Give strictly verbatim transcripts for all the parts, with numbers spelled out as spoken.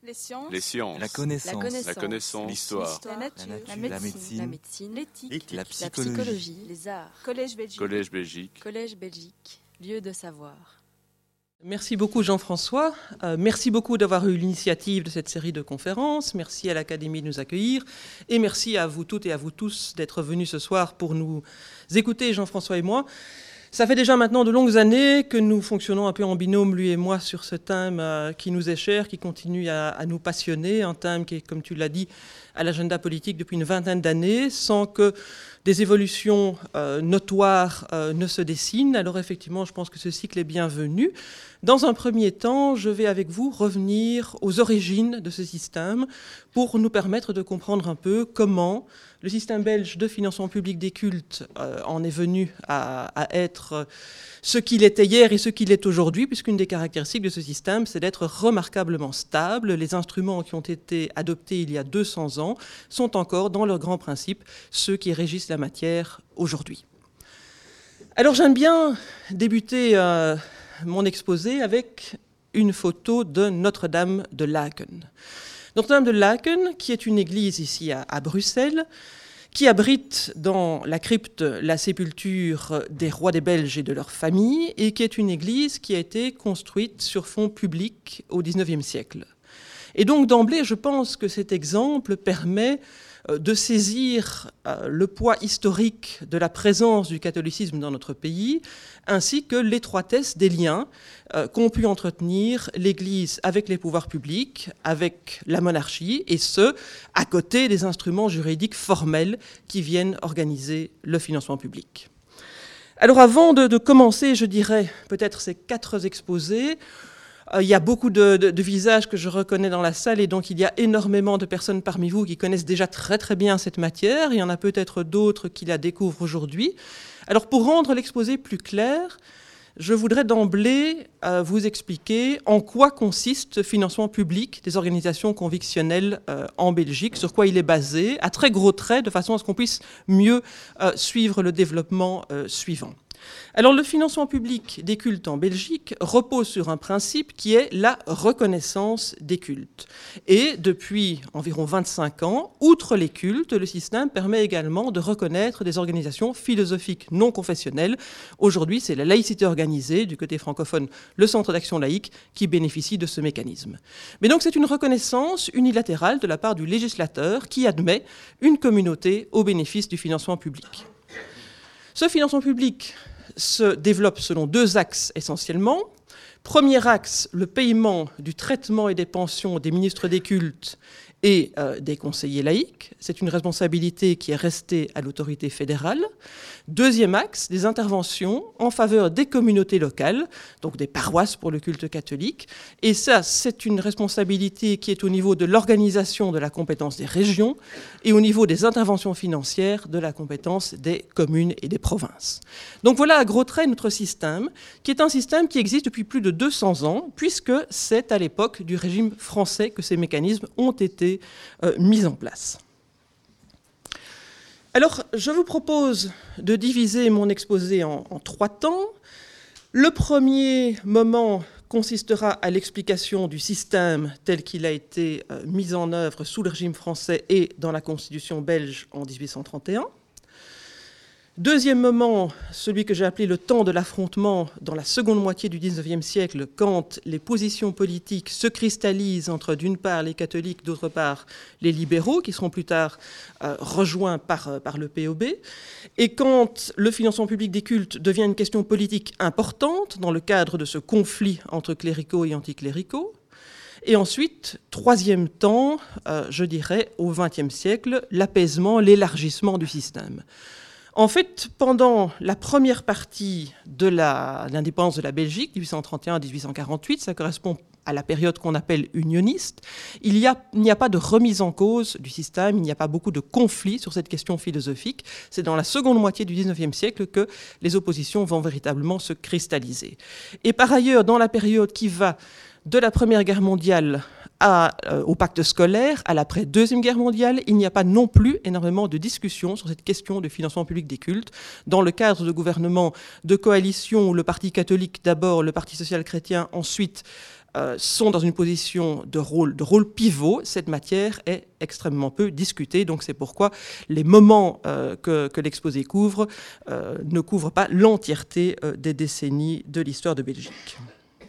Les sciences. Les sciences. La connaissance. La connaissance. La connaissance. L'histoire. La nature. La La nature. médecine. La médecine. L'éthique. La La psychologie. psychologie. Les arts. Collège Belgique. Collège Belgique. Collège Belgique. Lieu de savoir. Merci beaucoup Jean-François. Euh, merci beaucoup d'avoir eu l'initiative de cette série de conférences. Merci à l'Académie de nous accueillir. Et merci à vous toutes et à vous tous d'être venus ce soir pour nous écouter, Jean-François et moi. Ça fait déjà maintenant de longues années que nous fonctionnons un peu en binôme, lui et moi, sur ce thème euh, qui nous est cher, qui continue à, à nous passionner. Un thème qui est, comme tu l'as dit, à l'agenda politique depuis une vingtaine d'années, sans que des évolutions euh, notoires euh, ne se dessinent. Alors effectivement, je pense que ce cycle est bienvenu. Dans un premier temps, je vais avec vous revenir aux origines de ce système pour nous permettre de comprendre un peu comment le système belge de financement public des cultes euh, en est venu à, à être ce qu'il était hier et ce qu'il est aujourd'hui, puisqu'une des caractéristiques de ce système, c'est d'être remarquablement stable. Les instruments qui ont été adoptés il y a deux cents ans sont encore, dans leurs grands principes, ceux qui régissent la matière aujourd'hui. Alors j'aime bien débuter euh, mon exposé avec une photo de Notre-Dame de Laken. Notre-Dame de Laken, qui est une église ici à, à Bruxelles, qui abrite dans la crypte la sépulture des rois des Belges et de leurs familles, et qui est une église qui a été construite sur fonds publics au dix-neuvième siècle. Et donc d'emblée, je pense que cet exemple permet de saisir le poids historique de la présence du catholicisme dans notre pays, ainsi que l'étroitesse des liens qu'ont pu entretenir l'Église avec les pouvoirs publics, avec la monarchie, et ce, à côté des instruments juridiques formels qui viennent organiser le financement public. Alors avant de, de commencer, je dirais peut-être ces quatre exposés, Euh, il y a beaucoup de, de, de visages que je reconnais dans la salle et donc il y a énormément de personnes parmi vous qui connaissent déjà très très bien cette matière. Il y en a peut-être d'autres qui la découvrent aujourd'hui. Alors pour rendre l'exposé plus clair, je voudrais d'emblée euh, vous expliquer en quoi consiste le financement public des organisations convictionnelles euh, en Belgique, sur quoi il est basé, à très gros traits, de façon à ce qu'on puisse mieux euh, suivre le développement euh, suivant. Alors le financement public des cultes en Belgique repose sur un principe qui est la reconnaissance des cultes. Et depuis environ vingt-cinq ans, outre les cultes, le système permet également de reconnaître des organisations philosophiques non confessionnelles. Aujourd'hui, c'est la laïcité organisée, du côté francophone, le Centre d'action laïque, qui bénéficie de ce mécanisme. Mais donc c'est une reconnaissance unilatérale de la part du législateur qui admet une communauté au bénéfice du financement public. Ce financement public se développe selon deux axes essentiellement. Premier axe, le paiement du traitement et des pensions des ministres des cultes et euh, des conseillers laïcs. C'est une responsabilité qui est restée à l'autorité fédérale. Deuxième axe, des interventions en faveur des communautés locales, donc des paroisses pour le culte catholique. Et ça, c'est une responsabilité qui est au niveau de l'organisation de la compétence des régions et au niveau des interventions financières de la compétence des communes et des provinces. Donc voilà à gros traits notre système, qui est un système qui existe depuis plus de deux cents ans, puisque c'est à l'époque du régime français que ces mécanismes ont été euh, mis en place. Alors, je vous propose de diviser mon exposé en, en trois temps. Le premier moment consistera à l'explication du système tel qu'il a été euh, mis en œuvre sous le régime français et dans la Constitution belge en dix-huit cent trente et un. Deuxième moment, celui que j'ai appelé le temps de l'affrontement dans la seconde moitié du dix-neuvième siècle, quand les positions politiques se cristallisent entre d'une part les catholiques, d'autre part les libéraux, qui seront plus tard euh, rejoints par, euh, par le P O B, et quand le financement public des cultes devient une question politique importante dans le cadre de ce conflit entre cléricaux et anticléricaux. Et ensuite, troisième temps, euh, je dirais, au vingtième siècle, l'apaisement, l'élargissement du système. En fait, pendant la première partie de la, l'indépendance de la Belgique, dix-huit cent trente et un à dix-huit cent quarante-huit, ça correspond à la période qu'on appelle unioniste, il y a, il n'y a pas de remise en cause du système, il n'y a pas beaucoup de conflits sur cette question philosophique. C'est dans la seconde moitié du dix-neuvième siècle que les oppositions vont véritablement se cristalliser. Et par ailleurs, dans la période qui va de la Première Guerre mondiale à, euh, au pacte scolaire, à l'après-deuxième Guerre mondiale, il n'y a pas non plus énormément de discussions sur cette question de financement public des cultes. Dans le cadre de gouvernements de coalition, où le Parti catholique d'abord, le Parti social-chrétien ensuite, euh, sont dans une position de rôle, de rôle pivot, cette matière est extrêmement peu discutée. Donc c'est pourquoi les moments euh, que, que l'exposé couvre euh, ne couvrent pas l'entièreté euh, des décennies de l'histoire de Belgique.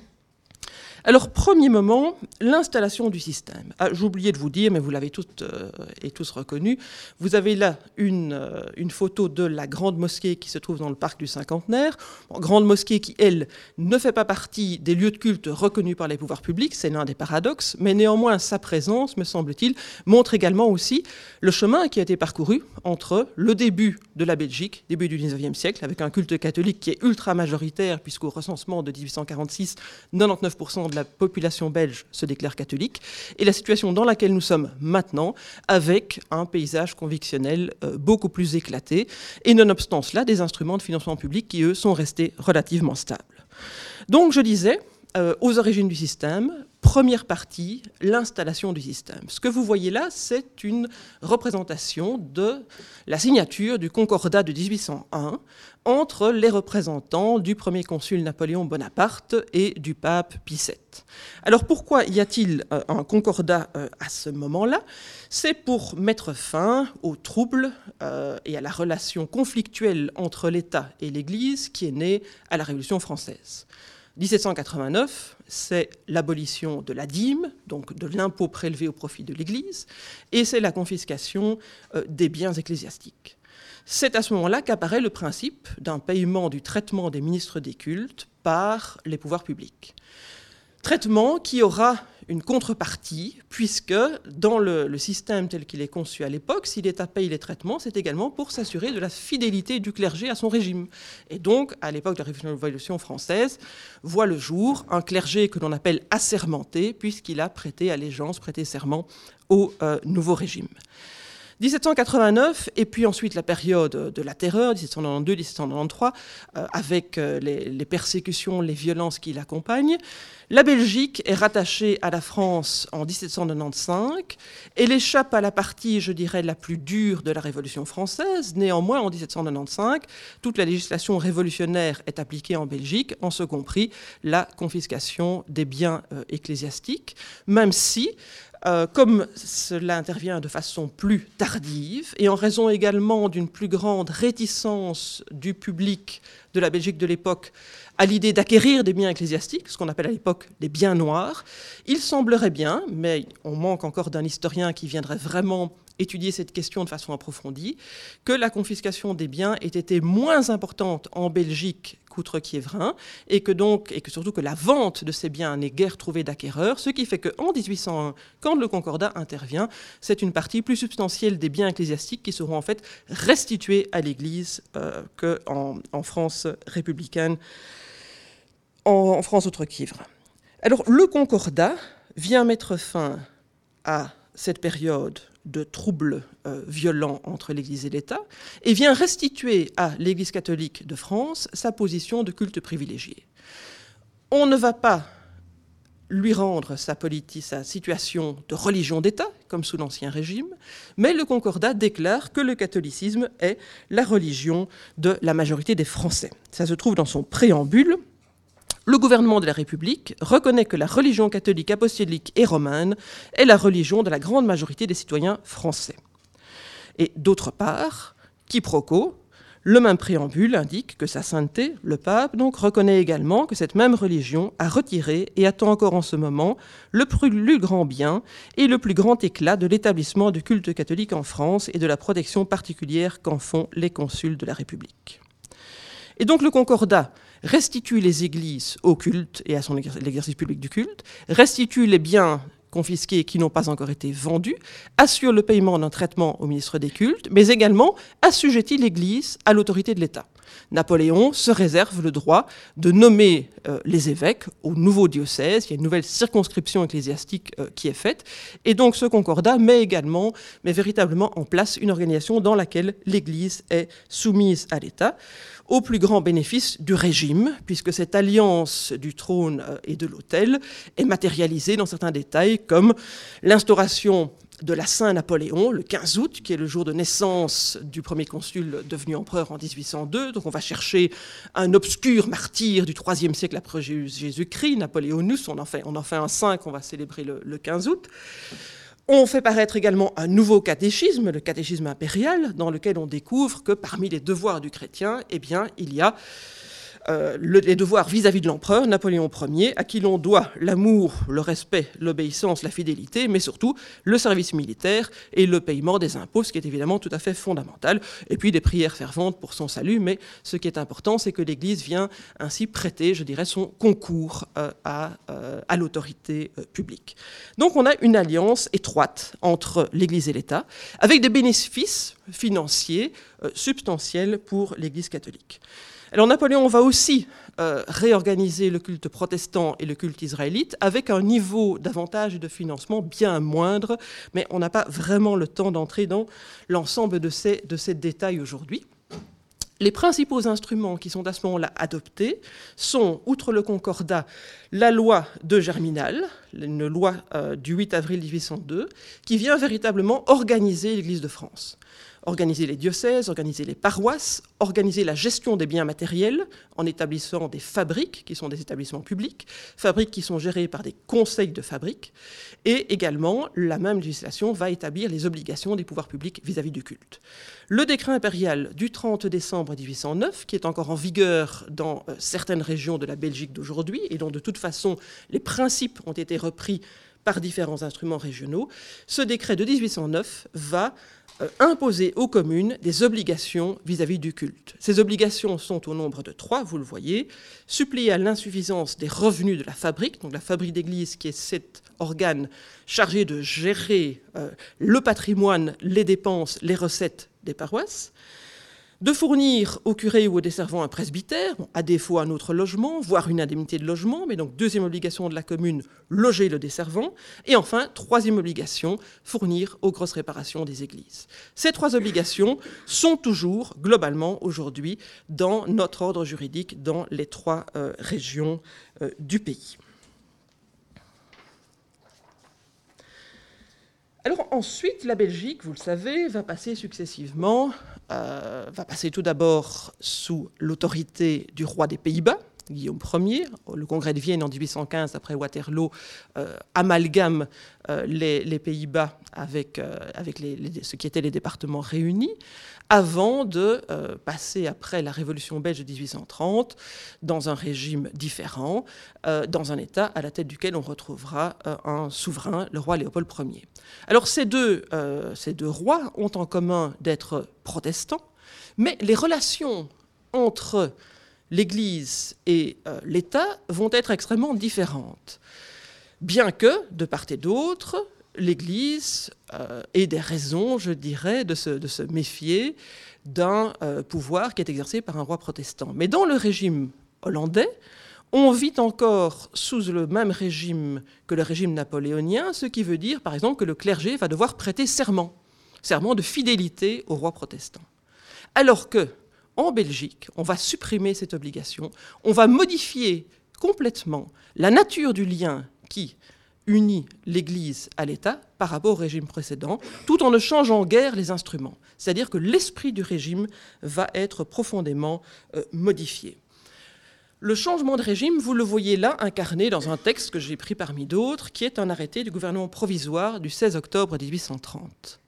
Alors, premier moment, l'installation du système. Ah, j'ai oublié de vous dire, mais vous l'avez toutes euh, et tous reconnu, vous avez là une, euh, une photo de la grande mosquée qui se trouve dans le parc du Cinquantenaire. Bon, grande mosquée qui, elle, ne fait pas partie des lieux de culte reconnus par les pouvoirs publics, c'est l'un des paradoxes, mais néanmoins, sa présence, me semble-t-il, montre également aussi le chemin qui a été parcouru entre le début de la Belgique, début du dix-neuvième siècle, avec un culte catholique qui est ultra majoritaire, puisqu'au recensement de dix-huit cent quarante-six, quatre-vingt-dix-neuf pour cent de la population belge se déclare catholique, et la situation dans laquelle nous sommes maintenant, avec un paysage convictionnel euh, beaucoup plus éclaté, et nonobstant cela, des instruments de financement public qui, eux, sont restés relativement stables. Donc, je disais, euh, aux origines du système, première partie, l'installation du système. Ce que vous voyez là, c'est une représentation de la signature du Concordat de dix-huit cent un entre les représentants du premier consul Napoléon Bonaparte et du pape Pie sept. Alors pourquoi y a-t-il euh, un concordat euh, à ce moment-là? C'est pour mettre fin aux troubles euh, et à la relation conflictuelle entre l'État et l'Église qui est née à la Révolution française. dix-sept cent quatre-vingt-neuf, c'est l'abolition de la dîme, donc de l'impôt prélevé au profit de l'Église, et c'est la confiscation euh, des biens ecclésiastiques. C'est à ce moment-là qu'apparaît le principe d'un paiement du traitement des ministres des cultes par les pouvoirs publics. Traitement qui aura une contrepartie, puisque dans le, le système tel qu'il est conçu à l'époque, si l'État paye les traitements, c'est également pour s'assurer de la fidélité du clergé à son régime. Et donc, à l'époque de la Révolution française, voit le jour un clergé que l'on appelle assermenté, puisqu'il a prêté allégeance, prêté serment au euh, nouveau régime. dix-sept cent quatre-vingt-neuf, et puis ensuite la période de la terreur, dix-sept cent quatre-vingt-deux dix-sept cent quatre-vingt-treize, euh, avec euh, les, les persécutions, les violences qui l'accompagnent. La Belgique est rattachée à la France en dix-sept cent quatre-vingt-quinze. Elle échappe à la partie, je dirais, la plus dure de la Révolution française. Néanmoins, en dix-sept cent quatre-vingt-quinze, toute la législation révolutionnaire est appliquée en Belgique, en ce compris la confiscation des biens euh, ecclésiastiques, même si, Euh, comme cela intervient de façon plus tardive et en raison également d'une plus grande réticence du public de la Belgique de l'époque à l'idée d'acquérir des biens ecclésiastiques, ce qu'on appelle à l'époque des biens noirs, il semblerait bien, mais on manque encore d'un historien qui viendrait vraiment étudier cette question de façon approfondie, que la confiscation des biens ait été moins importante en Belgique qu'outre-Quiévrain, et que donc, et que surtout que la vente de ces biens n'est guère trouvée d'acquéreurs, ce qui fait qu'en dix-huit cent un, quand le Concordat intervient, c'est une partie plus substantielle des biens ecclésiastiques qui seront en fait restitués à l'Église euh, qu'en en France républicaine, en, en France outre-Quiévrain. Alors le Concordat vient mettre fin à cette période de troubles euh, violents entre l'Église et l'État, et vient restituer à l'Église catholique de France sa position de culte privilégié. On ne va pas lui rendre sa, politi- sa situation de religion d'État, comme sous l'Ancien Régime, mais le Concordat déclare que le catholicisme est la religion de la majorité des Français. Ça se trouve dans son préambule. Le gouvernement de la République reconnaît que la religion catholique apostolique et romaine est la religion de la grande majorité des citoyens français. Et d'autre part, quiproquo, le même préambule indique que sa sainteté, le pape, donc, reconnaît également que cette même religion a retiré et attend encore en ce moment le plus grand bien et le plus grand éclat de l'établissement du culte catholique en France et de la protection particulière qu'en font les consuls de la République. Et donc le Concordat restitue les églises au culte et à son exercice, l'exercice public du culte, restitue les biens confisqués qui n'ont pas encore été vendus, assure le paiement d'un traitement au ministre des cultes, mais également assujettit l'Église à l'autorité de l'État. Napoléon se réserve le droit de nommer euh, les évêques au nouveau diocèse. Il y a une nouvelle circonscription ecclésiastique euh, qui est faite. Et donc ce concordat met également, met véritablement en place une organisation dans laquelle l'Église est soumise à l'État, au plus grand bénéfice du régime, puisque cette alliance du trône et de l'autel est matérialisée dans certains détails, comme l'instauration de la Saint-Napoléon, le quinze août, qui est le jour de naissance du premier consul devenu empereur en dix-huit cent deux. Donc on va chercher un obscur martyr du troisième siècle après Jésus-Christ, Napoléonus. On en fait, on en fait un saint qu'on va célébrer le, le quinze août. On fait paraître également un nouveau catéchisme, le catéchisme impérial, dans lequel on découvre que parmi les devoirs du chrétien, eh bien, il y a Euh, le, les devoirs vis-à-vis de l'empereur, Napoléon Ier, à qui l'on doit l'amour, le respect, l'obéissance, la fidélité, mais surtout le service militaire et le paiement des impôts, ce qui est évidemment tout à fait fondamental, et puis des prières ferventes pour son salut, mais ce qui est important, c'est que l'Église vient ainsi prêter, je dirais, son concours euh, à, euh, à l'autorité euh, publique. Donc on a une alliance étroite entre l'Église et l'État, avec des bénéfices financiers euh, substantiels pour l'Église catholique. Alors Napoléon va aussi euh, réorganiser le culte protestant et le culte israélite avec un niveau d'avantage et de financement bien moindre, mais on n'a pas vraiment le temps d'entrer dans l'ensemble de ces, de ces détails aujourd'hui. Les principaux instruments qui sont à ce moment-là adoptés sont, outre le concordat, la loi de Germinal, une loi euh, du huit avril mille huit cent deux, qui vient véritablement organiser l'Église de France. Organiser les diocèses, organiser les paroisses, organiser la gestion des biens matériels en établissant des fabriques qui sont des établissements publics, fabriques qui sont gérées par des conseils de fabriques, et également la même législation va établir les obligations des pouvoirs publics vis-à-vis du culte. Le décret impérial du trente décembre mille huit cent neuf, qui est encore en vigueur dans euh, certaines régions de la Belgique d'aujourd'hui, et dont de toute façon les principes ont été repris par différents instruments régionaux, ce décret de mille huit cent neuf va Euh, imposer aux communes des obligations vis-à-vis du culte. Ces obligations sont au nombre de trois, vous le voyez, suppléer à l'insuffisance des revenus de la fabrique, donc la fabrique d'église qui est cet organe chargé de gérer euh, le patrimoine, les dépenses, les recettes des paroisses, de fournir au curé ou au desservant un presbytère, bon, à défaut un autre logement, voire une indemnité de logement, mais donc deuxième obligation de la commune, loger le desservant, et enfin, troisième obligation, fournir aux grosses réparations des églises. Ces trois obligations sont toujours, globalement, aujourd'hui, dans notre ordre juridique, dans les trois euh, régions euh, du pays. Alors ensuite, la Belgique, vous le savez, va passer successivement, euh, va passer tout d'abord sous l'autorité du roi des Pays-Bas, Guillaume Ier. Le congrès de Vienne en mille huit cent quinze, après Waterloo, euh, amalgame euh, les, les Pays-Bas avec, euh, avec les, les, ce qui étaient les départements réunis, avant de euh, passer, après la Révolution belge de mille huit cent trente, dans un régime différent, euh, dans un État à la tête duquel on retrouvera euh, un souverain, le roi Léopold Ier. Alors ces deux, euh, ces deux rois ont en commun d'être protestants, mais les relations entre l'Église et euh, l'État vont être extrêmement différentes, bien que, de part et d'autre, l'Église euh, ait des raisons, je dirais, de se, de se méfier d'un euh, pouvoir qui est exercé par un roi protestant. Mais dans le régime hollandais, on vit encore sous le même régime que le régime napoléonien, ce qui veut dire, par exemple, que le clergé va devoir prêter serment, serment de fidélité au roi protestant. Alors que, en Belgique, on va supprimer cette obligation, on va modifier complètement la nature du lien qui unit l'Église à l'État par rapport au régime précédent, tout en ne changeant guère les instruments. C'est-à-dire que l'esprit du régime va être profondément euh, modifié. Le changement de régime, vous le voyez là incarné dans un texte que j'ai pris parmi d'autres, qui est un arrêté du gouvernement provisoire du seize octobre mille huit cent trente.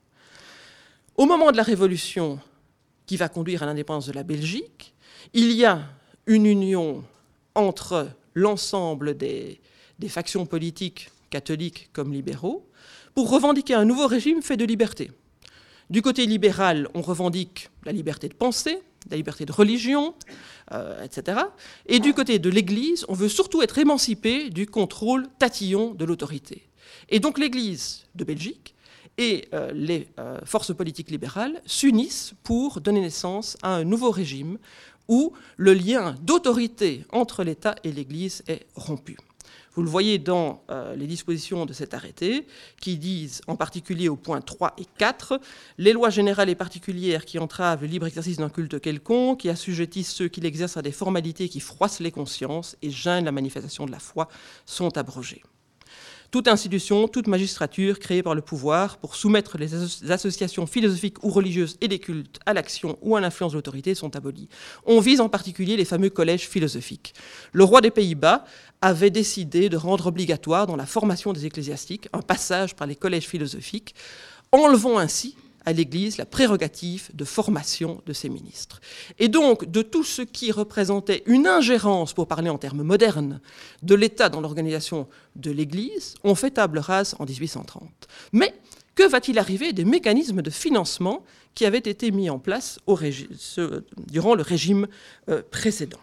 Au moment de la Révolution qui va conduire à l'indépendance de la Belgique, il y a une union entre l'ensemble des, des factions politiques, catholiques comme libéraux, pour revendiquer un nouveau régime fait de liberté. Du côté libéral, on revendique la liberté de penser, la liberté de religion, euh, et cetera. Et du côté de l'Église, on veut surtout être émancipé du contrôle tatillon de l'autorité. Et donc l'Église de Belgique et euh, les euh, forces politiques libérales s'unissent pour donner naissance à un nouveau régime où le lien d'autorité entre l'État et l'Église est rompu. Vous le voyez dans euh, les dispositions de cet arrêté, qui disent en particulier au point trois et quatre, les lois générales et particulières qui entravent le libre exercice d'un culte quelconque, qui assujettissent ceux qui l'exercent à des formalités qui froissent les consciences et gênent la manifestation de la foi, sont abrogées. toute institution, toute magistrature créée par le pouvoir pour soumettre les asso- associations philosophiques ou religieuses et les cultes à l'action ou à l'influence de l'autorité sont abolies. On vise en particulier les fameux collèges philosophiques. Le roi des Pays-Bas avait décidé de rendre obligatoire dans la formation des ecclésiastiques un passage par les collèges philosophiques, enlevant ainsi à l'Église la prérogative de formation de ses ministres. Et donc, de tout ce qui représentait une ingérence, pour parler en termes modernes, de l'État dans l'organisation de l'Église, on fait table rase en dix-huit cent trente. Mais que va-t-il arriver des mécanismes de financement qui avaient été mis en place au régi- ce, durant le régime euh, précédent?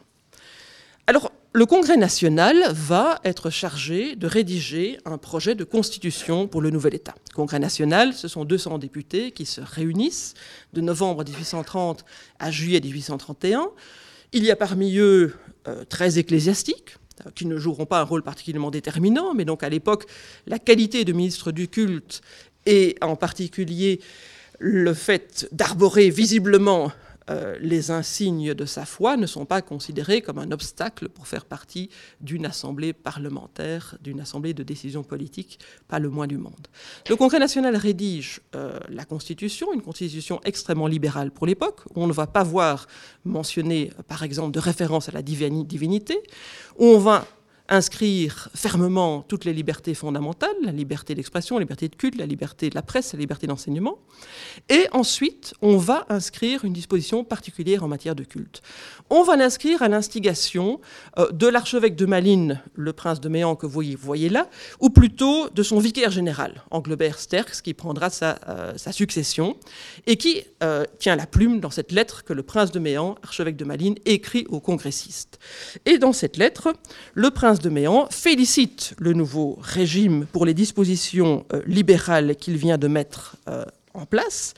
Alors, le Congrès national va être chargé de rédiger un projet de constitution pour le nouvel État. Le Congrès national, ce sont deux cents députés qui se réunissent de novembre dix-huit cent trente à juillet dix-huit cent trente et un. Il y a parmi eux euh, treize ecclésiastiques, qui ne joueront pas un rôle particulièrement déterminant, mais donc à l'époque, la qualité de ministre du culte et en particulier le fait d'arborer visiblement Euh, les insignes de sa foi ne sont pas considérés comme un obstacle pour faire partie d'une assemblée parlementaire, d'une assemblée de décision politique, pas le moins du monde. Le Congrès national rédige euh, la Constitution, une Constitution extrêmement libérale pour l'époque. On ne va pas voir mentionner, par exemple, de référence à la divinité. On va inscrire fermement toutes les libertés fondamentales, la liberté d'expression, la liberté de culte, la liberté de la presse, la liberté d'enseignement. Et ensuite, on va inscrire une disposition particulière en matière de culte. On va l'inscrire à l'instigation euh, de l'archevêque de Malines, le prince de Méan que vous voyez là, ou plutôt de son vicaire général, Anglebert Sterks, qui prendra sa, euh, sa succession et qui euh, tient la plume dans cette lettre que le prince de Méan, archevêque de Malines, écrit aux congressistes. Et dans cette lettre, le prince de Méan félicite le nouveau régime pour les dispositions euh, libérales qu'il vient de mettre euh, en place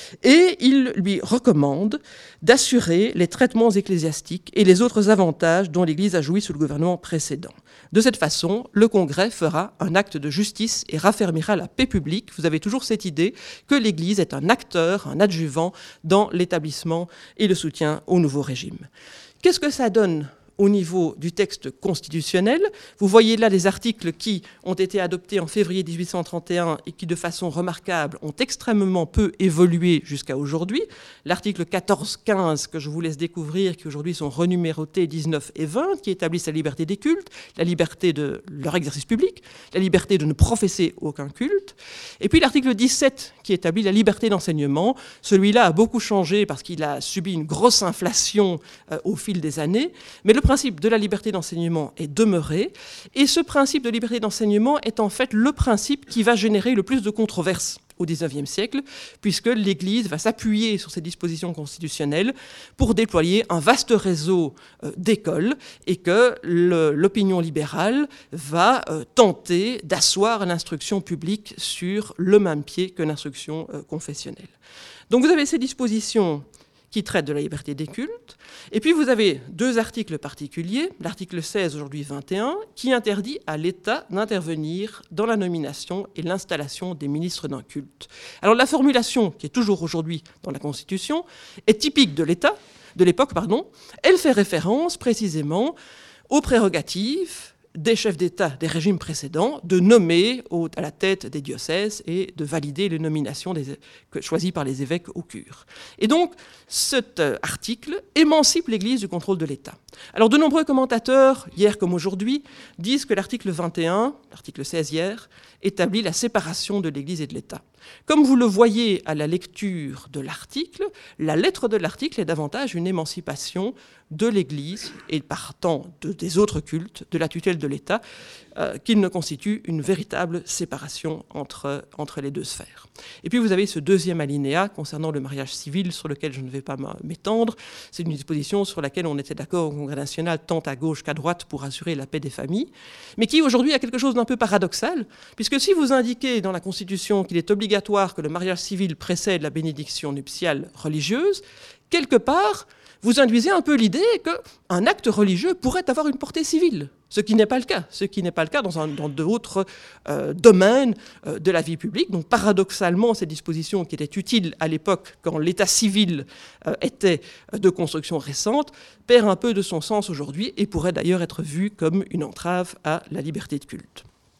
et il lui recommande d'assurer les traitements ecclésiastiques et les autres avantages dont l'Église a joui sous le gouvernement précédent. De cette façon, le Congrès fera un acte de justice et raffermira la paix publique. Vous avez toujours cette idée que l'Église est un acteur, un adjuvant dans l'établissement et le soutien au nouveau régime. Qu'est-ce que ça donne au niveau du texte constitutionnel? Vous voyez là les articles qui ont été adoptés en février dix-huit cent trente et un et qui, de façon remarquable, ont extrêmement peu évolué jusqu'à aujourd'hui. L'article quatorze quinze que je vous laisse découvrir, qui aujourd'hui sont renumérotés dix-neuf et vingt, qui établissent la liberté des cultes, la liberté de leur exercice public, la liberté de ne professer aucun culte. Et puis l'article dix-sept qui établit la liberté d'enseignement. Celui-là a beaucoup changé parce qu'il a subi une grosse inflation euh, au fil des années, mais le Le principe de la liberté d'enseignement est demeuré, et ce principe de liberté d'enseignement est en fait le principe qui va générer le plus de controverses au dix-neuvième siècle, puisque l'Église va s'appuyer sur ces dispositions constitutionnelles pour déployer un vaste réseau euh, d'écoles, et que le, l'opinion libérale va euh, tenter d'asseoir l'instruction publique sur le même pied que l'instruction euh, confessionnelle. Donc vous avez ces dispositions qui traite de la liberté des cultes. Et puis vous avez deux articles particuliers, l'article seize, aujourd'hui vingt et un, qui interdit à l'État d'intervenir dans la nomination et l'installation des ministres d'un culte. Alors la formulation, qui est toujours aujourd'hui dans la Constitution, est typique de l'État, de l'époque, pardon. Elle fait référence précisément aux prérogatives des chefs d'État des régimes précédents de nommer au, à la tête des diocèses et de valider les nominations des, choisies par les évêques au cure. Et donc, cet article émancipe l'Église du contrôle de l'État. Alors, de nombreux commentateurs, hier comme aujourd'hui, disent que l'article vingt et un, l'article seize hier, établit la séparation de l'Église et de l'État. Comme vous le voyez à la lecture de l'article, la lettre de l'article est davantage une émancipation de l'Église et partant de, des autres cultes, de la tutelle de l'État, euh, qu'il ne constitue une véritable séparation entre, entre les deux sphères. Et puis vous avez ce deuxième alinéa concernant le mariage civil sur lequel je ne vais pas m'étendre. C'est une disposition sur laquelle on était d'accord au Congrès national tant à gauche qu'à droite pour assurer la paix des familles, mais qui aujourd'hui a quelque chose d'un peu paradoxal, puisque si vous indiquez dans la Constitution qu'il est obligatoire que le mariage civil précède la bénédiction nuptiale religieuse, quelque part, vous induisez un peu l'idée qu'un acte religieux pourrait avoir une portée civile, ce qui n'est pas le cas, ce qui n'est pas le cas dans, un, dans d'autres euh, domaines euh, de la vie publique. Donc paradoxalement, cette disposition qui était utile à l'époque quand l'état civil euh, était de construction récente, perd un peu de son sens aujourd'hui et pourrait d'ailleurs être vue comme une entrave à la liberté de culte.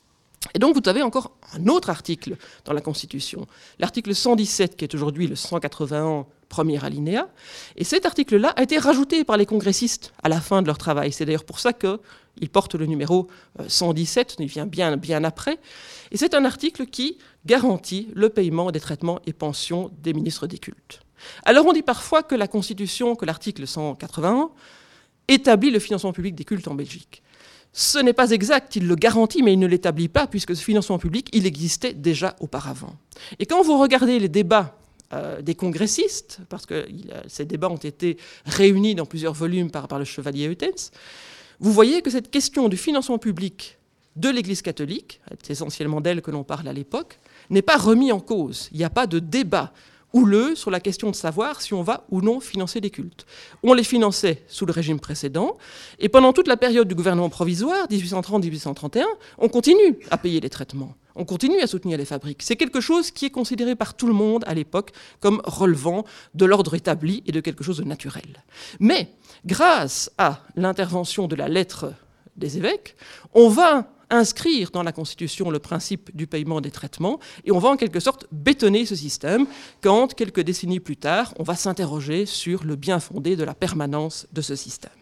Et donc vous avez encore un autre article dans la Constitution, l'article cent dix-sept, qui est aujourd'hui le cent quatre-vingt-un, premier alinéa, et cet article-là a été rajouté par les congressistes à la fin de leur travail. C'est d'ailleurs pour ça qu'il porte le numéro cent dix-sept, il vient bien, bien après, et c'est un article qui garantit le paiement des traitements et pensions des ministres des cultes. Alors on dit parfois que la Constitution, que l'article cent quatre-vingt-un, établit le financement public des cultes en Belgique. Ce n'est pas exact, il le garantit, mais il ne l'établit pas, puisque ce financement public, il existait déjà auparavant. Et quand vous regardez les débats euh, des congressistes, parce que il, ces débats ont été réunis dans plusieurs volumes par, par le chevalier Eutens, vous voyez que cette question du financement public de l'Église catholique, c'est essentiellement d'elle que l'on parle à l'époque, n'est pas remis en cause. Il n'y a pas de débat houleux sur la question de savoir si on va ou non financer des cultes. On les finançait sous le régime précédent, et pendant toute la période du gouvernement provisoire, dix-huit cent trente à dix-huit cent trente et un, on continue à payer les traitements, on continue à soutenir les fabriques. C'est quelque chose qui est considéré par tout le monde à l'époque comme relevant de l'ordre établi et de quelque chose de naturel. Mais, grâce à l'intervention de la lettre des évêques, on va inscrire dans la Constitution le principe du paiement des traitements, et on va en quelque sorte bétonner ce système quand, quelques décennies plus tard, on va s'interroger sur le bien fondé de la permanence de ce système.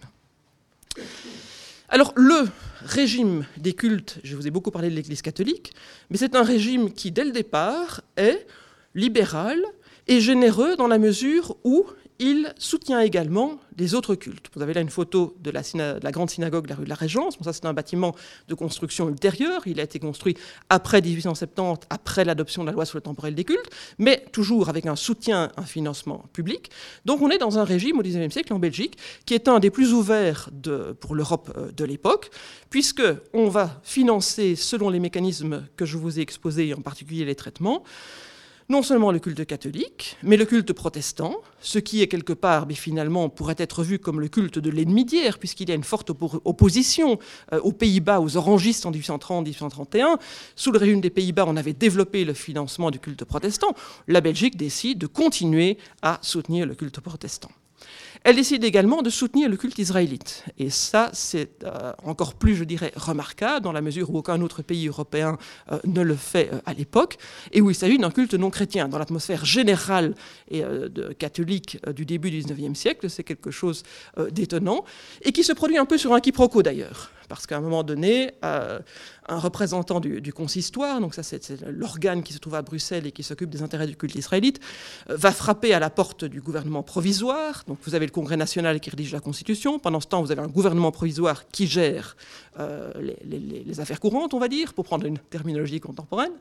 Alors, le régime des cultes, je vous ai beaucoup parlé de l'Église catholique, mais c'est un régime qui, dès le départ, est libéral et généreux dans la mesure où il soutient également les autres cultes. Vous avez là une photo de la, syna- de la grande synagogue de la rue de la Régence. Bon, ça, c'est un bâtiment de construction ultérieure. Il a été construit après dix-huit cent soixante-dix, après l'adoption de la loi sur le temporel des cultes, mais toujours avec un soutien, un financement public. Donc on est dans un régime au dix-neuvième siècle en Belgique qui est un des plus ouverts de, pour l'Europe de l'époque, puisqu'on va financer, selon les mécanismes que je vous ai exposés, en particulier les traitements, non seulement le culte catholique, mais le culte protestant, ce qui est quelque part, mais finalement, pourrait être vu comme le culte de l'ennemi d'hier, puisqu'il y a une forte oppo- opposition euh, aux Pays-Bas, aux orangistes en dix-huit cent trente à dix-huit cent trente et un. Sous le régime des Pays-Bas, on avait développé le financement du culte protestant. La Belgique décide de continuer à soutenir le culte protestant. Elle décide également de soutenir le culte israélite. Et ça, c'est euh, encore plus, je dirais, remarquable, dans la mesure où aucun autre pays européen euh, ne le fait euh, à l'époque, et où il s'agit d'un culte non chrétien. Dans l'atmosphère générale et euh, de, catholique euh, du début du dix-neuvième siècle, c'est quelque chose euh, d'étonnant, et qui se produit un peu sur un quiproquo d'ailleurs. Parce qu'à un moment donné, euh, un représentant du, du consistoire, donc ça c'est, c'est l'organe qui se trouve à Bruxelles et qui s'occupe des intérêts du culte israélite, euh, va frapper à la porte du gouvernement provisoire. Donc vous avez le Congrès national qui rédige la Constitution. Pendant ce temps, vous avez un gouvernement provisoire qui gère euh, les, les, les affaires courantes, on va dire, pour prendre une terminologie contemporaine.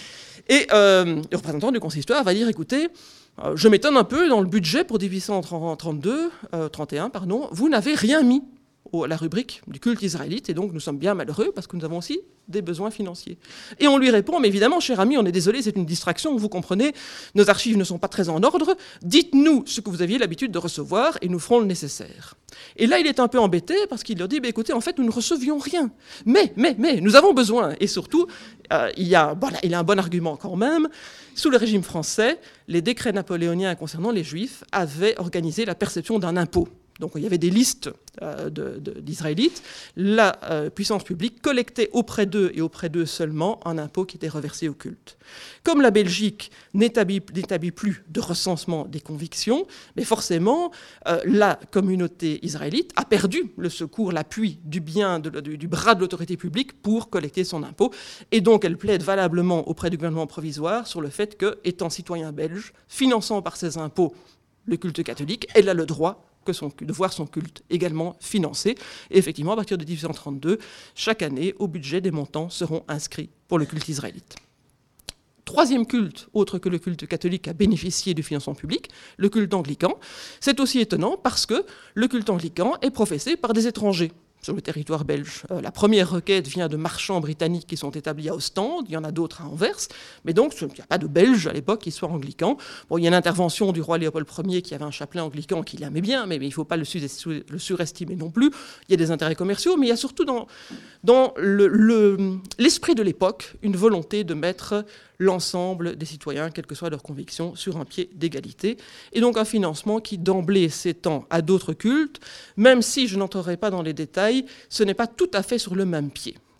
Et euh, le représentant du consistoire va dire, écoutez, euh, je m'étonne un peu, dans le budget pour dix-huit cent trente-deux, euh, trente et un, pardon, vous n'avez rien mis à la rubrique du culte israélite, et donc nous sommes bien malheureux parce que nous avons aussi des besoins financiers. Et on lui répond, mais évidemment, cher ami, on est désolé, c'est une distraction, vous comprenez, nos archives ne sont pas très en ordre, dites-nous ce que vous aviez l'habitude de recevoir et nous ferons le nécessaire. Et là, il est un peu embêté parce qu'il leur dit, bah, écoutez, en fait, nous ne recevions rien, mais, mais, mais, nous avons besoin. Et surtout, euh, il, y a, voilà, il a un bon argument quand même, sous le régime français, les décrets napoléoniens concernant les Juifs avaient organisé la perception d'un impôt. Donc il y avait des listes euh, de, de, d'Israélites. La euh, puissance publique collectait auprès d'eux et auprès d'eux seulement un impôt qui était reversé au culte. Comme la Belgique n'établit, n'établit plus de recensement des convictions, mais forcément euh, la communauté israélite a perdu le secours, l'appui du bien, de, du, du bras de l'autorité publique pour collecter son impôt. Et donc elle plaide valablement auprès du gouvernement provisoire sur le fait que, étant citoyen belge, finançant par ses impôts le culte catholique, elle a le droit que son, de voir son culte également financé. Et effectivement, à partir de dix-huit cent trente-deux, chaque année, au budget, des montants seront inscrits pour le culte israélite. Troisième culte, autre que le culte catholique, a bénéficié du financement public, le culte anglican. C'est aussi étonnant parce que le culte anglican est professé par des étrangers sur le territoire belge. Euh, la première requête vient de marchands britanniques qui sont établis à Ostende, il y en a d'autres à Anvers, mais donc il n'y a pas de Belges à l'époque qui soient anglicans. Bon, il y a l'intervention du roi Léopold Ier qui avait un chapelet anglican qui l'aimait bien, mais, mais il ne faut pas le, le surestimer non plus. Il y a des intérêts commerciaux, mais il y a surtout dans, dans le, le, l'esprit de l'époque une volonté de mettre l'ensemble des citoyens, quelles que soient leurs convictions, sur un pied d'égalité. Et donc un financement qui d'emblée s'étend à d'autres cultes, même si je n'entrerai pas dans les détails, ce n'est pas tout à fait sur le même pied.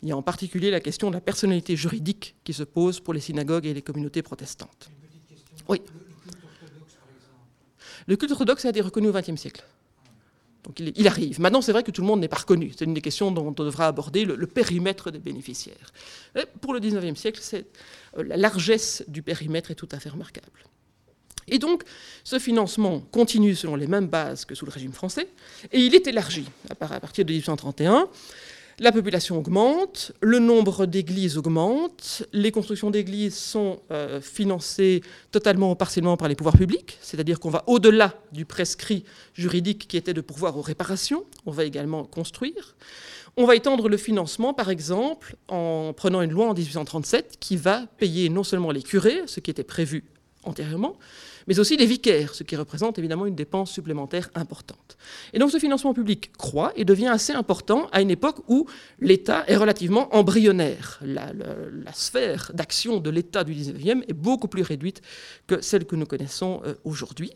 Il y a en particulier la question de la personnalité juridique qui se pose pour les synagogues et les communautés protestantes. Une petite question. Oui. Le, le culte orthodoxe, par exemple. Le culte orthodoxe a été reconnu au vingtième siècle. Donc il, il arrive. Maintenant, c'est vrai que tout le monde n'est pas reconnu. C'est une des questions dont on devra aborder le, le périmètre des bénéficiaires. Et pour le dix-neuvième siècle, c'est, euh, la largesse du périmètre est tout à fait remarquable. Et donc, ce financement continue selon les mêmes bases que sous le régime français, et il est élargi à partir de dix-huit cent trente et un. La population augmente, le nombre d'églises augmente, les constructions d'églises sont euh, financées totalement ou partiellement par les pouvoirs publics, c'est-à-dire qu'on va au-delà du prescrit juridique qui était de pourvoir aux réparations, on va également construire. On va étendre le financement, par exemple, en prenant une loi en dix-huit cent trente-sept qui va payer non seulement les curés, ce qui était prévu antérieurement, mais aussi les vicaires, ce qui représente évidemment une dépense supplémentaire importante. Et donc ce financement public croît et devient assez important à une époque où l'État est relativement embryonnaire. La, la, la sphère d'action de l'État du dix-neuvième est beaucoup plus réduite que celle que nous connaissons euh, aujourd'hui.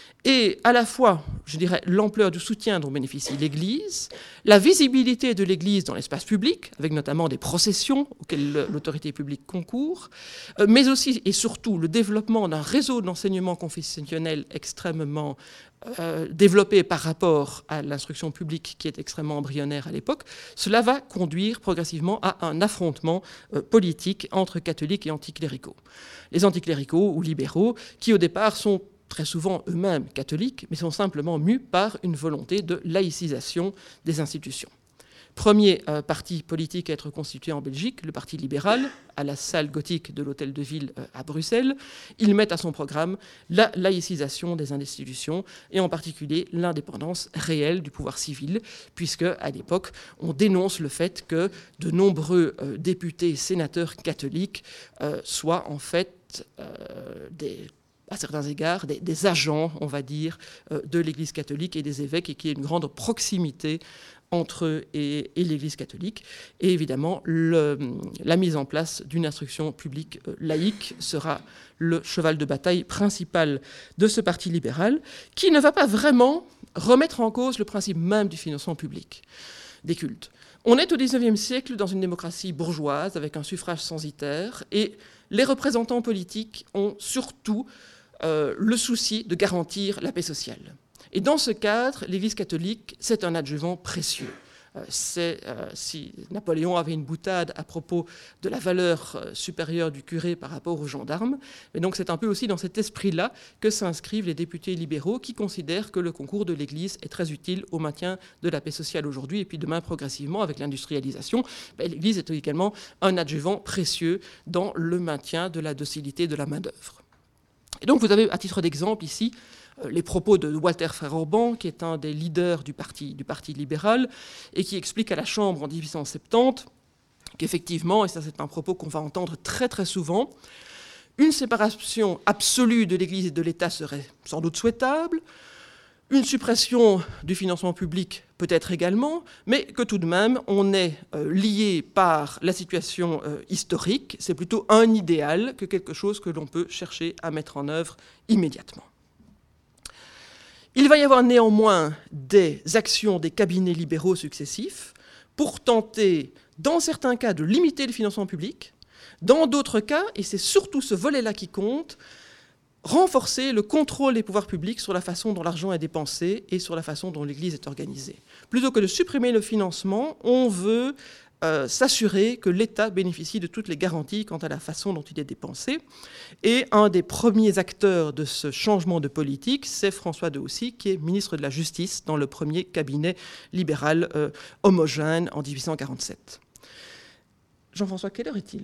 Et à la fois, je dirais, l'ampleur du soutien dont bénéficie l'Église, la visibilité de l'Église dans l'espace public, avec notamment des processions auxquelles l'autorité publique concourt, mais aussi et surtout le développement d'un réseau d'enseignement confessionnel extrêmement euh, développé par rapport à l'instruction publique qui est extrêmement embryonnaire à l'époque, cela va conduire progressivement à un affrontement euh, politique entre catholiques et anticléricaux. Les anticléricaux ou libéraux, qui au départ sont très souvent eux-mêmes catholiques, mais sont simplement mus par une volonté de laïcisation des institutions. Premier euh, parti politique à être constitué en Belgique, le Parti libéral, à la salle gothique de l'Hôtel de Ville euh, à Bruxelles. Ils mettent à son programme la laïcisation des institutions et en particulier l'indépendance réelle du pouvoir civil, puisque à l'époque, on dénonce le fait que de nombreux euh, députés et sénateurs catholiques euh, soient en fait euh, des à certains égards, des, des agents, on va dire, euh, de l'Église catholique et des évêques, et qu'il y ait une grande proximité entre eux et, et l'Église catholique. Et évidemment, le, la mise en place d'une instruction publique euh, laïque sera le cheval de bataille principal de ce parti libéral, qui ne va pas vraiment remettre en cause le principe même du financement public des cultes. On est au dix-neuvième siècle dans une démocratie bourgeoise, avec un suffrage censitaire, et les représentants politiques ont surtout Euh, le souci de garantir la paix sociale. Et dans ce cadre, l'Église catholique, c'est un adjuvant précieux. Euh, c'est, euh, si Napoléon avait une boutade à propos de la valeur euh, supérieure du curé par rapport aux gendarmes, et donc c'est un peu aussi dans cet esprit-là que s'inscrivent les députés libéraux qui considèrent que le concours de l'Église est très utile au maintien de la paix sociale aujourd'hui, et puis demain progressivement avec l'industrialisation, ben, l'Église est également un adjuvant précieux dans le maintien de la docilité de la main-d'œuvre. Et donc vous avez à titre d'exemple ici euh, les propos de Walter Frère-Orban, qui est un des leaders du parti, du parti libéral, et qui explique à la Chambre en dix-huit cent soixante-dix qu'effectivement, et ça c'est un propos qu'on va entendre très très souvent, une séparation absolue de l'Église et de l'État serait sans doute souhaitable, une suppression du financement public peut-être également, mais que tout de même on est euh, lié par la situation euh, historique, c'est plutôt un idéal que quelque chose que l'on peut chercher à mettre en œuvre immédiatement. Il va y avoir néanmoins des actions des cabinets libéraux successifs pour tenter, dans certains cas, de limiter le financement public, dans d'autres cas, et c'est surtout ce volet-là qui compte, renforcer le contrôle des pouvoirs publics sur la façon dont l'argent est dépensé et sur la façon dont l'Église est organisée. Plutôt que de supprimer le financement, on veut euh, s'assurer que l'État bénéficie de toutes les garanties quant à la façon dont il est dépensé. Et un des premiers acteurs de ce changement de politique, c'est François de Houssy, qui est ministre de la Justice dans le premier cabinet libéral euh, homogène en dix-huit cent quarante-sept. Jean-François, quelle heure est-il ?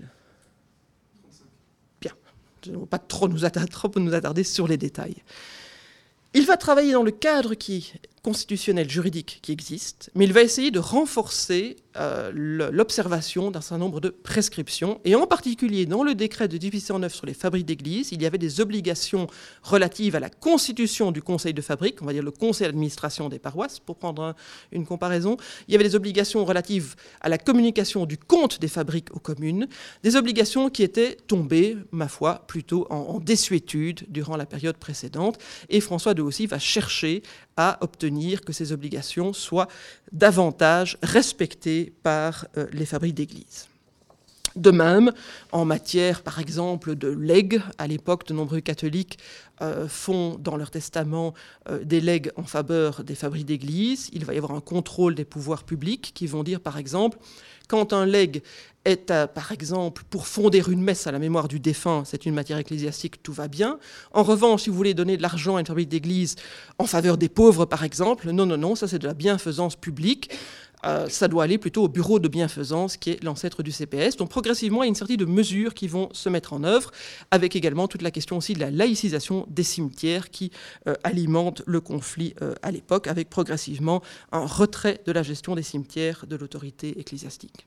Je ne veux pas trop nous, attarder, trop nous attarder sur les détails. Il va travailler dans le cadre qui, constitutionnel, juridique qui existe, mais il va essayer de renforcer euh, l'observation d'un certain nombre de prescriptions, et en particulier dans le décret de dix-huit cent neuf sur les fabriques d'église, il y avait des obligations relatives à la constitution du conseil de fabrique, on va dire le conseil d'administration des paroisses, pour prendre un, une comparaison. Il y avait des obligations relatives à la communication du compte des fabriques aux communes, des obligations qui étaient tombées, ma foi, plutôt en, en désuétude durant la période précédente, et François de Houssy va chercher à obtenir que ces obligations soient davantage respectées par euh, les fabriques d'églises. De même, en matière, par exemple, de legs, à l'époque, de nombreux catholiques euh, font dans leur testament euh, des legs en faveur des fabriques d'église. Il va y avoir un contrôle des pouvoirs publics qui vont dire, par exemple, quand un legs est, à, par exemple, pour fonder une messe à la mémoire du défunt, c'est une matière ecclésiastique, tout va bien. En revanche, si vous voulez donner de l'argent à une fabrique d'église en faveur des pauvres, par exemple, non, non, non, ça c'est de la bienfaisance publique. Euh, ça doit aller plutôt au bureau de bienfaisance qui est l'ancêtre du C P S. Donc progressivement, il y a une série de mesures qui vont se mettre en œuvre, avec également toute la question aussi de la laïcisation des cimetières qui euh, alimente le conflit euh, à l'époque, avec progressivement un retrait de la gestion des cimetières de l'autorité ecclésiastique.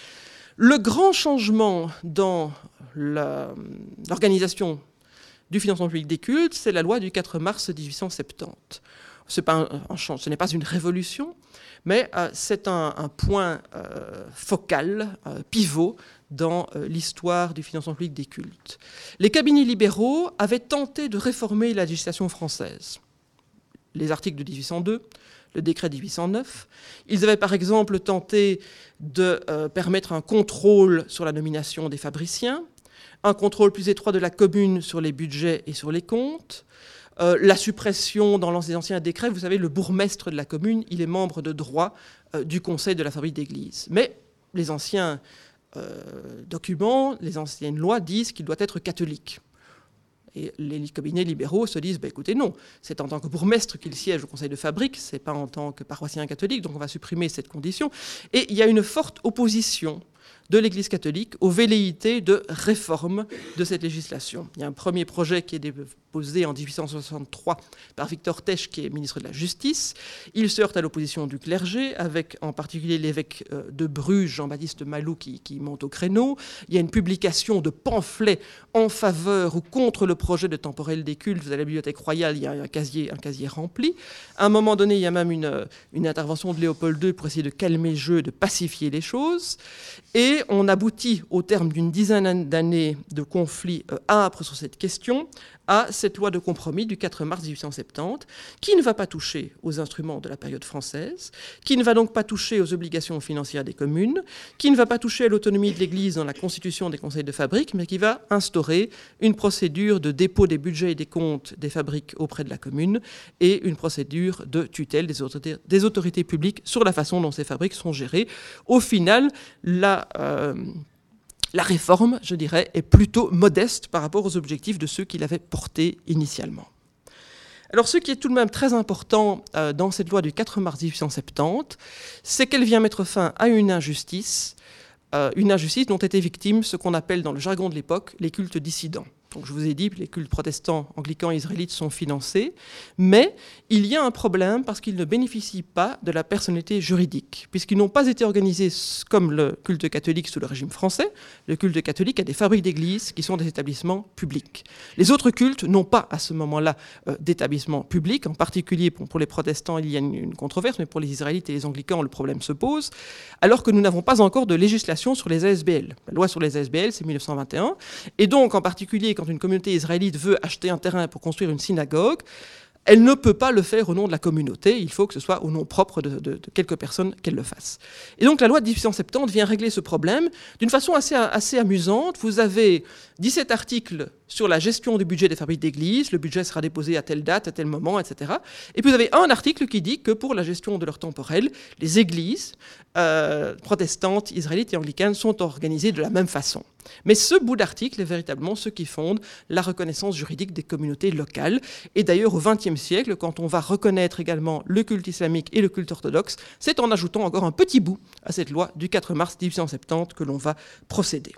Le grand changement dans la, l'organisation du financement public des cultes, c'est la loi du quatre mars mille huit cent soixante-dix. Ce n'est pas, un, un, ce n'est pas une révolution, mais euh, c'est un, un point euh, focal, euh, pivot, dans euh, l'histoire du financement public des cultes. Les cabinets libéraux avaient tenté de réformer la législation française. Les articles de mille huit cent deux, le décret de mille huit cent neuf. Ils avaient par exemple tenté de euh, permettre un contrôle sur la nomination des fabriciens, un contrôle plus étroit de la commune sur les budgets et sur les comptes, Euh, la suppression dans les anciens décrets, vous savez, le bourgmestre de la commune, il est membre de droit euh, du conseil de la fabrique d'église. Mais les anciens euh, documents, les anciennes lois disent qu'il doit être catholique. Et les cabinets libéraux se disent, bah, écoutez, non, c'est en tant que bourgmestre qu'il siège au conseil de fabrique, c'est pas en tant que paroissien catholique, donc on va supprimer cette condition. Et il y a une forte opposition de l'Église catholique aux velléités de réforme de cette législation. Il y a un premier projet qui est déposé en mille huit cent soixante-trois par Victor Tesch, qui est ministre de la Justice. Il se heurte à l'opposition du clergé, avec en particulier l'évêque de Bruges, Jean-Baptiste Malou, qui, qui monte au créneau. Il y a une publication de pamphlets en faveur ou contre le projet de temporel des cultes. Vous allez à la Bibliothèque royale, il y a un casier, un casier rempli. À un moment donné, il y a même une, une intervention de Léopold deux pour essayer de calmer le jeu, de pacifier les choses. Et on aboutit, au terme d'une dizaine d'années de conflits euh, âpres sur cette question, à cette loi de compromis du quatre mars mille huit cent soixante-dix, qui ne va pas toucher aux instruments de la période française, qui ne va donc pas toucher aux obligations financières des communes, qui ne va pas toucher à l'autonomie de l'Église dans la constitution des conseils de fabrique, mais qui va instaurer une procédure de dépôt des budgets et des comptes des fabriques auprès de la commune et une procédure de tutelle des autorités, des autorités publiques sur la façon dont ces fabriques sont gérées. Au final, la... Euh, La réforme, je dirais, est plutôt modeste par rapport aux objectifs de ceux qui l'avaient portée initialement. Alors, ce qui est tout de même très important euh, dans cette loi du quatre mars mille huit cent soixante-dix, c'est qu'elle vient mettre fin à une injustice, euh, une injustice dont étaient victimes ce qu'on appelle dans le jargon de l'époque les cultes dissidents. Donc, je vous ai dit que les cultes protestants, anglicans et israélites sont financés, mais il y a un problème parce qu'ils ne bénéficient pas de la personnalité juridique, puisqu'ils n'ont pas été organisés comme le culte catholique sous le régime français. Le culte catholique a des fabriques d'églises qui sont des établissements publics. Les autres cultes n'ont pas à ce moment-là euh, d'établissements publics, en particulier pour, pour les protestants, il y a une, une controverse, mais pour les israélites et les anglicans, le problème se pose, alors que nous n'avons pas encore de législation sur les A S B L. La loi sur les A S B L, c'est mille neuf cent vingt et un, et donc en particulier quand une communauté israélite veut acheter un terrain pour construire une synagogue, elle ne peut pas le faire au nom de la communauté, il faut que ce soit au nom propre de, de, de quelques personnes qu'elle le fasse. Et donc la loi de mille huit cent soixante-dix vient régler ce problème d'une façon assez, assez amusante. Vous avez dix-sept articles sur la gestion du budget des fabriques d'église, le budget sera déposé à telle date, à tel moment, et cetera. Et puis vous avez un article qui dit que pour la gestion de leur temporel, les églises euh, protestantes, israélites et anglicanes sont organisées de la même façon. Mais ce bout d'article est véritablement ce qui fonde la reconnaissance juridique des communautés locales. Et d'ailleurs, au vingtième siècle, quand on va reconnaître également le culte islamique et le culte orthodoxe, c'est en ajoutant encore un petit bout à cette loi du quatre mars mille huit cent soixante-dix que l'on va procéder.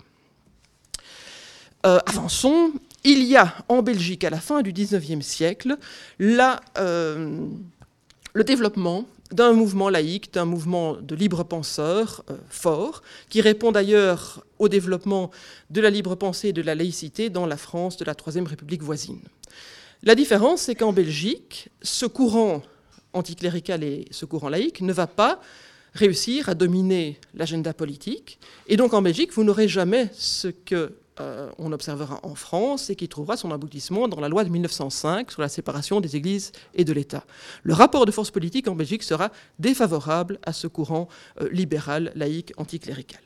Euh, avançons. Il y a en Belgique, à la fin du dix-neuvième siècle, la, euh, le développement d'un mouvement laïque, d'un mouvement de libres penseurs euh, fort, qui répond d'ailleurs au développement de la libre pensée et de la laïcité dans la France de la Troisième République voisine. La différence, c'est qu'en Belgique, ce courant anticlérical et ce courant laïque ne va pas réussir à dominer l'agenda politique. Et donc en Belgique, vous n'aurez jamais ce que euh, on observera en France et qui trouvera son aboutissement dans la loi de mille neuf cent cinq sur la séparation des églises et de l'État. Le rapport de force politique en Belgique sera défavorable à ce courant euh, libéral, laïque, anticlérical.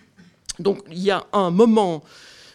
Donc il y a un moment,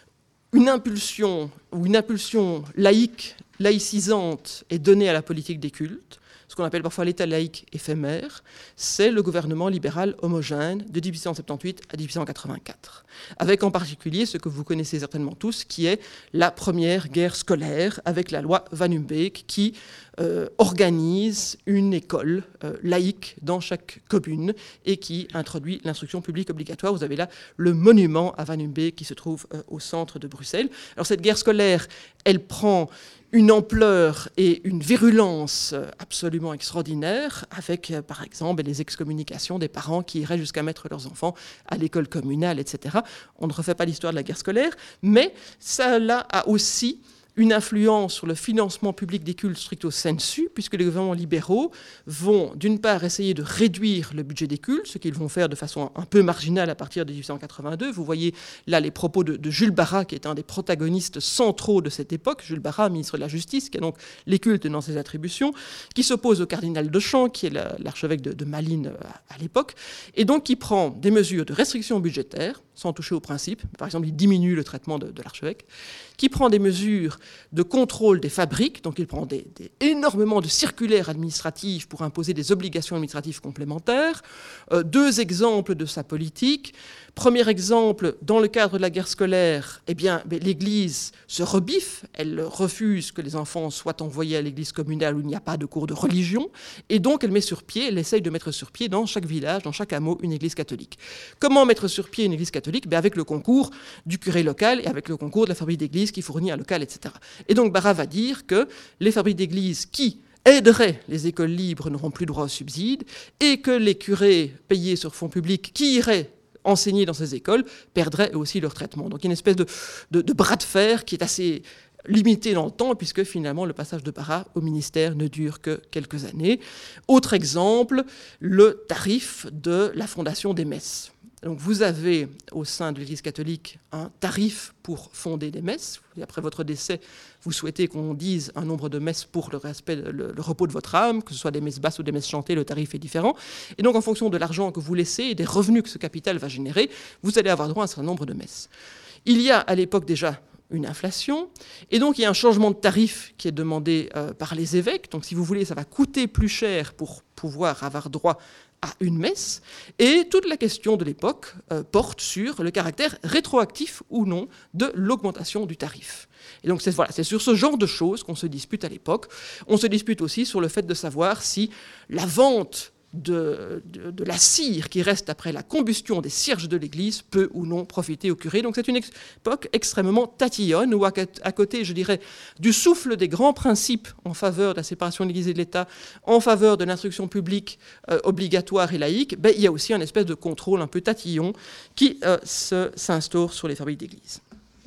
une impulsion, ou une impulsion laïque, laïcisante est donnée à la politique des cultes, ce qu'on appelle parfois l'État laïque éphémère, c'est le gouvernement libéral homogène de dix-huit cent soixante-dix-huit à dix-huit cent quatre-vingt-quatre, avec en particulier ce que vous connaissez certainement tous, qui est la première guerre scolaire avec la loi Van Humbeek qui euh, organise une école euh, laïque dans chaque commune et qui introduit l'instruction publique obligatoire. Vous avez là le monument à Van Humbeek qui se trouve euh, au centre de Bruxelles. Alors cette guerre scolaire, elle prend une ampleur et une virulence absolument extraordinaires, avec, par exemple, les excommunications des parents qui iraient jusqu'à mettre leurs enfants à l'école communale, et cetera. On ne refait pas l'histoire de la guerre scolaire, mais ça là, a aussi une influence sur le financement public des cultes stricto sensu, puisque les gouvernements libéraux vont, d'une part, essayer de réduire le budget des cultes, ce qu'ils vont faire de façon un peu marginale à partir de dix-huit cent quatre-vingt-deux. Vous voyez là les propos de, de Jules Barras, qui est un des protagonistes centraux de cette époque, Jules Barras, ministre de la Justice, qui a donc les cultes dans ses attributions, qui s'oppose au cardinal de Champs, qui est la, l'archevêque de, de Malines à, à l'époque, et donc qui prend des mesures de restriction budgétaire, sans toucher au principe. Par exemple, il diminue le traitement de, de l'archevêque, qui prend des mesures de contrôle des fabriques, donc il prend des, des, énormément de circulaires administratives pour imposer des obligations administratives complémentaires. Euh, deux exemples de sa politique. Premier exemple, dans le cadre de la guerre scolaire, eh bien, l'Église se rebiffe, elle refuse que les enfants soient envoyés à l'église communale où il n'y a pas de cours de religion, et donc elle met sur pied, elle essaye de mettre sur pied dans chaque village, dans chaque hameau, une église catholique. Comment mettre sur pied une église catholique ? Ben avec le concours du curé local et avec le concours de la fabrique d'église qui fournit un local, et cetera. Et donc Barras va dire que les fabriques d'église qui aideraient les écoles libres n'auront plus droit aux subsides, et que les curés payés sur fonds publics qui iraient enseigner dans ces écoles perdraient aussi leur traitement. Donc il y a une espèce de, de, de bras de fer qui est assez limité dans le temps, puisque finalement le passage de Barras au ministère ne dure que quelques années. Autre exemple, le tarif de la fondation des messes. Donc vous avez au sein de l'Église catholique un tarif pour fonder des messes. Et après votre décès, vous souhaitez qu'on dise un nombre de messes pour le, respect, le, le repos de votre âme, que ce soit des messes basses ou des messes chantées, le tarif est différent. Et donc en fonction de l'argent que vous laissez et des revenus que ce capital va générer, vous allez avoir droit à un certain nombre de messes. Il y a à l'époque déjà une inflation, et donc il y a un changement de tarif qui est demandé euh, par les évêques. Donc si vous voulez, ça va coûter plus cher pour pouvoir avoir droit à une messe, et toute la question de l'époque euh, porte sur le caractère rétroactif ou non de l'augmentation du tarif. Et donc c'est, voilà, c'est sur ce genre de choses qu'on se dispute à l'époque. On se dispute aussi sur le fait de savoir si la vente De, de, de la cire qui reste après la combustion des cierges de l'église peut ou non profiter au curé. Donc c'est une époque extrêmement tatillonne où à, à côté, je dirais, du souffle des grands principes en faveur de la séparation de l'église et de l'État, en faveur de l'instruction publique euh, obligatoire et laïque, ben, il y a aussi un espèce de contrôle un peu tatillon qui euh, se, s'instaure sur les fabriques d'église.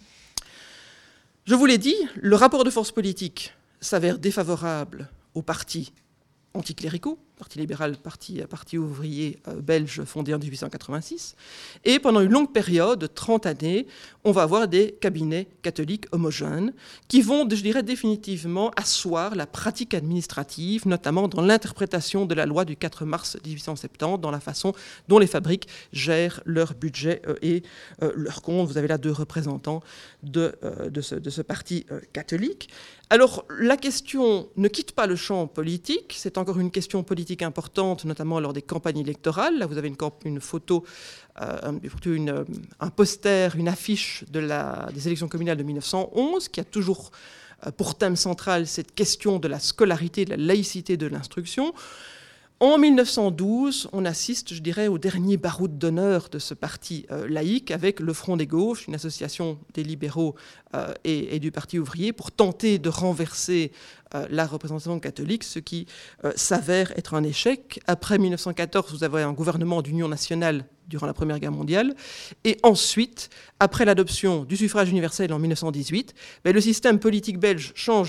Je vous l'ai dit, le rapport de force politique s'avère défavorable aux partis anticléricaux, Parti libéral, parti, parti ouvrier euh, belge fondé en dix-huit cent quatre-vingt-six. Et pendant une longue période, de trente années, on va avoir des cabinets catholiques homogènes qui vont, je dirais, définitivement asseoir la pratique administrative, notamment dans l'interprétation de la loi du quatre mars dix-huit cent soixante-dix, dans la façon dont les fabriques gèrent leur budget euh, et euh, leurs comptes. Vous avez là deux représentants de, euh, de, ce, de ce parti euh, catholique. Alors, la question ne quitte pas le champ politique, c'est encore une question politique importante, notamment lors des campagnes électorales. Là, vous avez une, une photo, euh, une, un poster, une affiche de la, des élections communales de mille neuf cent onze, qui a toujours euh, pour thème central cette question de la scolarité, de la laïcité de l'instruction. En mille neuf cent douze, on assiste, je dirais, au dernier baroud d'honneur de ce parti euh, laïque avec le Front des Gauches, une association des libéraux euh, et, et du Parti ouvrier, pour tenter de renverser euh, la représentation catholique, ce qui euh, s'avère être un échec. Après mille neuf cent quatorze, vous avez un gouvernement d'union nationale durant la Première Guerre mondiale. Et ensuite, après l'adoption du suffrage universel en mille neuf cent dix-huit, ben, le système politique belge change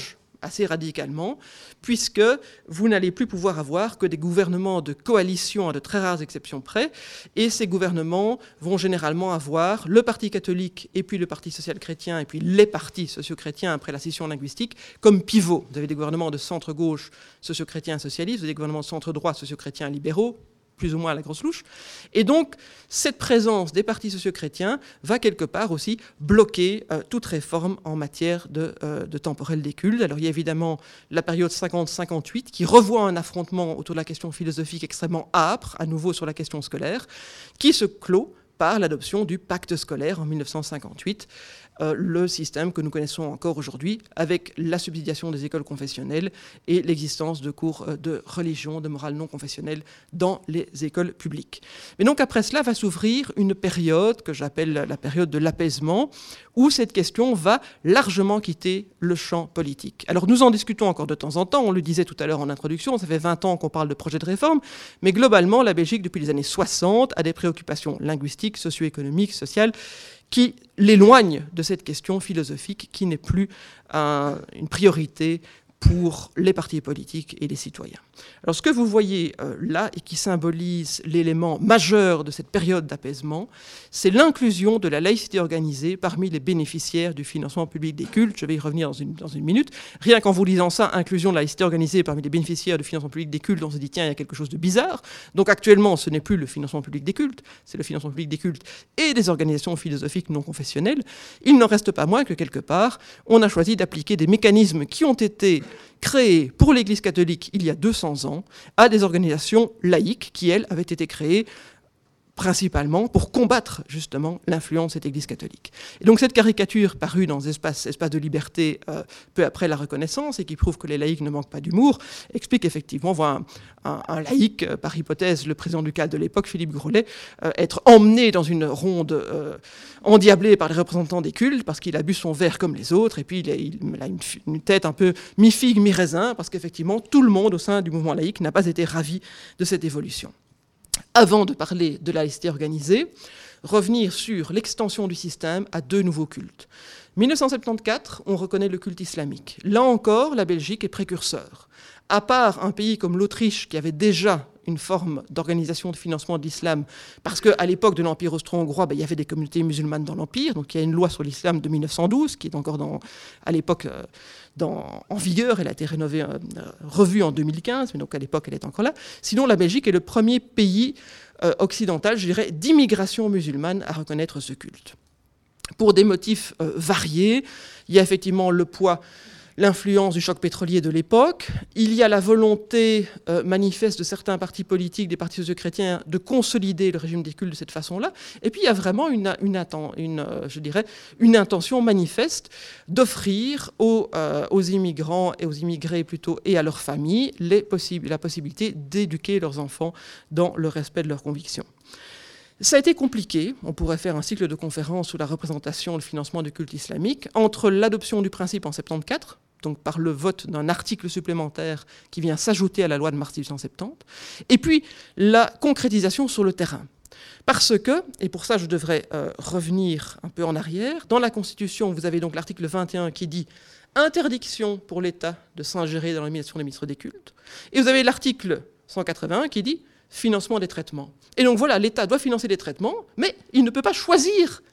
assez radicalement, puisque vous n'allez plus pouvoir avoir que des gouvernements de coalition à de très rares exceptions près, et ces gouvernements vont généralement avoir le Parti catholique et puis le Parti social-chrétien et puis les partis socio-chrétiens après la scission linguistique comme pivot. Vous avez des gouvernements de centre-gauche socio-chrétiens socialistes, vous avez des gouvernements de centre-droit socio-chrétiens libéraux, plus ou moins à la grosse louche. Et donc, cette présence des partis socio-chrétiens va quelque part aussi bloquer euh, toute réforme en matière de, euh, de temporel des cultes. Alors, il y a évidemment la période cinquante cinquante-huit qui revoit un affrontement autour de la question philosophique extrêmement âpre, à nouveau sur la question scolaire, qui se clôt par l'adoption du pacte scolaire en mille neuf cent cinquante-huit, euh, le système que nous connaissons encore aujourd'hui avec la subsidiation des écoles confessionnelles et l'existence de cours de religion, de morale non confessionnelle dans les écoles publiques. Mais donc après cela va s'ouvrir une période que j'appelle la période de l'apaisement, où cette question va largement quitter le champ politique. Alors nous en discutons encore de temps en temps, on le disait tout à l'heure en introduction, ça fait vingt ans qu'on parle de projet de réforme, mais globalement la Belgique depuis les années soixante a des préoccupations linguistiques, socio-économiques, sociales, qui l'éloignent de cette question philosophique qui n'est plus un, une priorité pour les partis politiques et les citoyens. Alors ce que vous voyez euh, là et qui symbolise l'élément majeur de cette période d'apaisement, c'est l'inclusion de la laïcité organisée parmi les bénéficiaires du financement public des cultes. Je vais y revenir dans une, dans une minute. Rien qu'en vous lisant ça, inclusion de la laïcité organisée parmi les bénéficiaires du financement public des cultes, on se dit tiens, il y a quelque chose de bizarre. Donc actuellement, ce n'est plus le financement public des cultes, c'est le financement public des cultes et des organisations philosophiques non confessionnelles. Il n'en reste pas moins que quelque part, on a choisi d'appliquer des mécanismes qui ont été créés pour l'Église catholique il y a deux cents ans à des organisations laïques qui, elles, avaient été créées principalement pour combattre justement l'influence de cette Église catholique. Et donc cette caricature parue dans Espace, Espace de liberté euh, peu après la Reconnaissance et qui prouve que les laïcs ne manquent pas d'humour, explique effectivement, on voit un, un, un laïc, euh, par hypothèse le président du C A L de l'époque, Philippe Grolet, euh, être emmené dans une ronde euh, endiablée par les représentants des cultes parce qu'il a bu son verre comme les autres et puis il a, il a une, une tête un peu mi-figue, mi-raisin parce qu'effectivement tout le monde au sein du mouvement laïque n'a pas été ravi de cette évolution. Avant de parler de la laïcité organisée, revenir sur l'extension du système à deux nouveaux cultes. mille neuf cent soixante-quatorze, on reconnaît le culte islamique. Là encore, la Belgique est précurseur. À part un pays comme l'Autriche qui avait déjà une forme d'organisation de financement de l'islam, parce qu'à l'époque de l'Empire austro-hongrois, ben, il y avait des communautés musulmanes dans l'Empire, donc il y a une loi sur l'islam de mille neuf cent douze, qui est encore dans, à l'époque euh, dans, en vigueur, elle a été rénovée, euh, revue en deux mille quinze, mais donc à l'époque elle est encore là. Sinon, la Belgique est le premier pays euh, occidental, je dirais, d'immigration musulmane à reconnaître ce culte. Pour des motifs euh, variés, il y a effectivement le poids, l'influence du choc pétrolier de l'époque, il y a la volonté euh, manifeste de certains partis politiques, des partis socio-chrétiens, de consolider le régime des cultes de cette façon-là, et puis il y a vraiment une, une, atten- une, euh, je dirais, une intention manifeste d'offrir aux, euh, aux immigrants et aux immigrés plutôt et à leurs familles les possi- la possibilité d'éduquer leurs enfants dans le respect de leurs convictions. Ça a été compliqué, on pourrait faire un cycle de conférences sur la représentation et le financement du culte islamique, entre l'adoption du principe en soixante-quatorze, donc par le vote d'un article supplémentaire qui vient s'ajouter à la loi de mars mille huit cent soixante-dix, et puis la concrétisation sur le terrain. Parce que, et pour ça je devrais euh, revenir un peu en arrière, dans la Constitution, vous avez donc l'article vingt et un qui dit « interdiction pour l'État de s'ingérer dans l'administration des ministres des cultes », et vous avez l'article cent quatre-vingt-un qui dit « financement des traitements ». Et donc voilà, l'État doit financer des traitements, mais il ne peut pas choisir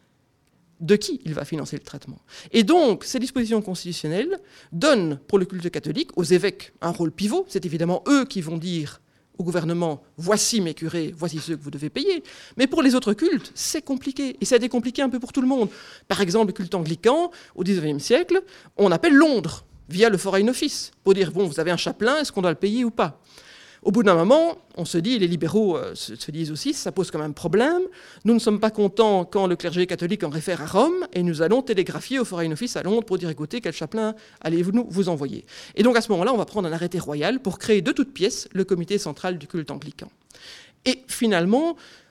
de qui il va financer le traitement. Et donc, ces dispositions constitutionnelles donnent, pour le culte catholique, aux évêques un rôle pivot. C'est évidemment eux qui vont dire au gouvernement, voici mes curés, voici ceux que vous devez payer. Mais pour les autres cultes, c'est compliqué. Et ça a été compliqué un peu pour tout le monde. Par exemple, le culte anglican, au dix-neuvième siècle, on appelle Londres, via le Foreign Office, pour dire, bon, vous avez un chapelain, est-ce qu'on doit le payer ou pas ? Au bout d'un moment, on se dit, les libéraux euh, se, se disent aussi, ça pose quand même problème. Nous ne sommes pas contents quand le clergé catholique en réfère à Rome, et nous allons télégraphier au Foreign Office à Londres pour dire, écoutez, quel chapelain allez-vous nous vous envoyer ? Et donc à ce moment-là, on va prendre un arrêté royal pour créer de toutes pièces le comité central du culte anglican. Et finalement,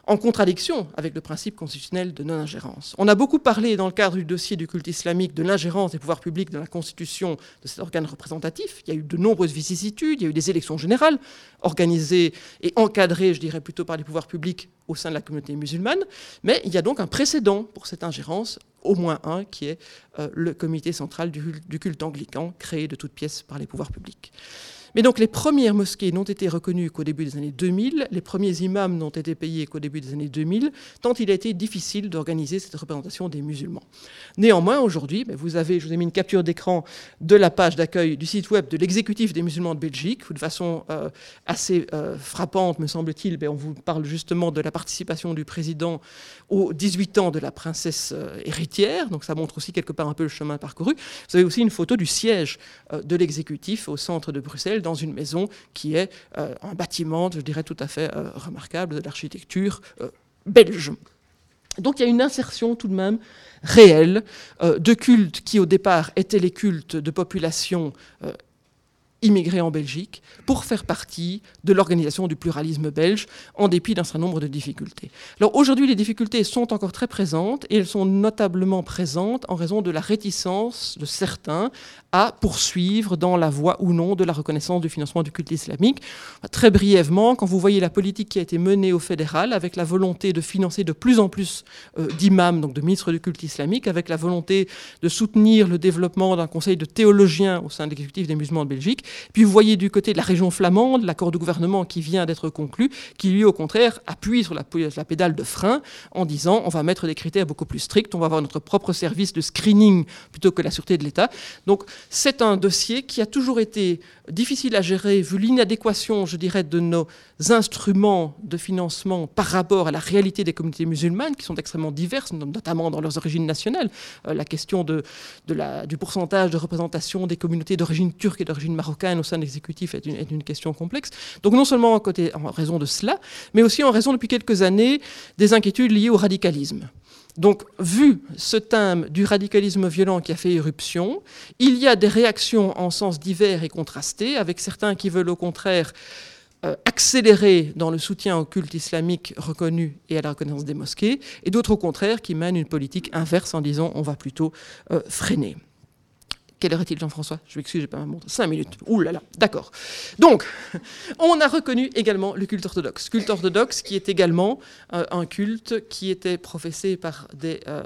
en contradiction avec le principe constitutionnel de non-ingérence. On a beaucoup parlé dans le cadre du dossier du culte islamique de l'ingérence des pouvoirs publics dans la constitution de cet organe représentatif. Il y a eu de nombreuses vicissitudes, il y a eu des élections générales organisées et encadrées, je dirais plutôt par les pouvoirs publics au sein de la communauté musulmane, mais il y a donc un précédent pour cette ingérence, au moins un, qui est euh, le comité central du, du culte anglican, créé de toutes pièces par les pouvoirs publics. Mais donc les premières mosquées n'ont été reconnues qu'au début des années deux mille, les premiers imams n'ont été payés qu'au début des années deux mille, tant il a été difficile d'organiser cette représentation des musulmans. Néanmoins, aujourd'hui, vous avez, je vous ai mis une capture d'écran de la page d'accueil du site web de l'exécutif des musulmans de Belgique, où de façon euh, assez euh, frappante, me semble-t-il, on vous parle justement de la participation du président aux dix-huit ans de la princesse euh, héritière, donc ça montre aussi quelque part un peu le chemin parcouru. Vous avez aussi une photo du siège euh, de l'exécutif au centre de Bruxelles, dans une maison qui est euh, un bâtiment, je dirais, tout à fait euh, remarquable de l'architecture euh, belge. Donc il y a une insertion tout de même réelle euh, de cultes qui au départ étaient les cultes de population euh, immigrés en Belgique pour faire partie de l'organisation du pluralisme belge en dépit d'un certain nombre de difficultés. Alors aujourd'hui, les difficultés sont encore très présentes et elles sont notablement présentes en raison de la réticence de certains à poursuivre dans la voie ou non de la reconnaissance du financement du culte islamique. Très brièvement, quand vous voyez la politique qui a été menée au fédéral avec la volonté de financer de plus en plus euh, d'imams, donc de ministres du culte islamique, avec la volonté de soutenir le développement d'un conseil de théologiens au sein de l'exécutif des musulmans de Belgique, puis vous voyez du côté de la région flamande, l'accord de gouvernement qui vient d'être conclu, qui lui au contraire appuie sur la, la pédale de frein en disant on va mettre des critères beaucoup plus stricts, on va avoir notre propre service de screening plutôt que la sûreté de l'État. Donc c'est un dossier qui a toujours été difficile à gérer vu l'inadéquation, je dirais, de nos instruments de financement par rapport à la réalité des communautés musulmanes qui sont extrêmement diverses, notamment dans leurs origines nationales. Euh, la question de, de la, du pourcentage de représentation des communautés d'origine turque et d'origine marocaine au sein de l'exécutif est une, est une question complexe. Donc non seulement en, côté, en raison de cela, mais aussi en raison depuis quelques années des inquiétudes liées au radicalisme. Donc, vu ce thème du radicalisme violent qui a fait éruption, il y a des réactions en sens divers et contrastés, avec certains qui veulent au contraire euh, accélérer dans le soutien au culte islamique reconnu et à la reconnaissance des mosquées, et d'autres au contraire qui mènent une politique inverse en disant on va plutôt euh, freiner. Quelle heure est-il, Jean-François? Je m'excuse, j'ai pas ma montre. Cinq minutes. Ouh là là, d'accord. Donc, on a reconnu également le culte orthodoxe. Culte orthodoxe qui est également euh, un culte qui était professé par des, euh,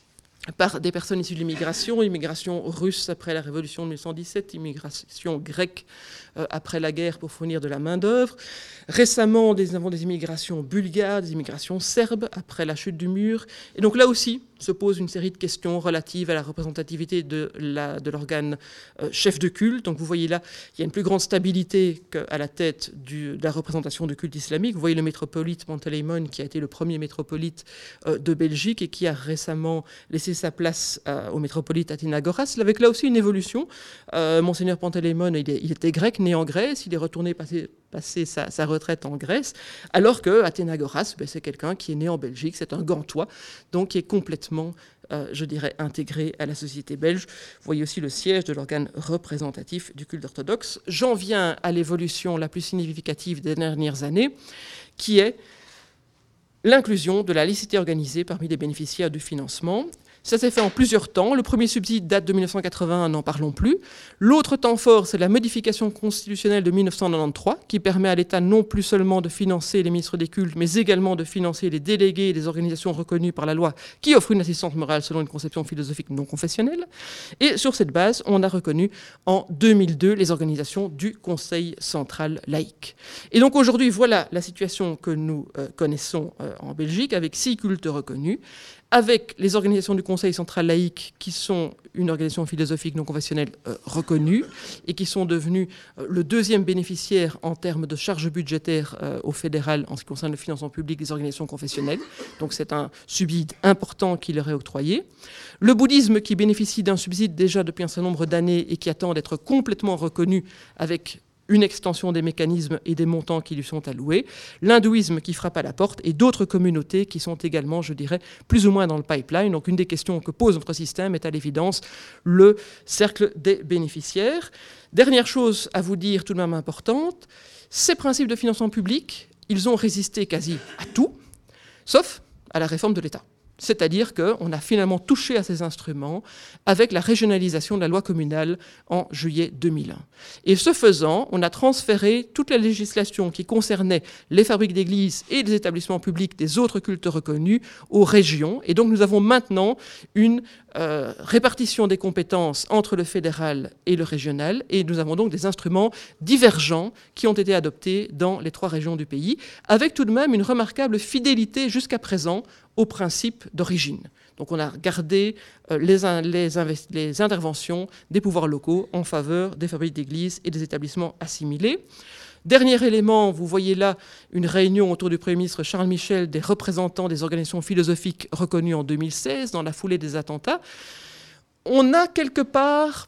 par des personnes issues de l'immigration, immigration russe après la révolution de mille neuf cent dix-sept, immigration grecque euh, après la guerre pour fournir de la main-d'œuvre. Récemment, nous avons des immigrations bulgares, des immigrations serbes après la chute du mur. Et donc là aussi, se pose une série de questions relatives à la représentativité de, la, de l'organe euh, chef de culte. Donc vous voyez là, il y a une plus grande stabilité qu'à la tête du, de la représentation du culte islamique. Vous voyez le métropolite Panteleimon qui a été le premier métropolite euh, de Belgique et qui a récemment laissé sa place euh, au métropolite Athénagoras. Avec là aussi une évolution. Euh, Monseigneur Panteleimon, il, il était grec, né en Grèce, il est retourné passer passer sa, sa retraite en Grèce, alors que Athénagoras, ben, c'est quelqu'un qui est né en Belgique, c'est un Gantois, donc qui est complètement, euh, je dirais, intégré à la société belge. Vous voyez aussi le siège de l'organe représentatif du culte orthodoxe. J'en viens à l'évolution la plus significative des dernières années, qui est l'inclusion de la laïcité organisée parmi les bénéficiaires du financement. Ça s'est fait en plusieurs temps. Le premier subside date de mille neuf cent quatre-vingt-un, n'en parlons plus. L'autre temps fort, c'est la modification constitutionnelle de mille neuf cent quatre-vingt-treize, qui permet à l'État non plus seulement de financer les ministres des cultes, mais également de financer les délégués des organisations reconnues par la loi qui offrent une assistance morale selon une conception philosophique non confessionnelle. Et sur cette base, on a reconnu en deux mille deux les organisations du Conseil central laïque. Et donc aujourd'hui, voilà la situation que nous euh, connaissons euh, en Belgique, avec six cultes reconnus, avec les organisations du Conseil central laïque qui sont une organisation philosophique non confessionnelle euh, reconnue et qui sont devenues euh, le deuxième bénéficiaire en termes de charges budgétaires euh, au fédéral en ce qui concerne le financement public des organisations confessionnelles. Donc c'est un subside important qui leur est octroyé. Le bouddhisme qui bénéficie d'un subside déjà depuis un certain nombre d'années et qui attend d'être complètement reconnu avec une extension des mécanismes et des montants qui lui sont alloués, l'hindouisme qui frappe à la porte et d'autres communautés qui sont également, je dirais, plus ou moins dans le pipeline. Donc une des questions que pose notre système est à l'évidence le cercle des bénéficiaires. Dernière chose à vous dire tout de même importante, ces principes de financement public, ils ont résisté quasi à tout. sauf à la réforme de l'État. C'est-à-dire qu'on a finalement touché à ces instruments avec la régionalisation de la loi communale en juillet deux mille un. Et ce faisant, on a transféré toute la législation qui concernait les fabriques d'églises et les établissements publics des autres cultes reconnus aux régions. Et donc nous avons maintenant une euh, répartition des compétences entre le fédéral et le régional. Et nous avons donc des instruments divergents qui ont été adoptés dans les trois régions du pays, avec tout de même une remarquable fidélité jusqu'à présent au principe d'origine. Donc on a gardé euh, les, les, les interventions des pouvoirs locaux en faveur des fabriques d'églises et des établissements assimilés. Dernier élément, vous voyez là une réunion autour du Premier ministre Charles Michel des représentants des organisations philosophiques reconnues en deux mille seize, dans la foulée des attentats. On a quelque part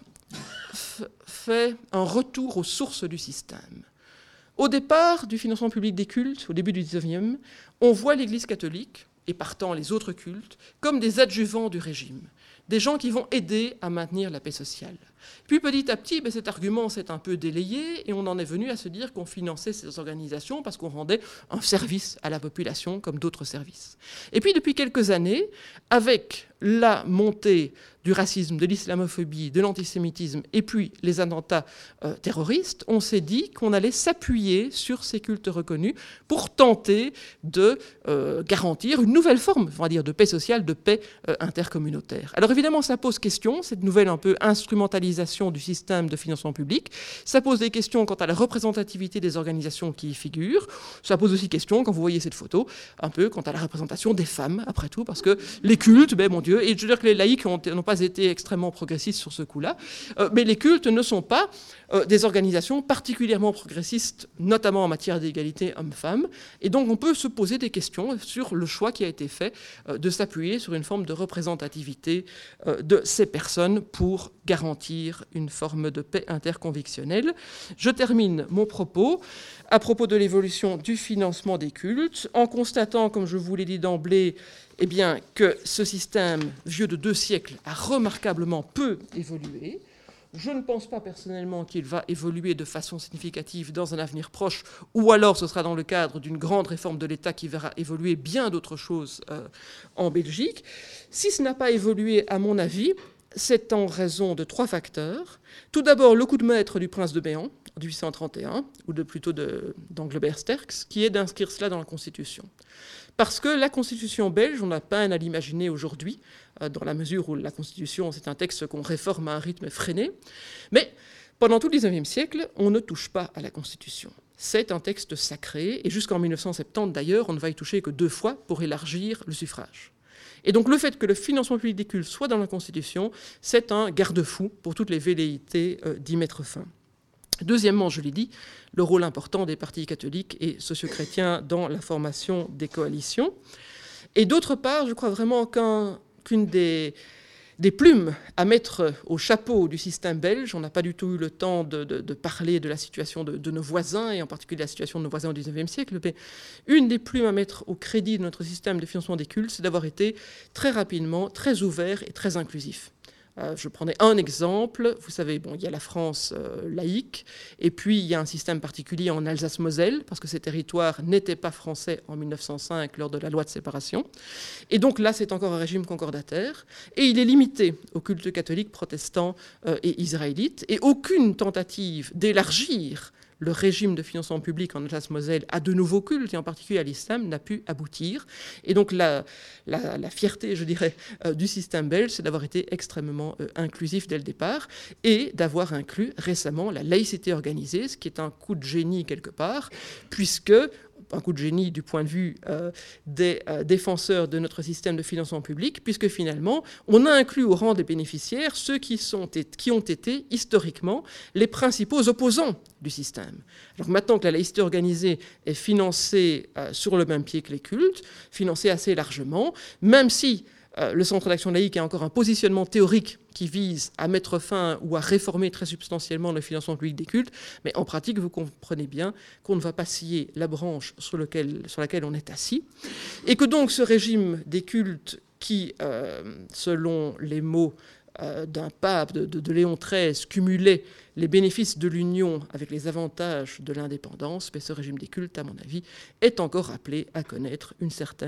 fait un retour aux sources du système. Au départ du financement public des cultes, au début du dix-neuvième, on voit l'Église catholique, et partant les autres cultes, comme des adjuvants du régime, des gens qui vont aider à maintenir la paix sociale. Puis petit à petit, ben, cet argument s'est un peu délayé et on en est venu à se dire qu'on finançait ces organisations parce qu'on rendait un service à la population comme d'autres services. Et puis depuis quelques années, avec la montée du racisme, de l'islamophobie, de l'antisémitisme et puis les attentats euh, terroristes, on s'est dit qu'on allait s'appuyer sur ces cultes reconnus pour tenter de euh, garantir une nouvelle forme, on va dire, de paix sociale, de paix euh, intercommunautaire. Alors évidemment, ça pose question, cette nouvelle un peu instrumentalisation du système de financement public. Ça pose des questions quant à la représentativité des organisations qui y figurent. Ça pose aussi question, quand vous voyez cette photo, un peu quant à la représentation des femmes, après tout, parce que les cultes, ben mon Dieu, et je veux dire que les laïcs n'ont pas été extrêmement progressistes sur ce coup-là, euh, mais les cultes ne sont pas euh, des organisations particulièrement progressistes, notamment en matière d'égalité hommes-femmes, et donc on peut se poser des questions sur le choix qui a été fait euh, de s'appuyer sur une forme de représentativité euh, de ces personnes pour garantir une forme de paix interconvictionnelle. Je termine mon propos à propos de l'évolution du financement des cultes, en constatant, comme je vous l'ai dit d'emblée, eh bien, que ce système vieux de deux siècles a remarquablement peu évolué. Je ne pense pas personnellement qu'il va évoluer de façon significative dans un avenir proche, ou alors ce sera dans le cadre d'une grande réforme de l'État qui verra évoluer bien d'autres choses euh, en Belgique. Si ce n'a pas évolué, à mon avis, c'est en raison de trois facteurs. Tout d'abord, le coup de maître du prince de Béhan, en dix-huit cent trente et un, ou de, plutôt d'Anglebert-Sterckx, qui est d'inscrire cela dans la Constitution. Parce que la Constitution belge, on n'a pas à l'imaginer aujourd'hui, euh, dans la mesure où la Constitution, c'est un texte qu'on réforme à un rythme effréné. Mais pendant tout le dix-neuvième siècle, on ne touche pas à la Constitution. C'est un texte sacré, et jusqu'en mille neuf cent soixante-dix d'ailleurs, on ne va y toucher que deux fois pour élargir le suffrage. Et donc le fait que le financement public des cultes soit dans la Constitution, c'est un garde-fou pour toutes les velléités euh, d'y mettre fin. Deuxièmement, je l'ai dit, le rôle important des partis catholiques et socio-chrétiens dans la formation des coalitions. Et d'autre part, je crois vraiment qu'un, qu'une des, des plumes à mettre au chapeau du système belge, on n'a pas du tout eu le temps de, de, de parler de la situation de, de nos voisins, et en particulier de la situation de nos voisins au dix-neuvième siècle, mais une des plumes à mettre au crédit de notre système de financement des cultes, c'est d'avoir été très rapidement, très ouvert et très inclusif. Euh, je prenais un exemple. Vous savez, bon, il y a la France euh, laïque, et puis il y a un système particulier en Alsace-Moselle, parce que ces territoires n'étaient pas français en mille neuf cent cinq lors de la loi de séparation. Et donc là, c'est encore un régime concordataire, et il est limité au culte catholique, protestant euh, et israélite, et aucune tentative d'élargir le régime de financement public en Alsace-Moselle à de nouveaux cultes, et en particulier à l'islam, n'a pu aboutir. Et donc la, la, la fierté, je dirais, euh, du système belge, c'est d'avoir été extrêmement euh, inclusif dès le départ, et d'avoir inclus récemment la laïcité organisée, ce qui est un coup de génie quelque part, puisque un coup de génie du point de vue euh, des euh, défenseurs de notre système de financement public, puisque finalement, on a inclus au rang des bénéficiaires ceux qui, sont, qui ont été historiquement les principaux opposants du système. Alors maintenant que la laïcité organisée est financée euh, sur le même pied que les cultes, financée assez largement, même si Euh, le Centre d'action laïque a encore un positionnement théorique qui vise à mettre fin ou à réformer très substantiellement le financement public des cultes, mais en pratique, vous comprenez bien qu'on ne va pas scier la branche sur, lequel, sur laquelle on est assis, et que donc ce régime des cultes qui, euh, selon les mots euh, d'un pape, de, de, de Léon treize, cumulait les bénéfices de l'union avec les avantages de l'indépendance, mais ce régime des cultes, à mon avis, est encore appelé à connaître une certaine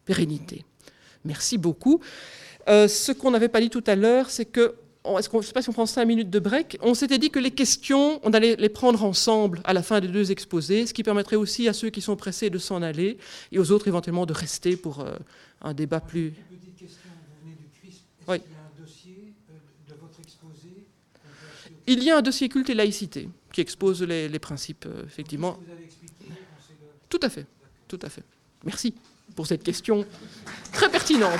pérennité. Merci beaucoup. Euh, ce qu'on n'avait pas dit tout à l'heure, c'est que, est-ce qu'on, je ne sais pas si on prend cinq minutes de break, on s'était dit que les questions, on allait les prendre ensemble à la fin des deux exposés, ce qui permettrait aussi à ceux qui sont pressés de s'en aller et aux autres éventuellement de rester pour euh, un débat plus... Une petite question, vous venez du C R I S P. Est-ce Oui. qu'il y a un dossier euh, de votre exposé? Il y a un dossier culte et laïcité qui expose les, les principes, euh, effectivement. Vous avez expliqué, on sait le... Tout à fait, tout à fait. Merci pour cette question très pertinente.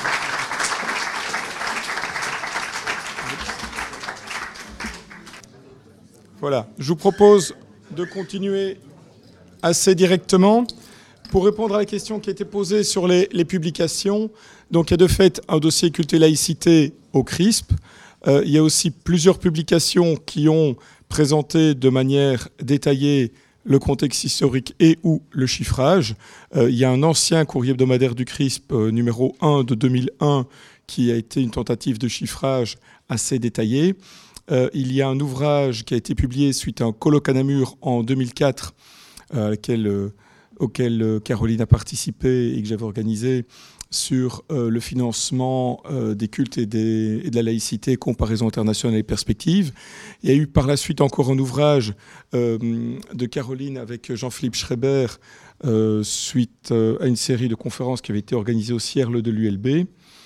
Voilà, je vous propose de continuer assez directement pour répondre à la question qui a été posée sur les, les publications. Donc il y a de fait un dossier culte et laïcité au C R I S P. Euh, il y a aussi plusieurs publications qui ont présenté de manière détaillée le contexte historique et ou le chiffrage. Euh, il y a un ancien courrier hebdomadaire du C R I S P, euh, numéro un de deux mille un, qui a été une tentative de chiffrage assez détaillée. Euh, il y a un ouvrage qui a été publié suite à un colloque à Namur en deux mille quatre, euh, auquel, euh, auquel euh, Caroline a participé et que j'avais organisé, sur euh, le financement euh, des cultes et, des, et de la laïcité, comparaison internationale et perspectives. Il y a eu par la suite encore un ouvrage euh, de Caroline avec Jean-Philippe Schreiber, euh, suite euh, à une série de conférences qui avaient été organisées au Cierle de l'U L B.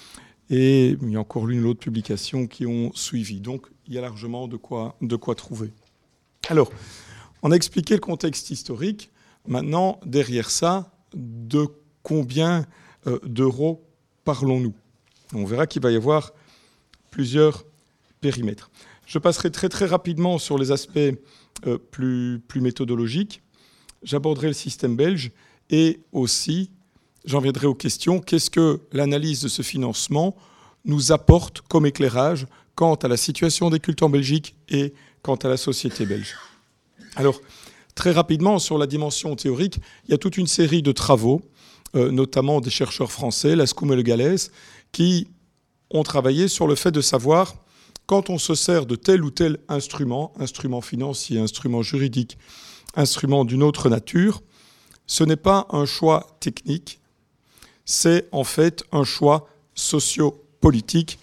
Et il y a encore l'une ou l'autre publication qui ont suivi. Donc, il y a largement de quoi, de quoi trouver. Alors, on a expliqué le contexte historique. Maintenant, derrière ça, de combien euh, d'euros parlons-nous? On verra qu'il va y avoir plusieurs périmètres. Je passerai très très rapidement sur les aspects euh, plus, plus méthodologiques. J'aborderai le système belge et aussi... J'en viendrai aux questions. Qu'est-ce que l'analyse de ce financement nous apporte comme éclairage quant à la situation des cultes en Belgique et quant à la société belge? Alors, très rapidement, sur la dimension théorique, il y a toute une série de travaux, euh, notamment des chercheurs français, Lascoum et Le Gallès, qui ont travaillé sur le fait de savoir, quand on se sert de tel ou tel instrument, instrument financier, instrument juridique, instrument d'une autre nature, ce n'est pas un choix technique, c'est en fait un choix socio-politique.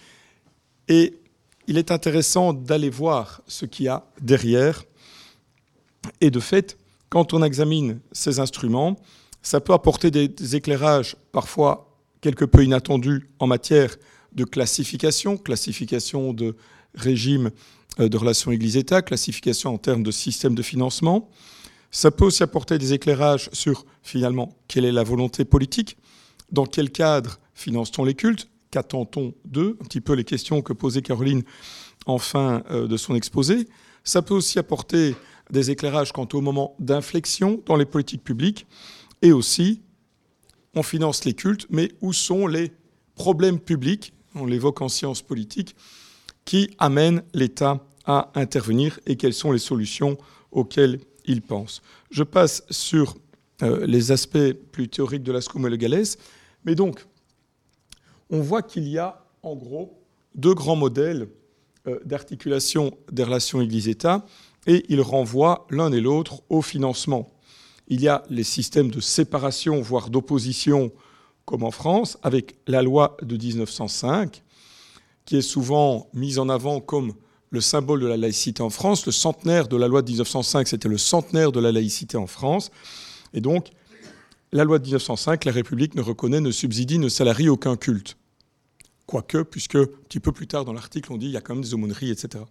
Et il est intéressant d'aller voir ce qu'il y a derrière. Et de fait, quand on examine ces instruments, ça peut apporter des éclairages parfois quelque peu inattendus en matière de classification, classification de régime de relations Église-État, classification en termes de système de financement. Ça peut aussi apporter des éclairages sur, finalement, quelle est la volonté politique, dans quel cadre finance-t-on les cultes, qu'attend-on d'eux, un petit peu les questions que posait Caroline en fin de son exposé. Ça peut aussi apporter des éclairages quant au moment d'inflexion dans les politiques publiques. Et aussi, on finance les cultes, mais où sont les problèmes publics, on l'évoque en sciences politiques, qui amènent l'État à intervenir et quelles sont les solutions auxquelles il pense. Je passe sur euh, les aspects plus théoriques de Lascoum et Le Gallès. Mais donc, on voit qu'il y a, en gros, deux grands modèles euh, d'articulation des relations Église-État, et ils renvoient l'un et l'autre au financement. Il y a les systèmes de séparation, voire d'opposition, comme en France, avec la loi de dix-neuf cent cinq, qui est souvent mise en avant comme le symbole de la laïcité en France. Le centenaire de la loi de dix-neuf cent cinq, c'était le centenaire de la laïcité en France. Et donc, la loi de dix-neuf cent cinq, la République ne reconnaît, ne subsidie, ne salarie aucun culte. Quoique, puisque un petit peu plus tard dans l'article, on dit qu'il y a quand même des aumôneries, et cetera.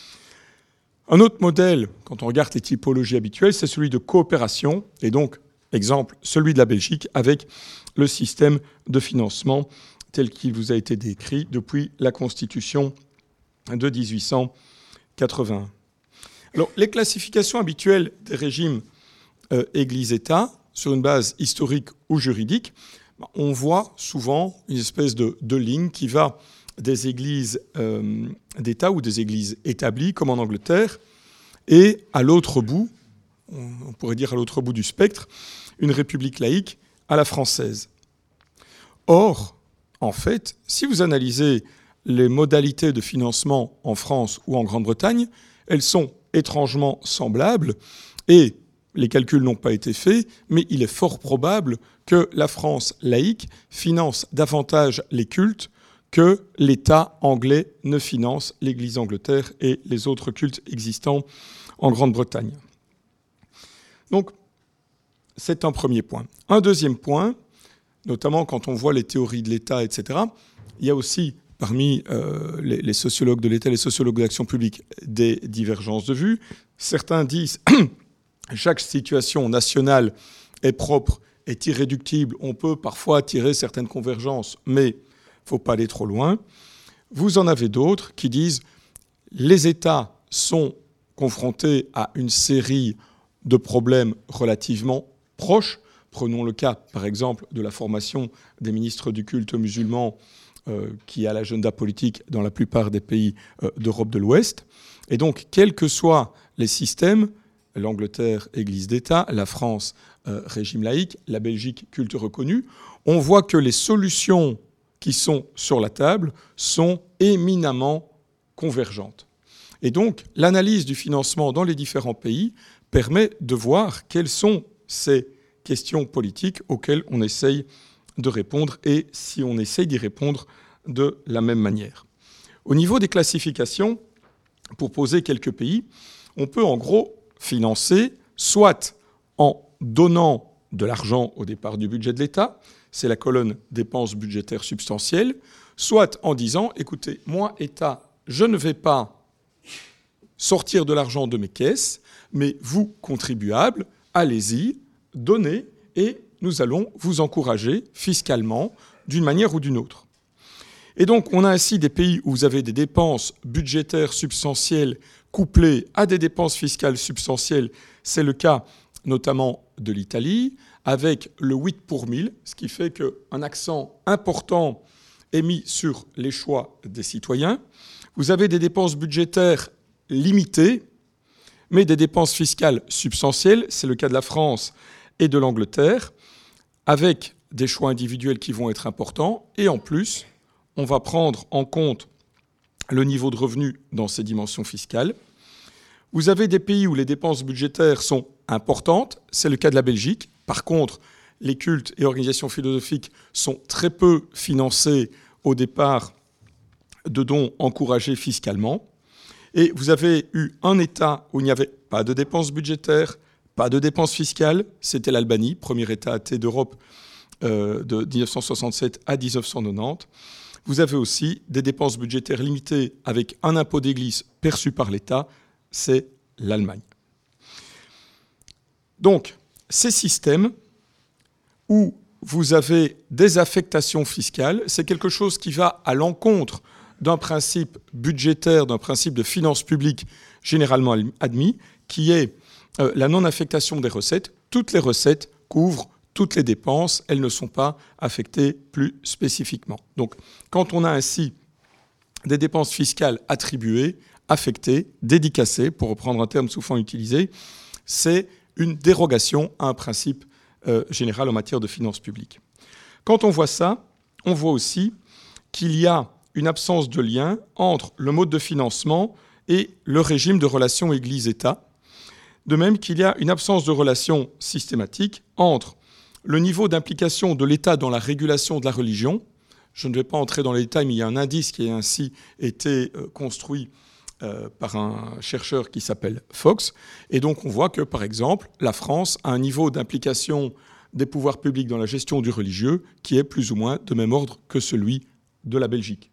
Un autre modèle, quand on regarde les typologies habituelles, c'est celui de coopération. Et donc, exemple, celui de la Belgique, avec le système de financement tel qu'il vous a été décrit depuis la Constitution de dix-huit cent quatre-vingt-un. Alors, les classifications habituelles des régimes euh, Église-État, sur une base historique ou juridique, on voit souvent une espèce de, de ligne qui va des églises euh, d'État ou des églises établies, comme en Angleterre, et à l'autre bout, on pourrait dire à l'autre bout du spectre, une république laïque à la française. Or, en fait, si vous analysez les modalités de financement en France ou en Grande-Bretagne, elles sont étrangement semblables, et les calculs n'ont pas été faits, mais il est fort probable que la France laïque finance davantage les cultes que l'État anglais ne finance l'Église d'Angleterre et les autres cultes existants en Grande-Bretagne. Donc, c'est un premier point. Un deuxième point, notamment quand on voit les théories de l'État, et cetera, il y a aussi, parmi euh, les, les sociologues de l'État, les sociologues de l'action publique, des divergences de vues. Certains disent que chaque situation nationale est propre, est irréductible. On peut parfois tirer certaines convergences, mais il ne faut pas aller trop loin. Vous en avez d'autres qui disent que les États sont confrontés à une série de problèmes relativement proches. Prenons le cas, par exemple, de la formation des ministres du culte musulman euh, qui est à l'agenda politique dans la plupart des pays euh, d'Europe de l'Ouest. Et donc, quels que soient les systèmes, l'Angleterre, Église d'État, la France, euh, régime laïque, la Belgique, culte reconnu, on voit que les solutions qui sont sur la table sont éminemment convergentes. Et donc, l'analyse du financement dans les différents pays permet de voir quelles sont ces questions politiques auxquelles on essaye de répondre et si on essaye d'y répondre de la même manière. Au niveau des classifications, pour poser quelques pays, on peut en gros financer soit en donnant de l'argent au départ du budget de l'État, c'est la colonne dépenses budgétaires substantielles, soit en disant, écoutez, moi, État, je ne vais pas sortir de l'argent de mes caisses, mais vous, contribuables, allez-y, donnez, et nous allons vous encourager fiscalement d'une manière ou d'une autre. Et donc, on a ainsi des pays où vous avez des dépenses budgétaires substantielles couplées à des dépenses fiscales substantielles. C'est le cas notamment de l'Italie, avec le huit pour mille, ce qui fait qu'un accent important est mis sur les choix des citoyens. Vous avez des dépenses budgétaires limitées, mais des dépenses fiscales substantielles, c'est le cas de la France et de l'Angleterre, avec des choix individuels qui vont être importants, et en plus, on va prendre en compte le niveau de revenu dans ces dimensions fiscales. Vous avez des pays où les dépenses budgétaires sont importantes, c'est le cas de la Belgique. Par contre, les cultes et organisations philosophiques sont très peu financés au départ de dons encouragés fiscalement. Et vous avez eu un État où il n'y avait pas de dépenses budgétaires, pas de dépenses fiscales, c'était l'Albanie, premier État athée d'Europe euh, de dix-neuf cent soixante-sept à dix-neuf cent quatre-vingt-dix. Vous avez aussi des dépenses budgétaires limitées avec un impôt d'église perçu par l'État, c'est l'Allemagne. Donc, ces systèmes où vous avez des affectations fiscales, c'est quelque chose qui va à l'encontre d'un principe budgétaire, d'un principe de finances publiques généralement admis, qui est euh, la non-affectation des recettes. Toutes les recettes couvrent toutes les dépenses, elles ne sont pas affectées plus spécifiquement. Donc, quand on a ainsi des dépenses fiscales attribuées, affectées, dédicacées, pour reprendre un terme souvent utilisé, c'est une dérogation à un principe euh, général en matière de finances publiques. Quand on voit ça, on voit aussi qu'il y a une absence de lien entre le mode de financement et le régime de relations Église-État, de même qu'il y a une absence de relation systématique entre le niveau d'implication de l'État dans la régulation de la religion. Je ne vais pas entrer dans les détails, mais il y a un indice qui a ainsi été euh, construit euh, par un chercheur qui s'appelle Fox. Et donc on voit que, par exemple, la France a un niveau d'implication des pouvoirs publics dans la gestion du religieux qui est plus ou moins de même ordre que celui de la Belgique.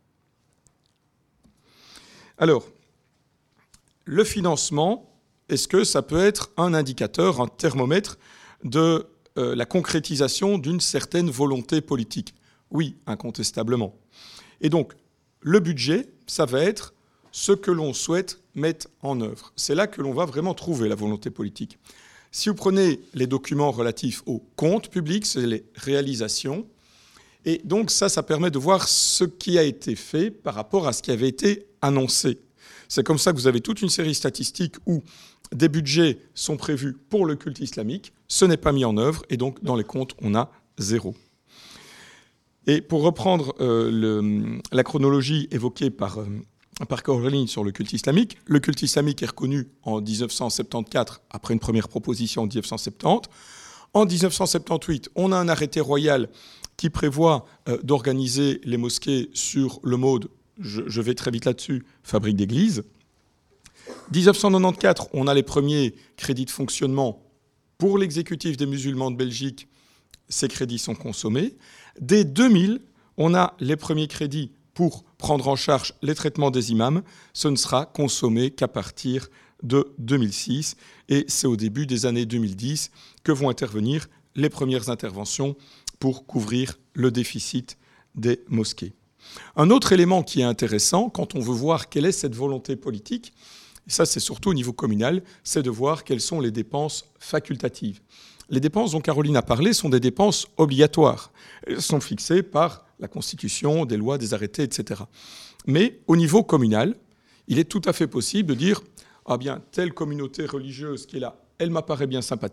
Alors, le financement, est-ce que ça peut être un indicateur, un thermomètre de euh, la concrétisation d'une certaine volonté politique? Oui, incontestablement. Et donc, le budget, ça va être ce que l'on souhaite mettre en œuvre. C'est là que l'on va vraiment trouver la volonté politique. Si vous prenez les documents relatifs aux comptes publics, c'est les réalisations. Et donc ça, ça permet de voir ce qui a été fait par rapport à ce qui avait été annoncé. C'est comme ça que vous avez toute une série statistique où des budgets sont prévus pour le culte islamique, ce n'est pas mis en œuvre, et donc dans les comptes, on a zéro. Et pour reprendre euh, le, la chronologie évoquée par, euh, par Caroline sur le culte islamique. Le culte islamique est reconnu en dix-neuf cent soixante-quatorze, après une première proposition en dix-neuf cent soixante-dix. En dix-neuf cent soixante-dix-huit, on a un arrêté royal qui prévoit euh, d'organiser les mosquées sur le mode, je, je vais très vite là-dessus, fabrique d'églises. dix-neuf cent quatre-vingt-quatorze, on a les premiers crédits de fonctionnement pour l'exécutif des musulmans de Belgique. Ces crédits sont consommés. Dès deux mille, on a les premiers crédits pour prendre en charge les traitements des imams. Ce ne sera consommé qu'à partir de deux mille six. Et c'est au début des années deux mille dix que vont intervenir les premières interventions pour couvrir le déficit des mosquées. Un autre élément qui est intéressant, quand on veut voir quelle est cette volonté politique, et ça c'est surtout au niveau communal, c'est de voir quelles sont les dépenses facultatives. Les dépenses dont Caroline a parlé sont des dépenses obligatoires. Elles sont fixées par la Constitution, des lois, des arrêtés, et cetera. Mais au niveau communal, il est tout à fait possible de dire « Ah bien, telle communauté religieuse qui est là, elle m'apparaît bien sympathique »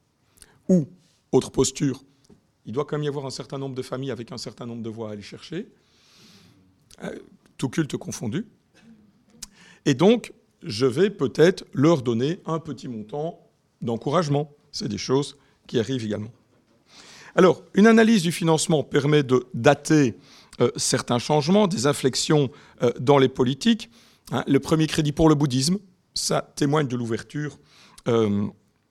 ou, autre posture, il doit quand même y avoir un certain nombre de familles avec un certain nombre de voix à aller chercher, euh, tout culte confondu. Et donc, je vais peut-être leur donner un petit montant d'encouragement. C'est des choses qui arrivent également. Alors, une analyse du financement permet de dater euh, certains changements, des inflexions euh, dans les politiques. Hein, le premier crédit pour le bouddhisme, ça témoigne de l'ouverture euh,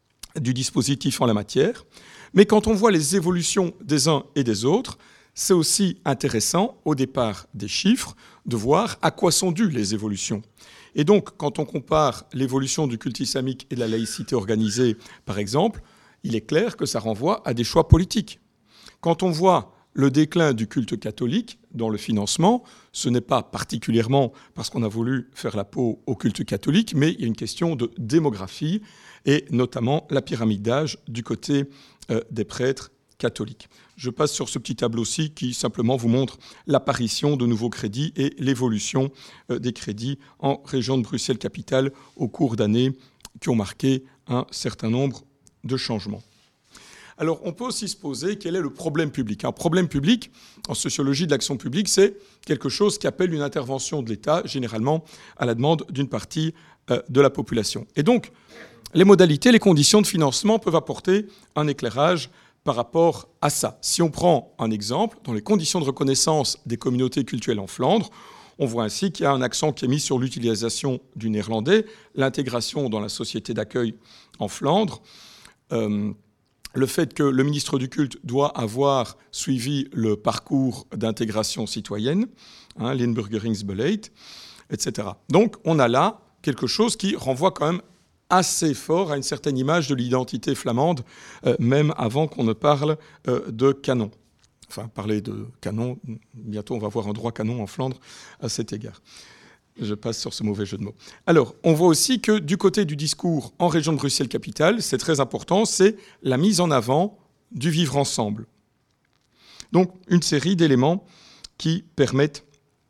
du dispositif en la matière. Mais quand on voit les évolutions des uns et des autres, c'est aussi intéressant, au départ des chiffres, de voir à quoi sont dues les évolutions. Et donc, quand on compare l'évolution du culte islamique et de la laïcité organisée, par exemple, il est clair que ça renvoie à des choix politiques. Quand on voit le déclin du culte catholique dans le financement, ce n'est pas particulièrement parce qu'on a voulu faire la peau au culte catholique, mais il y a une question de démographie et notamment la pyramide d'âge du côté euh, des prêtres catholiques. Je passe sur ce petit tableau-ci qui simplement vous montre l'apparition de nouveaux crédits et l'évolution euh, des crédits en région de Bruxelles-Capitale au cours d'années qui ont marqué un certain nombre de changements. Alors, on peut aussi se poser quel est le problème public. Un problème public, en sociologie de l'action publique, c'est quelque chose qui appelle une intervention de l'État, généralement à la demande d'une partie euh, de la population. Et donc, les modalités, les conditions de financement peuvent apporter un éclairage par rapport à ça. Si on prend un exemple, dans les conditions de reconnaissance des communautés cultuelles en Flandre, on voit ainsi qu'il y a un accent qui est mis sur l'utilisation du néerlandais, l'intégration dans la société d'accueil en Flandre, euh, le fait que le ministre du culte doit avoir suivi le parcours d'intégration citoyenne, hein, l'Inburgeringsbeleid, et cetera. Donc on a là quelque chose qui renvoie quand même assez fort à une certaine image de l'identité flamande, euh, même avant qu'on ne parle euh, de canon. Enfin, parler de canon, bientôt on va voir un droit canon en Flandre à cet égard. Je passe sur ce mauvais jeu de mots. Alors, on voit aussi que du côté du discours en région de Bruxelles-Capitale, c'est très important, c'est la mise en avant du vivre ensemble. Donc, une série d'éléments qui permettent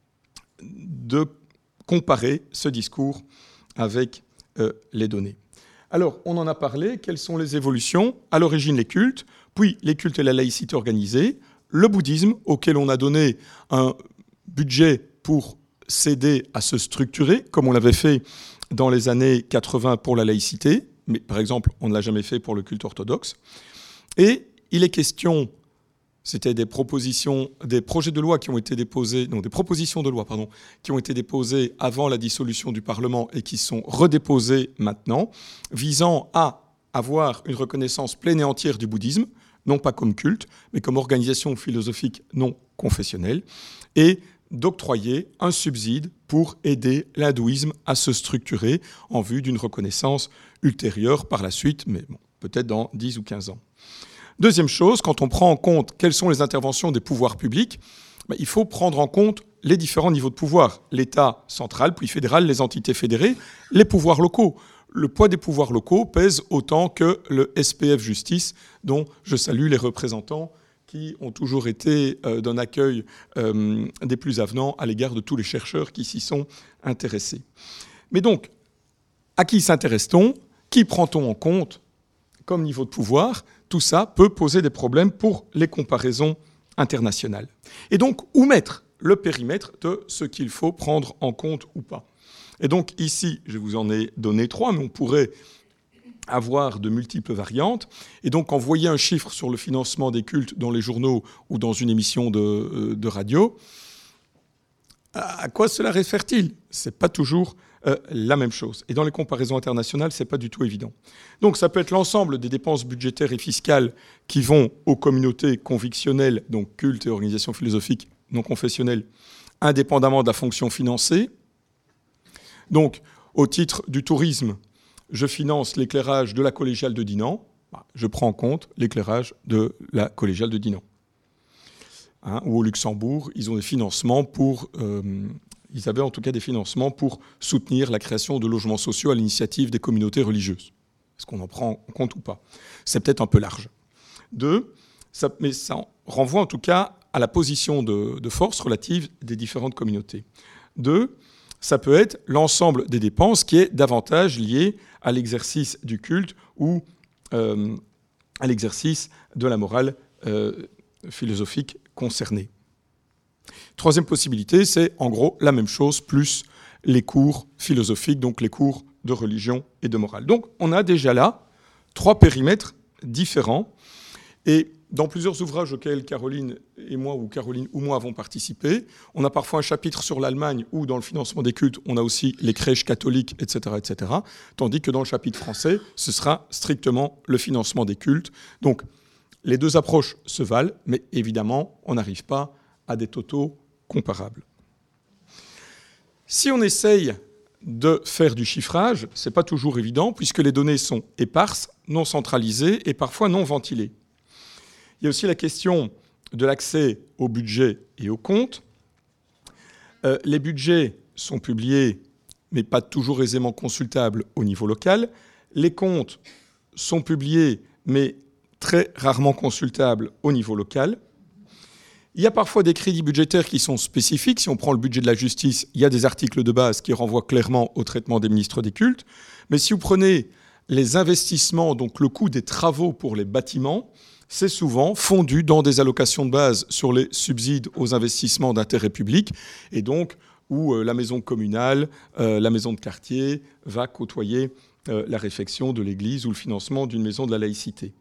de comparer ce discours avec euh, les données. Alors, on en a parlé, quelles sont les évolutions ? À l'origine, les cultes, puis les cultes et la laïcité organisée, le bouddhisme, auquel on a donné un budget pour s'aider à se structurer, comme on l'avait fait dans les années quatre-vingts pour la laïcité, mais par exemple, on ne l'a jamais fait pour le culte orthodoxe. Et il est question, c'était des propositions, des projets de loi qui ont été déposés, non, des propositions de loi, pardon, qui ont été déposées avant la dissolution du Parlement et qui sont redéposées maintenant, visant à avoir une reconnaissance pleine et entière du bouddhisme, non pas comme culte, mais comme organisation philosophique non confessionnelle, et d'octroyer un subside pour aider l'hindouisme à se structurer en vue d'une reconnaissance ultérieure par la suite, mais bon, peut-être dans dix ou quinze ans. Deuxième chose, quand on prend en compte quelles sont les interventions des pouvoirs publics, ben, il faut prendre en compte les différents niveaux de pouvoir. L'État central, puis fédéral, les entités fédérées, les pouvoirs locaux. Le poids des pouvoirs locaux pèse autant que le S P F Justice, dont je salue les représentants qui ont toujours été euh, d'un accueil euh, des plus avenants à l'égard de tous les chercheurs qui s'y sont intéressés. Mais donc, à qui s'intéresse-t-on ? Qui prend-on en compte comme niveau de pouvoir ? Tout ça peut poser des problèmes pour les comparaisons internationales. Et donc, où mettre le périmètre de ce qu'il faut prendre en compte ou pas. Et donc ici, je vous en ai donné trois, mais on pourrait avoir de multiples variantes. Et donc envoyer un chiffre sur le financement des cultes dans les journaux ou dans une émission de, de radio, à quoi cela réfère-t-il ? Ce n'est pas toujours euh, la même chose. Et dans les comparaisons internationales, ce n'est pas du tout évident. Donc ça peut être l'ensemble des dépenses budgétaires et fiscales qui vont aux communautés convictionnelles, donc cultes et organisations philosophiques non confessionnelles, indépendamment de la fonction financée. Donc, au titre du tourisme, je finance l'éclairage de la collégiale de Dinan. Je prends en compte l'éclairage de la collégiale de Dinan. Hein, ou au Luxembourg, ils ont des financements pour, euh, ils avaient en tout cas des financements pour soutenir la création de logements sociaux à l'initiative des communautés religieuses. Est-ce qu'on en prend en compte ou pas ? C'est peut-être un peu large. Deux, ça, mais ça renvoie en tout cas à la position de, de force relative des différentes communautés. Deux, ça peut être l'ensemble des dépenses qui est davantage lié à l'exercice du culte ou euh, à l'exercice de la morale euh, philosophique concernée. Troisième possibilité, c'est en gros la même chose, plus les cours philosophiques, donc les cours de religion et de morale. Donc on a déjà là trois périmètres différents. Et dans plusieurs ouvrages auxquels Caroline et moi, ou Caroline ou moi avons participé, on a parfois un chapitre sur l'Allemagne où dans le financement des cultes, on a aussi les crèches catholiques, et cetera, et cetera. Tandis que dans le chapitre français, ce sera strictement le financement des cultes. Donc, les deux approches se valent, mais évidemment, on n'arrive pas à des totaux comparables. Si on essaye de faire du chiffrage, ce n'est pas toujours évident, puisque les données sont éparses, non centralisées et parfois non ventilées. Il y a aussi la question de l'accès au budget et aux comptes. Euh, les budgets sont publiés, mais pas toujours aisément consultables au niveau local. Les comptes sont publiés, mais très rarement consultables au niveau local. Il y a parfois des crédits budgétaires qui sont spécifiques. Si on prend le budget de la justice, il y a des articles de base qui renvoient clairement au traitement des ministres des cultes. Mais si vous prenez les investissements, donc le coût des travaux pour les bâtiments, c'est souvent fondu dans des allocations de base sur les subsides aux investissements d'intérêt public, et donc où euh, la maison communale, euh, la maison de quartier va côtoyer euh, la réfection de l'église ou le financement d'une maison de la laïcité.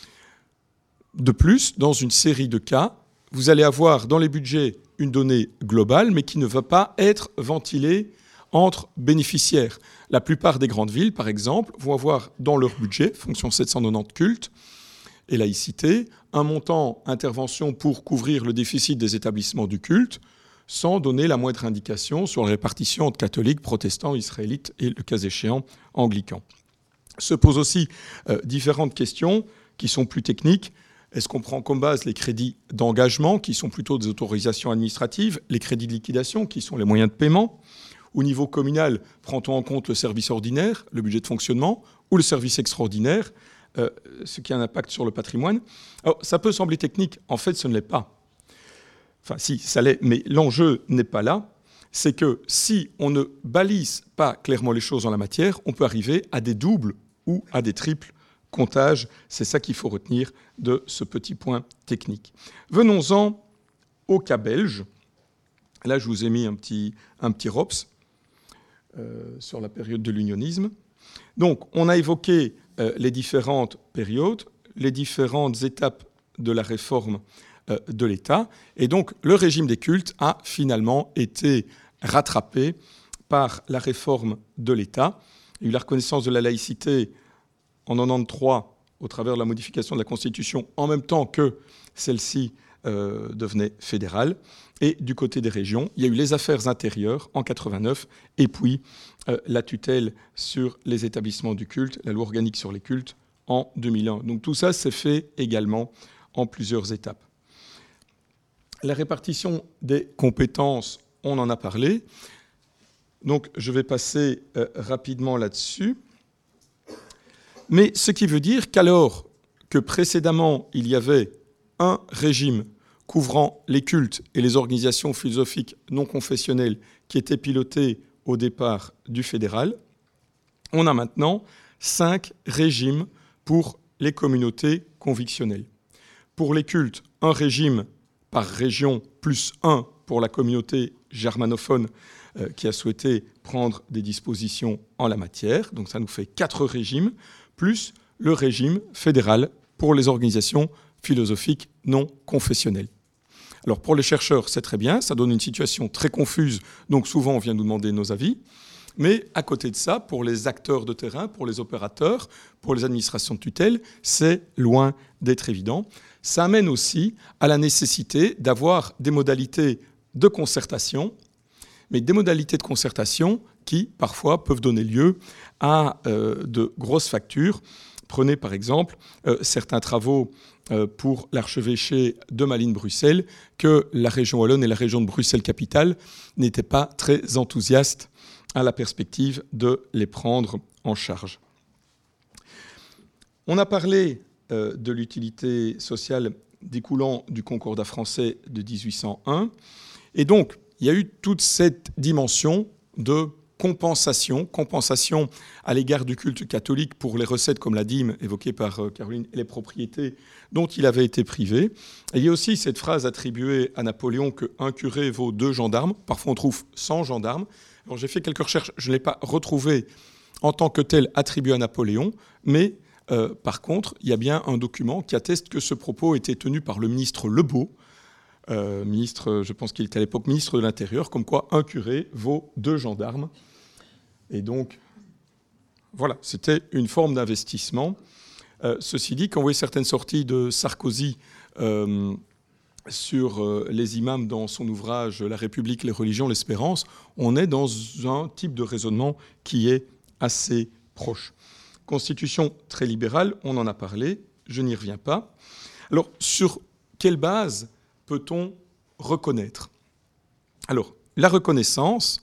De plus, dans une série de cas, vous allez avoir dans les budgets une donnée globale, mais qui ne va pas être ventilée entre bénéficiaires. La plupart des grandes villes, par exemple, vont avoir dans leur budget, fonction sept cent quatre-vingt-dix culte et laïcité, un montant intervention pour couvrir le déficit des établissements du culte, sans donner la moindre indication sur la répartition entre catholiques, protestants, israélites et, le cas échéant, anglicans. Se posent aussi euh, différentes questions qui sont plus techniques. Est-ce qu'on prend comme base les crédits d'engagement, qui sont plutôt des autorisations administratives, les crédits de liquidation, qui sont les moyens de paiement ? Au niveau communal, prend-on en compte le service ordinaire, le budget de fonctionnement, ou le service extraordinaire, euh, ce qui a un impact sur le patrimoine ? Alors, ça peut sembler technique, en fait, ce ne l'est pas. Enfin, si, ça l'est, mais l'enjeu n'est pas là. C'est que si on ne balise pas clairement les choses en la matière, on peut arriver à des doubles ou à des triples comptages. C'est ça qu'il faut retenir de ce petit point technique. Venons-en au cas belge. Là, je vous ai mis un petit, un petit R O P S euh, sur la période de l'unionisme. Donc, on a évoqué euh, les différentes périodes, les différentes étapes de la réforme euh, de l'État. Et donc, le régime des cultes a finalement été rattrapé par la réforme de l'État. Il y a eu la reconnaissance de la laïcité en mille neuf cent quatre-vingt-treize au travers de la modification de la Constitution, en même temps que celle-ci euh, devenait fédérale. Et du côté des régions, il y a eu les affaires intérieures en mille neuf cent quatre-vingt-neuf, et puis euh, la tutelle sur les établissements du culte, la loi organique sur les cultes, en deux mille un. Donc tout ça s'est fait également en plusieurs étapes. La répartition des compétences, on en a parlé. Donc je vais passer euh, rapidement là-dessus. Mais ce qui veut dire qu'alors que précédemment, il y avait un régime couvrant les cultes et les organisations philosophiques non confessionnelles qui étaient pilotées au départ du fédéral, on a maintenant cinq régimes pour les communautés convictionnelles. Pour les cultes, un régime par région plus un pour la communauté germanophone euh, qui a souhaité prendre des dispositions en la matière. Donc ça nous fait quatre régimes, plus le régime fédéral pour les organisations philosophiques non confessionnelles. Alors pour les chercheurs, c'est très bien, ça donne une situation très confuse, donc souvent on vient nous demander nos avis. Mais à côté de ça, pour les acteurs de terrain, pour les opérateurs, pour les administrations de tutelle, c'est loin d'être évident. Ça amène aussi à la nécessité d'avoir des modalités de concertation, mais des modalités de concertation qui, parfois, peuvent donner lieu à euh, de grosses factures. Prenez, par exemple, euh, certains travaux euh, pour l'archevêché de Malines-Bruxelles, que la région wallonne et la région de Bruxelles-Capitale n'étaient pas très enthousiastes à la perspective de les prendre en charge. On a parlé euh, de l'utilité sociale découlant du Concordat français de dix-huit cent un. Et donc, il y a eu toute cette dimension de compensation, compensation à l'égard du culte catholique pour les recettes, comme la dîme évoquée par euh, Caroline, et les propriétés dont il avait été privé. Et il y a aussi cette phrase attribuée à Napoléon qu'un curé vaut deux gendarmes. Parfois, on trouve cent gendarmes. Alors, j'ai fait quelques recherches, je ne l'ai pas retrouvé en tant que tel attribué à Napoléon, mais euh, par contre, il y a bien un document qui atteste que ce propos était tenu par le ministre Lebeau, euh, ministre, je pense qu'il était à l'époque ministre de l'Intérieur, comme quoi un curé vaut deux gendarmes. Et donc, voilà, c'était une forme d'investissement. Euh, ceci dit, quand vous voyez certaines sorties de Sarkozy euh, sur euh, les imams dans son ouvrage « La République, les religions, l'espérance », on est dans un type de raisonnement qui est assez proche. Constitution très libérale, on en a parlé, je n'y reviens pas. Alors, sur quelle base peut-on reconnaître ? Alors, la reconnaissance,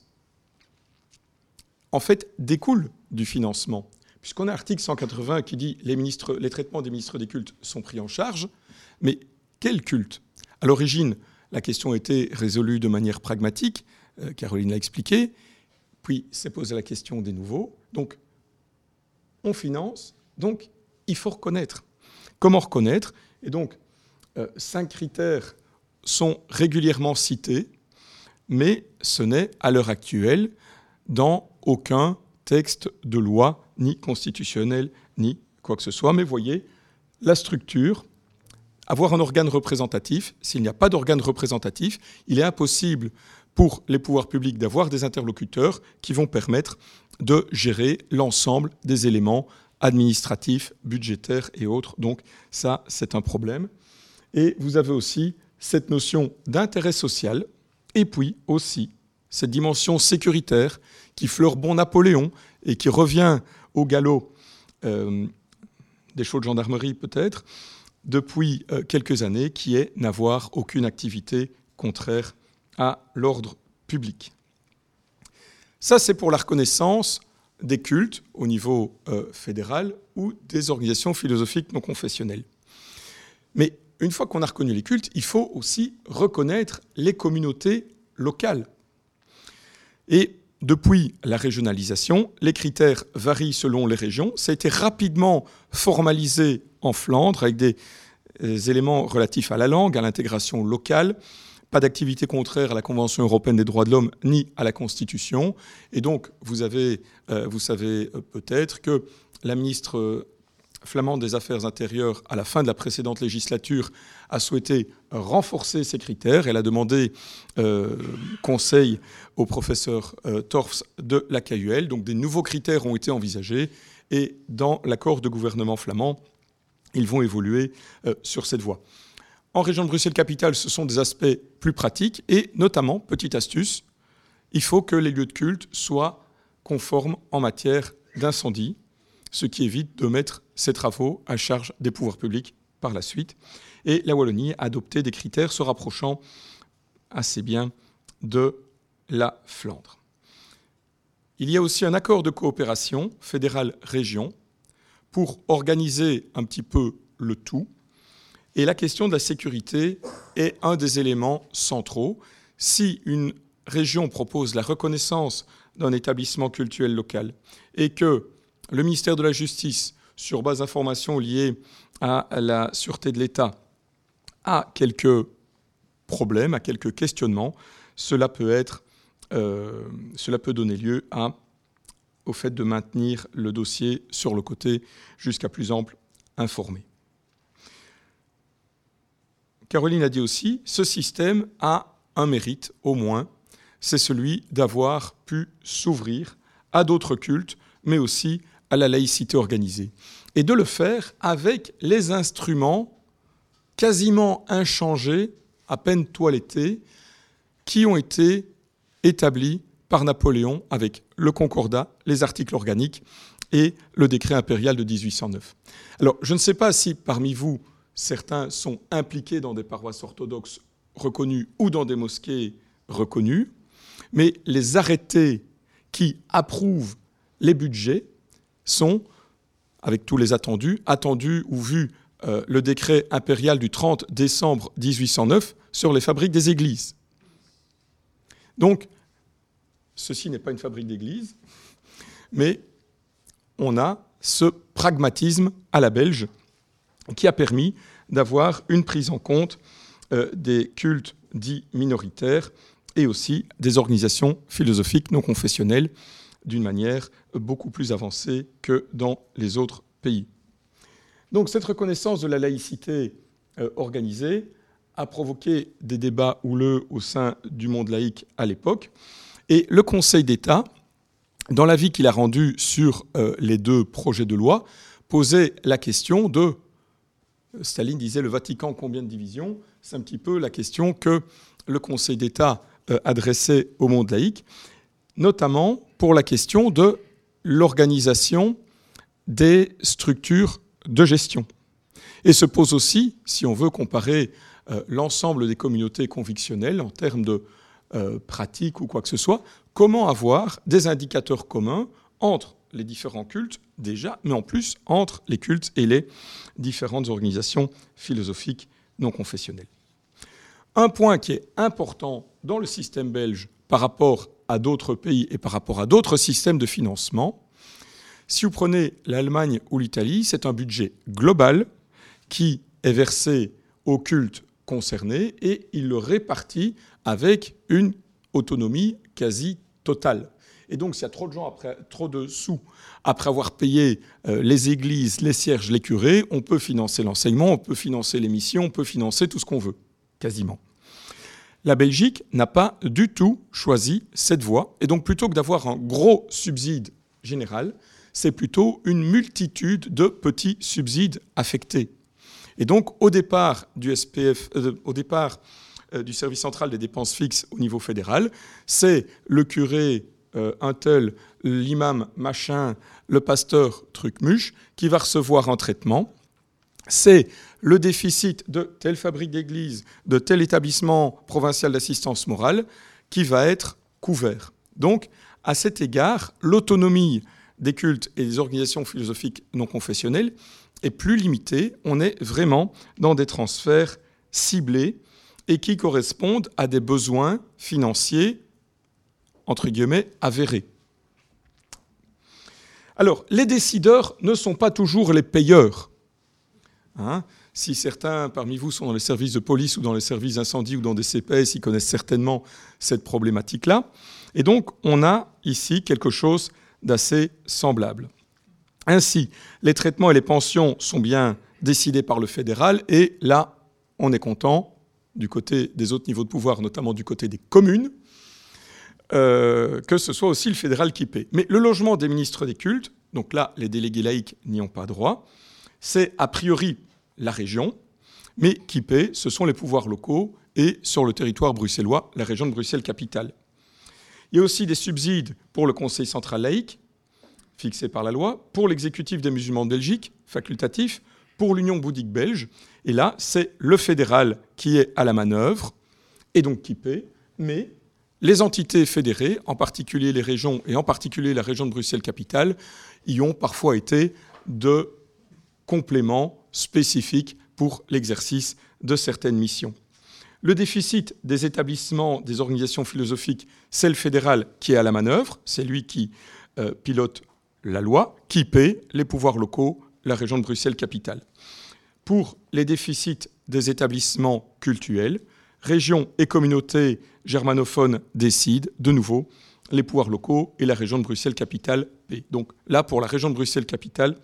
en fait, découle du financement, puisqu'on a l'article cent quatre-vingts qui dit les, ministres, les traitements des ministres des cultes sont pris en charge, mais quel culte ? À l'origine, la question a été résolue de manière pragmatique, euh, Caroline l'a expliqué, puis s'est posée la question des nouveaux. Donc, on finance, donc il faut reconnaître. Comment reconnaître ? Et donc, euh, cinq critères sont régulièrement cités, mais ce n'est, à l'heure actuelle, dans aucun texte de loi, ni constitutionnel, ni quoi que ce soit. Mais voyez, la structure, avoir un organe représentatif, s'il n'y a pas d'organe représentatif, il est impossible pour les pouvoirs publics d'avoir des interlocuteurs qui vont permettre de gérer l'ensemble des éléments administratifs, budgétaires et autres. Donc ça, c'est un problème. Et vous avez aussi cette notion d'intérêt social, et puis aussi cette dimension sécuritaire qui fleure bon Napoléon et qui revient au galop euh, des chauds de gendarmerie peut-être, depuis euh, quelques années, qui est n'avoir aucune activité contraire à l'ordre public. Ça, c'est pour la reconnaissance des cultes au niveau euh, fédéral ou des organisations philosophiques non confessionnelles. Mais une fois qu'on a reconnu les cultes, il faut aussi reconnaître les communautés locales. Et depuis la régionalisation, les critères varient selon les régions. Ça a été rapidement formalisé en Flandre avec des, des éléments relatifs à la langue, à l'intégration locale, pas d'activité contraire à la Convention européenne des droits de l'homme ni à la Constitution. Et donc, vous, avez, euh, vous savez peut-être que la ministre flamande des Affaires intérieures, à la fin de la précédente législature, a souhaité renforcer ces critères. Elle a demandé euh, conseil au professeur euh, Torfs de la K U L. Donc des nouveaux critères ont été envisagés et dans l'accord de gouvernement flamand, ils vont évoluer euh, sur cette voie. En région de Bruxelles-Capitale, ce sont des aspects plus pratiques et notamment, petite astuce, il faut que les lieux de culte soient conformes en matière d'incendie, ce qui évite de mettre ces travaux à charge des pouvoirs publics par la suite. Et la Wallonie a adopté des critères se rapprochant assez bien de la Flandre. Il y a aussi un accord de coopération fédérale-région pour organiser un petit peu le tout. Et la question de la sécurité est un des éléments centraux. Si une région propose la reconnaissance d'un établissement cultuel local et que le ministère de la Justice, sur base d'informations liées à la sûreté de l'État, a quelques problèmes, à quelques questionnements, cela peut être, euh, cela peut donner lieu à, au fait de maintenir le dossier sur le côté jusqu'à plus ample informé. Caroline a dit aussi, ce système a un mérite au moins, c'est celui d'avoir pu s'ouvrir à d'autres cultes, mais aussi à la laïcité organisée. Et de le faire avec les instruments quasiment inchangés, à peine toilettés, qui ont été établis par Napoléon avec le Concordat, les articles organiques et le décret impérial de dix-huit cent neuf. Alors, je ne sais pas si parmi vous, certains sont impliqués dans des paroisses orthodoxes reconnues ou dans des mosquées reconnues, mais les arrêtés qui approuvent les budgets sont, avec tous les attendus, attendus ou vus euh, le décret impérial du trente décembre dix-huit cent neuf sur les fabriques des églises. Donc, ceci n'est pas une fabrique d'église, mais on a ce pragmatisme à la belge qui a permis d'avoir une prise en compte euh, des cultes dits minoritaires et aussi des organisations philosophiques non confessionnelles d'une manière beaucoup plus avancée que dans les autres pays. Donc cette reconnaissance de la laïcité euh, organisée a provoqué des débats houleux au sein du monde laïque à l'époque, et le Conseil d'État, dans l'avis qu'il a rendu sur euh, les deux projets de loi, posait la question de, Staline disait le Vatican combien de divisions, c'est un petit peu la question que le Conseil d'État euh, adressait au monde laïque, notamment pour la question de l'organisation des structures de gestion. Et se pose aussi, si on veut comparer euh, l'ensemble des communautés convictionnelles en termes de euh, pratique ou quoi que ce soit, comment avoir des indicateurs communs entre les différents cultes déjà, mais en plus entre les cultes et les différentes organisations philosophiques non confessionnelles. Un point qui est important dans le système belge par rapport à d'autres pays et par rapport à d'autres systèmes de financement, si vous prenez l'Allemagne ou l'Italie, c'est un budget global qui est versé aux cultes concernés et il le répartit avec une autonomie quasi totale. Et donc, s'il y a trop de gens, après, trop de sous, après avoir payé euh, les églises, les cierges, les curés, on peut financer l'enseignement, on peut financer les missions, on peut financer tout ce qu'on veut, quasiment. La Belgique n'a pas du tout choisi cette voie. Et donc, plutôt que d'avoir un gros subside général, c'est plutôt une multitude de petits subsides affectés. Et donc, au départ du S P F, euh, au départ euh, du service central des dépenses fixes au niveau fédéral, c'est le curé euh, un tel, l'imam machin, le pasteur truc-muche, qui va recevoir un traitement. C'est le déficit de telle fabrique d'église, de tel établissement provincial d'assistance morale qui va être couvert. Donc, à cet égard, l'autonomie des cultes et des organisations philosophiques non confessionnelles est plus limitée. On est vraiment dans des transferts ciblés et qui correspondent à des besoins financiers, entre guillemets, avérés. Alors, les décideurs ne sont pas toujours les payeurs. Hein ? Si certains parmi vous sont dans les services de police ou dans les services d'incendie ou dans des C P S, ils connaissent certainement cette problématique-là. Et donc, on a ici quelque chose d'assez semblable. Ainsi, les traitements et les pensions sont bien décidés par le fédéral, et là, on est content, du côté des autres niveaux de pouvoir, notamment du côté des communes, euh, que ce soit aussi le fédéral qui paie. Mais le logement des ministres des cultes, donc là, les délégués laïcs n'y ont pas droit, c'est a priori la région, mais qui paie, ce sont les pouvoirs locaux et sur le territoire bruxellois, la région de Bruxelles-Capitale. Il y a aussi des subsides pour le Conseil central laïque, fixé par la loi, pour l'exécutif des musulmans de Belgique, facultatif, pour l'Union bouddhique belge. Et là, c'est le fédéral qui est à la manœuvre et donc qui paie, mais les entités fédérées, en particulier les régions et en particulier la région de Bruxelles-Capitale, y ont parfois été de compléments spécifiques pour l'exercice de certaines missions. Le déficit des établissements, des organisations philosophiques, c'est le fédéral qui est à la manœuvre, c'est lui qui euh, pilote la loi, qui paie les pouvoirs locaux, la région de Bruxelles-Capitale. Pour les déficits des établissements cultuels, Régions et communautés germanophones décident, de nouveau, les pouvoirs locaux et la région de Bruxelles-Capitale paie. Donc là, pour la région de Bruxelles-Capitale,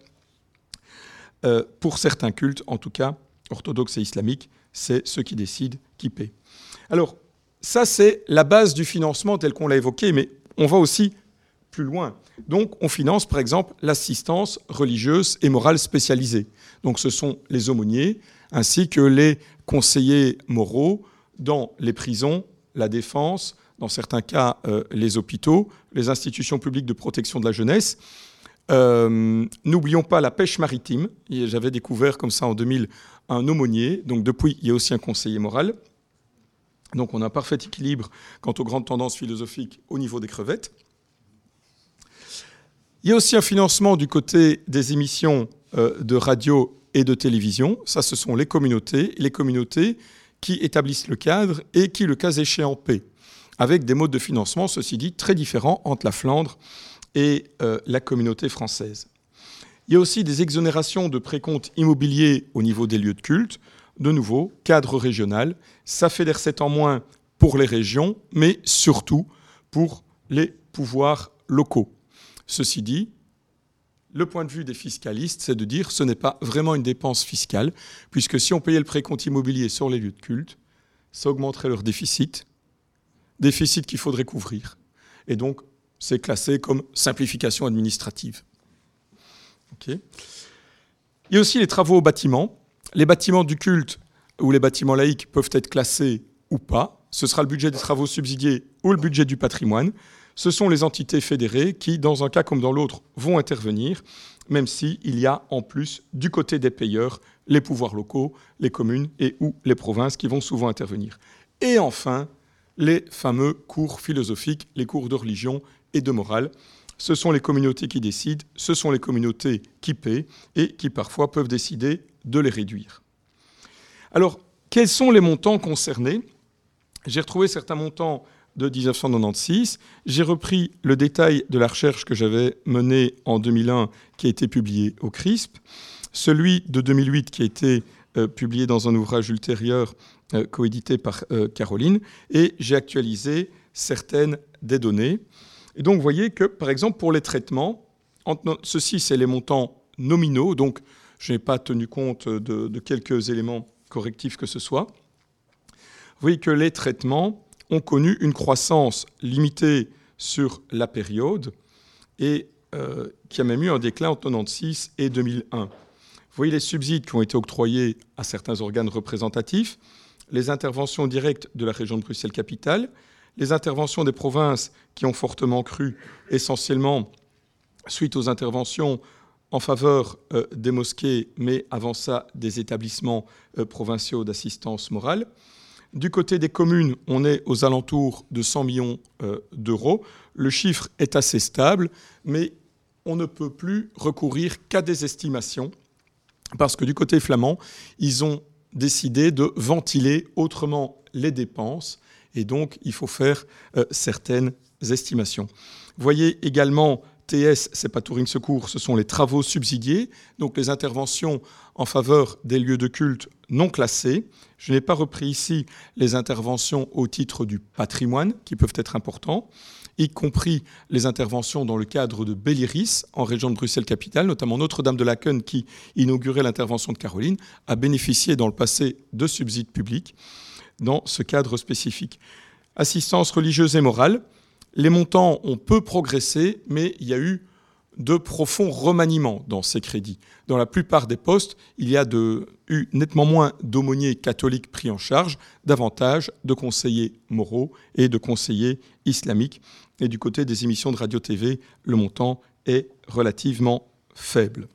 euh, pour certains cultes, en tout cas, orthodoxes et islamiques, c'est ceux qui décident qui paient. Alors, ça, c'est la base du financement tel qu'on l'a évoqué, mais on va aussi plus loin. Donc, on finance, par exemple, l'assistance religieuse et morale spécialisée. Donc, ce sont les aumôniers, ainsi que les conseillers moraux dans les prisons, la défense, dans certains cas, euh, les hôpitaux, les institutions publiques de protection de la jeunesse. Euh, n'oublions pas la pêche maritime. J'avais découvert comme ça en deux mille un aumônier. Donc depuis, il y a aussi un conseiller moral. Donc on a un parfait équilibre quant aux grandes tendances philosophiques au niveau des crevettes. Il y a aussi un financement du côté des émissions euh, de radio et de télévision. Ça, ce sont les communautés, les communautés qui établissent le cadre et qui, le cas échéant, paient, avec des modes de financement, ceci dit, très différents entre la Flandre et euh, la communauté française. Il y a aussi des exonérations de précomptes immobiliers au niveau des lieux de culte. De nouveau, cadre régional, ça fait des recettes en moins pour les régions, mais surtout pour les pouvoirs locaux. Ceci dit, le point de vue des fiscalistes, c'est de dire que ce n'est pas vraiment une dépense fiscale, puisque si on payait le précompte immobilier sur les lieux de culte, ça augmenterait leur déficit, déficit qu'il faudrait couvrir. Et donc, c'est classé comme simplification administrative. Okay. Il y a aussi les travaux au bâtiment. Les bâtiments du culte ou les bâtiments laïques peuvent être classés ou pas. Ce sera le budget des travaux subsidiés ou le budget du patrimoine. Ce sont les entités fédérées qui, dans un cas comme dans l'autre, vont intervenir, même s'il y a en plus, du côté des payeurs, les pouvoirs locaux, les communes et ou les provinces qui vont souvent intervenir. Et enfin, les fameux cours philosophiques, les cours de religion et de morale. Ce sont les communautés qui décident, ce sont les communautés qui paient et qui parfois peuvent décider de les réduire. Alors, quels sont les montants concernés ? J'ai retrouvé certains montants de dix-neuf cent quatre-vingt-seize. J'ai repris le détail de la recherche que j'avais menée en deux mille un, qui a été publiée au C R I S P, celui de deux mille huit qui a été euh, publié dans un ouvrage ultérieur euh, coédité par euh, Caroline, et j'ai actualisé certaines des données. Et donc, vous voyez que, par exemple, pour les traitements, ceci, c'est les montants nominaux, donc je n'ai pas tenu compte de, de quelques éléments correctifs que ce soit. Vous voyez que les traitements ont connu une croissance limitée sur la période et euh, qui a même eu un déclin entre quatre-vingt-seize et deux mille un. Vous voyez les subsides qui ont été octroyés à certains organes représentatifs, les interventions directes de la région de Bruxelles-Capitale, les interventions des provinces qui ont fortement cru, essentiellement suite aux interventions en faveur euh, des mosquées, mais avant ça, des établissements euh, provinciaux d'assistance morale. Du côté des communes, on est aux alentours de cent millions euh, d'euros. Le chiffre est assez stable, mais on ne peut plus recourir qu'à des estimations, parce que du côté flamand, ils ont décidé de ventiler autrement les dépenses, et donc il faut faire euh, certaines estimations. Vous voyez également T S, c'est pas Touring Secours, ce sont les travaux subsidiés, donc les interventions en faveur des lieux de culte non classés. Je n'ai pas repris ici les interventions au titre du patrimoine, qui peuvent être importants, y compris les interventions dans le cadre de Belliris, en région de Bruxelles-Capitale, notamment Notre-Dame-de-Laken, qui inaugurait l'intervention de Caroline, a bénéficié dans le passé de subsides publics dans ce cadre spécifique. Assistance religieuse et morale. Les montants ont peu progressé, mais il y a eu de profonds remaniements dans ces crédits. Dans la plupart des postes, il y a de, eu nettement moins d'aumôniers catholiques pris en charge, davantage de conseillers moraux et de conseillers islamiques. Et du côté des émissions de radio-T V, le montant est relativement faible.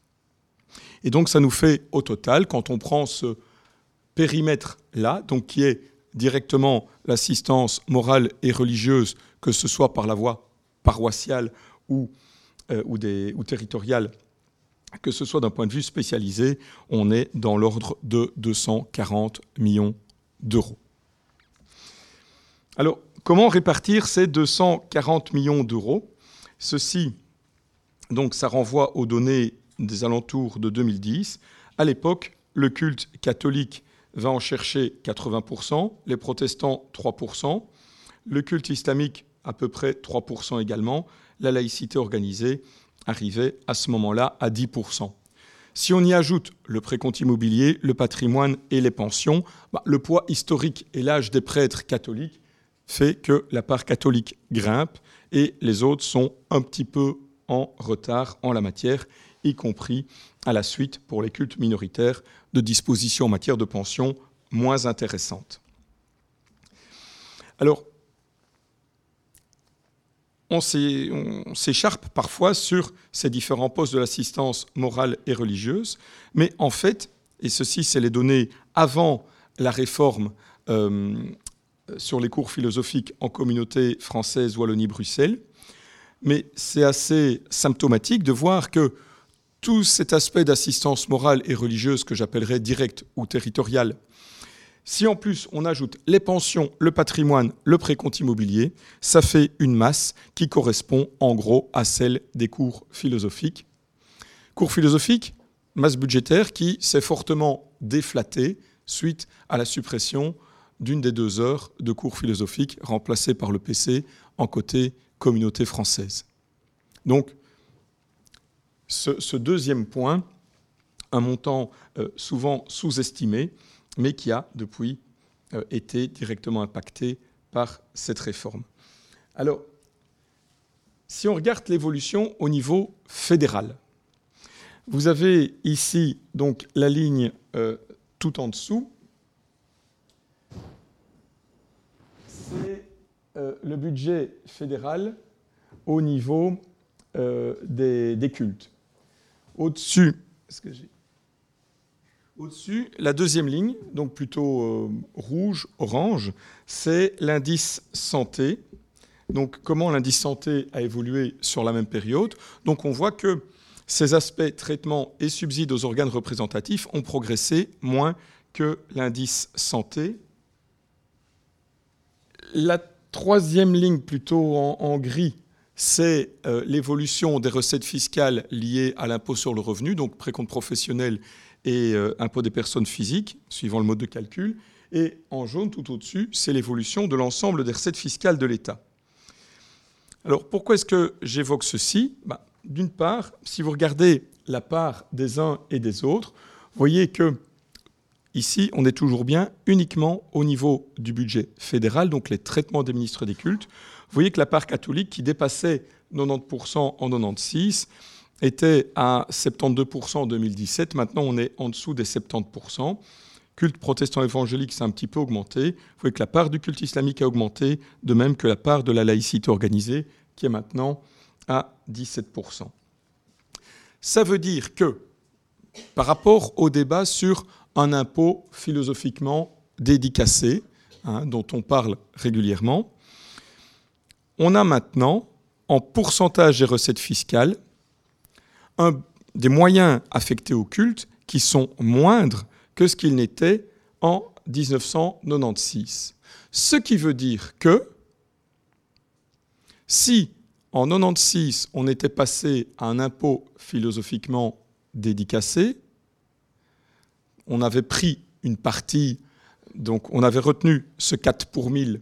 Et donc ça nous fait au total, quand on prend ce périmètre-là, donc qui est directement l'assistance morale et religieuse, que ce soit par la voie paroissiale ou, euh, ou, des, ou territoriale, que ce soit d'un point de vue spécialisé, on est dans l'ordre de deux cent quarante millions d'euros. Alors, comment répartir ces deux cent quarante millions d'euros ? Ceci, donc, ça renvoie aux données des alentours de deux mille dix. À l'époque, le culte catholique va en chercher quatre-vingts pour cent, les protestants trois pour cent, le culte islamique à peu près trois pour cent également, la laïcité organisée arrivait à ce moment-là à dix pour cent. Si on y ajoute le précompte immobilier, le patrimoine et les pensions, bah, le poids historique et l'âge des prêtres catholiques fait que la part catholique grimpe et les autres sont un petit peu en retard en la matière, y compris à la suite pour les cultes minoritaires de dispositions en matière de pension moins intéressantes. Alors, on s'écharpe parfois sur ces différents postes de l'assistance morale et religieuse, mais en fait, et ceci c'est les données avant la réforme euh, sur les cours philosophiques en communauté française Wallonie-Bruxelles, mais c'est assez symptomatique de voir que tout cet aspect d'assistance morale et religieuse que j'appellerais directe ou territoriale, si en plus on ajoute les pensions, le patrimoine, le précompte immobilier, ça fait une masse qui correspond en gros à celle des cours philosophiques. Cours philosophiques, masse budgétaire qui s'est fortement déflatée suite à la suppression d'une des deux heures de cours philosophiques remplacée par le P C en côté communauté française. Donc, ce, ce deuxième point, un montant euh, souvent sous-estimé, mais qui a depuis euh, été directement impacté par cette réforme. Alors, si on regarde l'évolution au niveau fédéral, vous avez ici donc la ligne euh, tout en dessous, c'est euh, le budget fédéral au niveau euh, des, des cultes. Au-dessus, est-ce que j'ai Au-dessus, la deuxième ligne, donc plutôt euh, rouge, orange, c'est l'indice santé. Donc, comment l'indice santé a évolué sur la même période. Donc, on voit que ces aspects traitement et subsides aux organes représentatifs ont progressé moins que l'indice santé. La troisième ligne, plutôt en, en gris, c'est euh, l'évolution des recettes fiscales liées à l'impôt sur le revenu, donc précompte professionnel et euh, impôt des personnes physiques, suivant le mode de calcul. Et en jaune, tout au-dessus, c'est l'évolution de l'ensemble des recettes fiscales de l'État. Alors, pourquoi est-ce que j'évoque ceci ? Bah, d'une part, si vous regardez la part des uns et des autres, vous voyez que ici, on est toujours bien uniquement au niveau du budget fédéral, donc les traitements des ministres des cultes. Vous voyez que la part catholique, qui dépassait quatre-vingt-dix pour cent en quatre-vingt-seize, était à soixante-douze pour cent en deux mille dix-sept. Maintenant, on est en dessous des soixante-dix pour cent. Culte protestant évangélique, c'est un petit peu augmenté. Vous voyez que la part du culte islamique a augmenté, de même que la part de la laïcité organisée, qui est maintenant à dix-sept pour cent. Ça veut dire que, par rapport au débat sur un impôt philosophiquement dédicacé, hein, dont on parle régulièrement, on a maintenant, en pourcentage des recettes fiscales, un, des moyens affectés au culte qui sont moindres que ce qu'ils n'étaient en dix-neuf cent quatre-vingt-seize. Ce qui veut dire que si en mille neuf cent quatre-vingt-seize on était passé à un impôt philosophiquement dédicacé, on avait pris une partie, donc on avait retenu ce quatre pour mille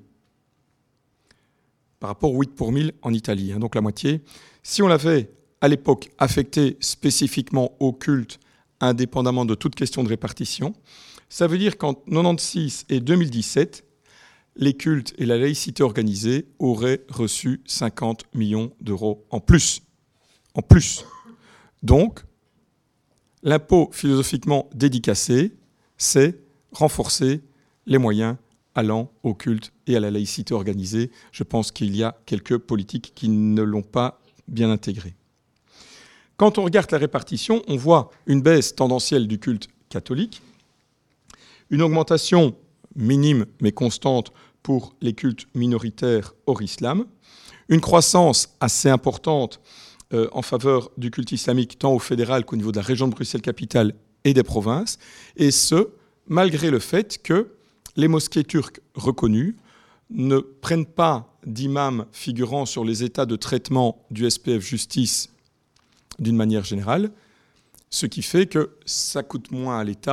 par rapport au huit pour mille en Italie, hein, donc la moitié. Si on l'avait à l'époque affecté spécifiquement au culte, indépendamment de toute question de répartition, ça veut dire qu'entre mille neuf cent quatre-vingt-seize et deux mille dix-sept, les cultes et la laïcité organisée auraient reçu cinquante millions d'euros en plus. En plus. Donc, l'impôt philosophiquement dédicacé, c'est renforcer les moyens allant au culte et à la laïcité organisée. Je pense qu'il y a quelques politiques qui ne l'ont pas bien intégré. Quand on regarde la répartition, on voit une baisse tendancielle du culte catholique, une augmentation minime mais constante pour les cultes minoritaires hors islam, une croissance assez importante euh, en faveur du culte islamique tant au fédéral qu'au niveau de la région de Bruxelles-Capitale et des provinces, et ce, malgré le fait que les mosquées turques reconnues ne prennent pas d'imams figurant sur les états de traitement du S P F Justice d'une manière générale, ce qui fait que ça coûte moins à l'État,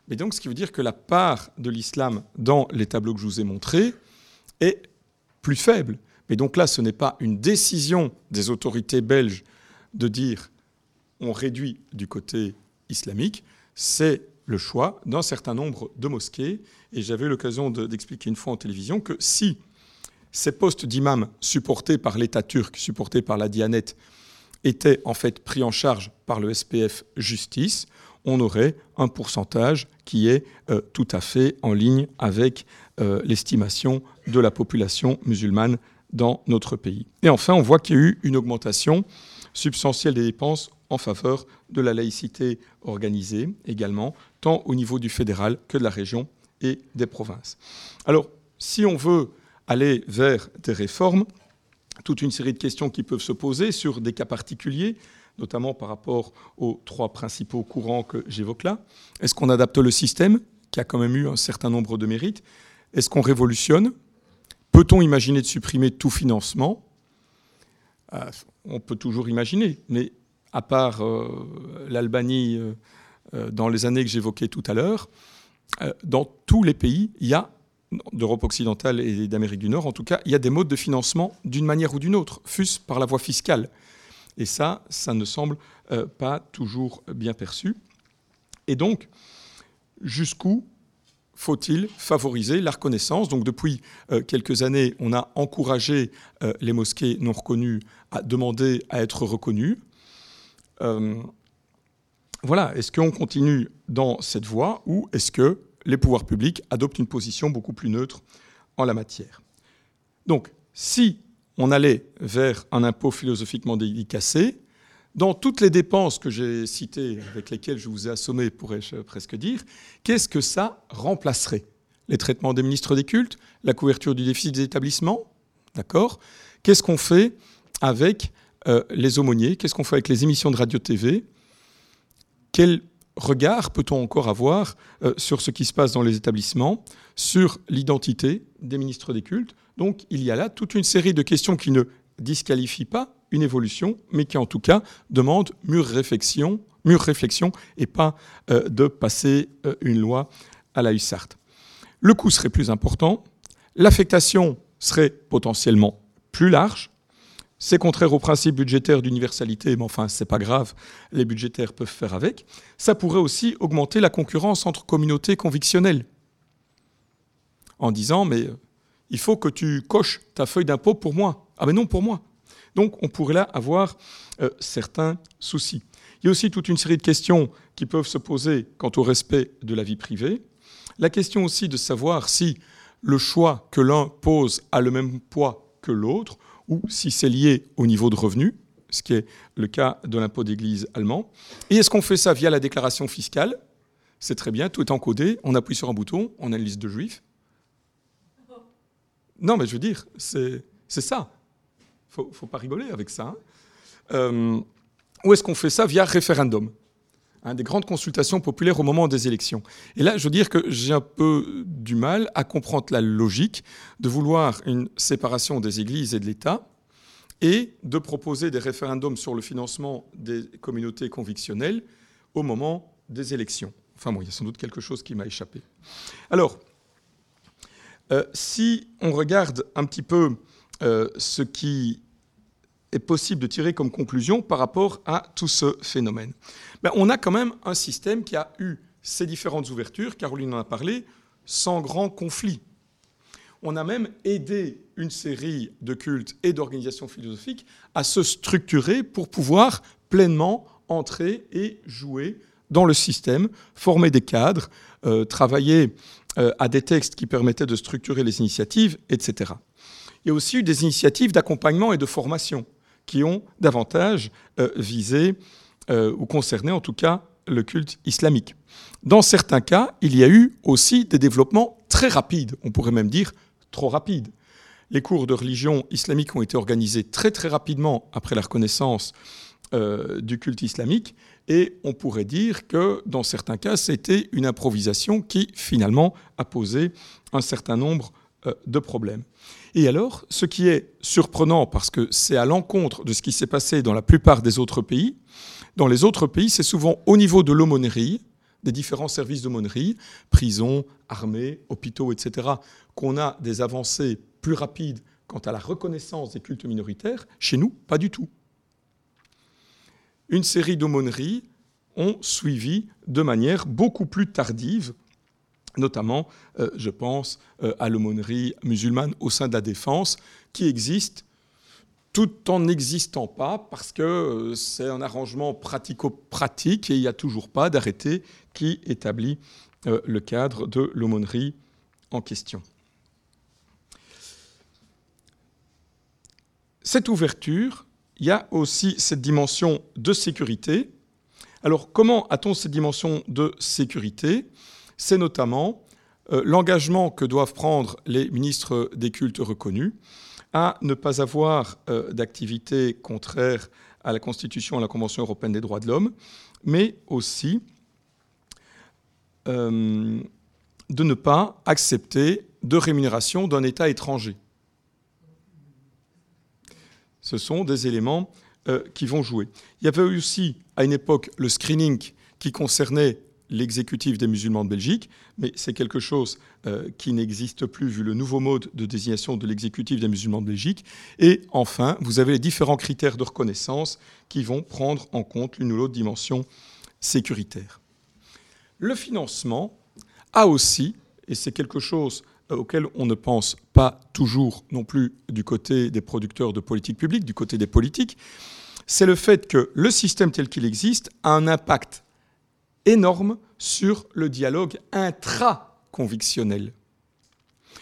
Mais donc, ce qui veut dire que la part de l'islam dans les tableaux que je vous ai montrés est plus faible. Mais donc là, ce n'est pas une décision des autorités belges de dire on réduit du côté islamique, c'est le choix d'un certain nombre de mosquées. Et j'avais eu l'occasion de, d'expliquer une fois en télévision que si ces postes d'imam supportés par l'État turc, supportés par la Diyanet, étaient en fait pris en charge par le S P F Justice, on aurait un pourcentage qui est euh, tout à fait en ligne avec euh, l'estimation de la population musulmane dans notre pays. Et enfin, on voit qu'il y a eu une augmentation substantielle des dépenses en faveur de la laïcité organisée également, tant au niveau du fédéral que de la région et des provinces. Alors, si on veut aller vers des réformes, toute une série de questions qui peuvent se poser sur des cas particuliers, notamment par rapport aux trois principaux courants que j'évoque là. Est-ce qu'on adapte le système, qui a quand même eu un certain nombre de mérites? Est-ce qu'on révolutionne? Peut-on imaginer de supprimer tout financement? euh, On peut toujours imaginer, mais à part euh, l'Albanie euh, euh, dans les années que j'évoquais tout à l'heure, euh, dans tous les pays, il y a, d'Europe occidentale et d'Amérique du Nord en tout cas, il y a des modes de financement d'une manière ou d'une autre, fût-ce par la voie fiscale. Et ça, ça ne semble euh, pas toujours bien perçu. Et donc, jusqu'où faut-il favoriser la reconnaissance? Donc, depuis euh, quelques années, on a encouragé euh, les mosquées non reconnues à demander à être reconnues. Euh, voilà, est-ce qu'on continue dans cette voie ou est-ce que les pouvoirs publics adoptent une position beaucoup plus neutre en la matière? Donc, si on allait vers un impôt philosophiquement dédicacé, dans toutes les dépenses que j'ai citées, avec lesquelles je vous ai assommé, pourrais-je presque dire, qu'est-ce que ça remplacerait? Les traitements des ministres des cultes, la couverture du déficit des établissements, d'accord? Qu'est-ce qu'on fait avec euh, les aumôniers? Qu'est-ce qu'on fait avec les émissions de radio-T V? Quel regard peut-on encore avoir euh, sur ce qui se passe dans les établissements, sur l'identité des ministres des cultes? Donc il y a là toute une série de questions qui ne disqualifient pas une évolution, mais qui en tout cas demandent mûre réflexion, mûre réflexion et pas euh, de passer euh, une loi à la hussarde. Le coût serait plus important, l'affectation serait potentiellement plus large. C'est contraire au principe budgétaire d'universalité, mais enfin, c'est pas grave, les budgétaires peuvent faire avec. Ça pourrait aussi augmenter la concurrence entre communautés convictionnelles. En disant, mais il faut que tu coches ta feuille d'impôt pour moi. Ah ben non, pour moi. Donc, on pourrait là avoir euh, certains soucis. Il y a aussi toute une série de questions qui peuvent se poser quant au respect de la vie privée. La question aussi de savoir si le choix que l'un pose a le même poids que l'autre, ou si c'est lié au niveau de revenu, ce qui est le cas de l'impôt d'église allemand. Et est-ce qu'on fait ça via la déclaration fiscale? C'est très bien, tout est encodé, on appuie sur un bouton, on a une liste de juifs. Non, mais je veux dire, c'est, c'est ça. Il ne faut pas rigoler avec ça. Hein. Euh, ou est-ce qu'on fait ça via référendum, hein, des grandes consultations populaires au moment des élections? Et là, je veux dire que j'ai un peu du mal à comprendre la logique de vouloir une séparation des églises et de l'État et de proposer des référendums sur le financement des communautés convictionnelles au moment des élections. Enfin bon, il y a sans doute quelque chose qui m'a échappé. Alors, euh, si on regarde un petit peu euh, ce qui est possible de tirer comme conclusion par rapport à tout ce phénomène, ben, on a quand même un système qui a eu ces différentes ouvertures, Caroline en a parlé, sans grand conflit. On a même aidé une série de cultes et d'organisations philosophiques à se structurer pour pouvoir pleinement entrer et jouer dans le système, former des cadres, euh, travailler euh, à des textes qui permettaient de structurer les initiatives, et cetera. Il y a aussi eu des initiatives d'accompagnement et de formation qui ont davantage euh, visé euh, ou concerné en tout cas le culte islamique. Dans certains cas, il y a eu aussi des développements très rapides, on pourrait même dire trop rapides. Les cours de religion islamique ont été organisés très très rapidement après la reconnaissance euh, du culte islamique et on pourrait dire que dans certains cas, c'était une improvisation qui finalement a posé un certain nombre euh, de problèmes. Et alors, ce qui est surprenant, parce que c'est à l'encontre de ce qui s'est passé dans la plupart des autres pays, dans les autres pays, c'est souvent au niveau de l'aumônerie, des différents services d'aumônerie, prisons, armées, hôpitaux, et cetera, qu'on a des avancées plus rapides quant à la reconnaissance des cultes minoritaires. Chez nous, pas du tout. Une série d'aumôneries ont suivi de manière beaucoup plus tardive, notamment, euh, je pense, euh, à l'aumônerie musulmane au sein de la défense, qui existe tout en n'existant pas, parce que euh, c'est un arrangement pratico-pratique et il n'y a toujours pas d'arrêté qui établit euh, le cadre de l'aumônerie en question. Cette ouverture, il y a aussi cette dimension de sécurité. Alors, comment a-t-on cette dimension de sécurité ? C'est notamment euh, l'engagement que doivent prendre les ministres des cultes reconnus à ne pas avoir euh, d'activité contraire à la Constitution et à la Convention européenne des droits de l'homme, mais aussi euh, de ne pas accepter de rémunération d'un État étranger. Ce sont des éléments euh, qui vont jouer. Il y avait aussi, à une époque, le screening qui concernait l'exécutif des musulmans de Belgique, mais c'est quelque chose euh, qui n'existe plus vu le nouveau mode de désignation de l'exécutif des musulmans de Belgique. Et enfin, vous avez les différents critères de reconnaissance qui vont prendre en compte l'une ou l'autre dimension sécuritaire. Le financement a aussi, et c'est quelque chose auquel on ne pense pas toujours non plus du côté des producteurs de politique publique, du côté des politiques, c'est le fait que le système tel qu'il existe a un impact énorme sur le dialogue intra-convictionnel. Pourquoi ?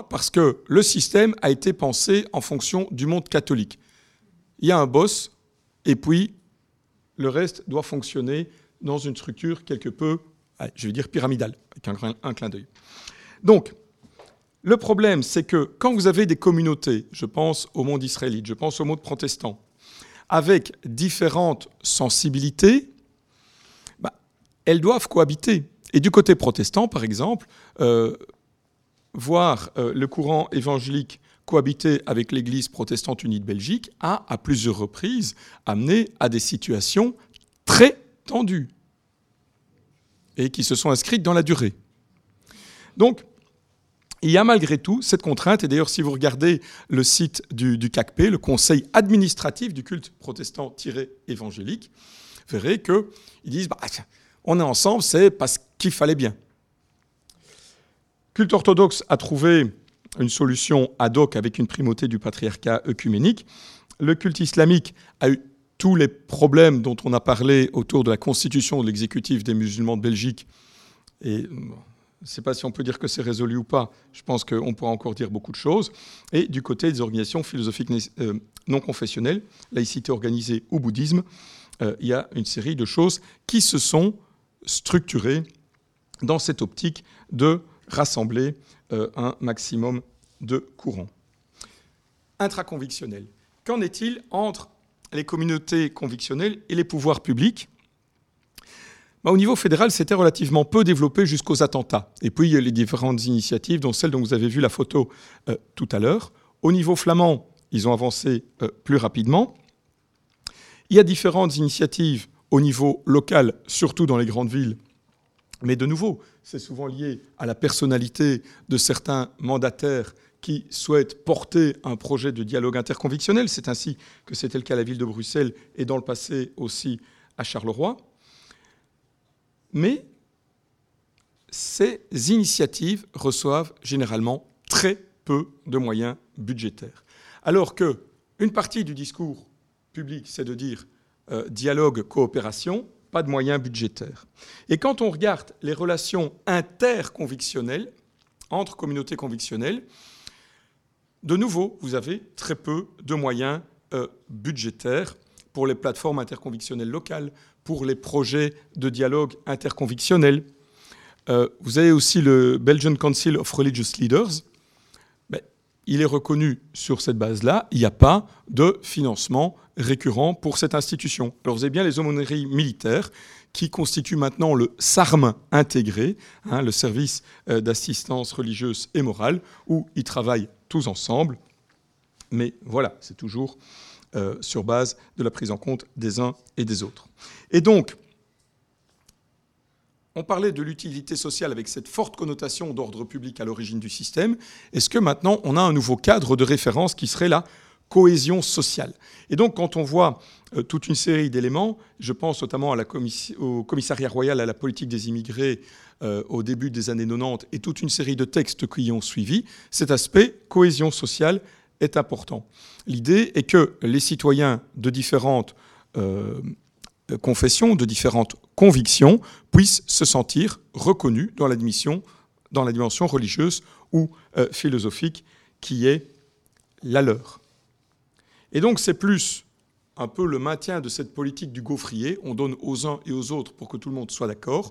Parce que le système a été pensé en fonction du monde catholique. Il y a un boss, et puis le reste doit fonctionner dans une structure quelque peu, je vais dire pyramidale, avec un, un clin d'œil. Donc, le problème, c'est que quand vous avez des communautés, je pense au monde israélite, je pense au monde protestant, avec différentes sensibilités, bah, elles doivent cohabiter. Et du côté protestant, par exemple, euh, voir euh, le courant évangélique cohabiter avec l'Église protestante unie de Belgique a, à plusieurs reprises, amené à des situations très tendues et qui se sont inscrites dans la durée. Donc, il y a malgré tout cette contrainte, et d'ailleurs si vous regardez le site du, du C A C P, le Conseil administratif du culte protestant-évangélique, vous verrez qu'ils disent bah, « on est ensemble, c'est parce qu'il fallait bien ». Culte orthodoxe a trouvé une solution ad hoc avec une primauté du patriarcat œcuménique. Le culte islamique a eu tous les problèmes dont on a parlé autour de la constitution de l'exécutif des musulmans de Belgique. Et je ne sais pas si on peut dire que c'est résolu ou pas. Je pense qu'on pourra encore dire beaucoup de choses. Et du côté des organisations philosophiques non confessionnelles, laïcité organisée ou bouddhisme, euh, il y a une série de choses qui se sont structurées dans cette optique de rassembler euh, un maximum de courants. Intraconvictionnel. Qu'en est-il entre les communautés convictionnelles et les pouvoirs publics ? Bah, au niveau fédéral, c'était relativement peu développé jusqu'aux attentats. Et puis, il y a les différentes initiatives, dont celle dont vous avez vu la photo euh, tout à l'heure. Au niveau flamand, ils ont avancé euh, plus rapidement. Il y a différentes initiatives au niveau local, surtout dans les grandes villes. Mais de nouveau, c'est souvent lié à la personnalité de certains mandataires qui souhaitent porter un projet de dialogue interconvictionnel. C'est ainsi que c'était le cas à la ville de Bruxelles et dans le passé aussi à Charleroi. Mais ces initiatives reçoivent généralement très peu de moyens budgétaires. Alors qu'une partie du discours public, c'est de dire euh, dialogue, coopération, pas de moyens budgétaires. Et quand on regarde les relations interconvictionnelles, entre communautés convictionnelles, de nouveau, vous avez très peu de moyens euh, budgétaires pour les plateformes interconvictionnelles locales, pour les projets de dialogue interconvictionnel. Euh, vous avez aussi le Belgian Council of Religious Leaders. Ben, il est reconnu sur cette base-là. Il n'y a pas de financement récurrent pour cette institution. Alors vous avez bien les aumôneries militaires qui constituent maintenant le S A R M intégré, hein, le service euh, d'assistance religieuse et morale, où ils travaillent tous ensemble. Mais voilà, c'est toujours euh, sur base de la prise en compte des uns et des autres. Et donc, on parlait de l'utilité sociale avec cette forte connotation d'ordre public à l'origine du système. Est-ce que maintenant, on a un nouveau cadre de référence qui serait la cohésion sociale? Et donc, quand on voit euh, toute une série d'éléments, je pense notamment à la commis- au commissariat royal à la politique des immigrés euh, au début des années quatre-vingt-dix et toute une série de textes qui y ont suivi, cet aspect cohésion sociale est important. L'idée est que les citoyens de différentes euh, confessions, de différentes convictions, puissent se sentir reconnus dans la dimension, dans la dimension religieuse ou euh, philosophique qui est la leur. Et donc c'est plus un peu le maintien de cette politique du gaufrier, on donne aux uns et aux autres pour que tout le monde soit d'accord,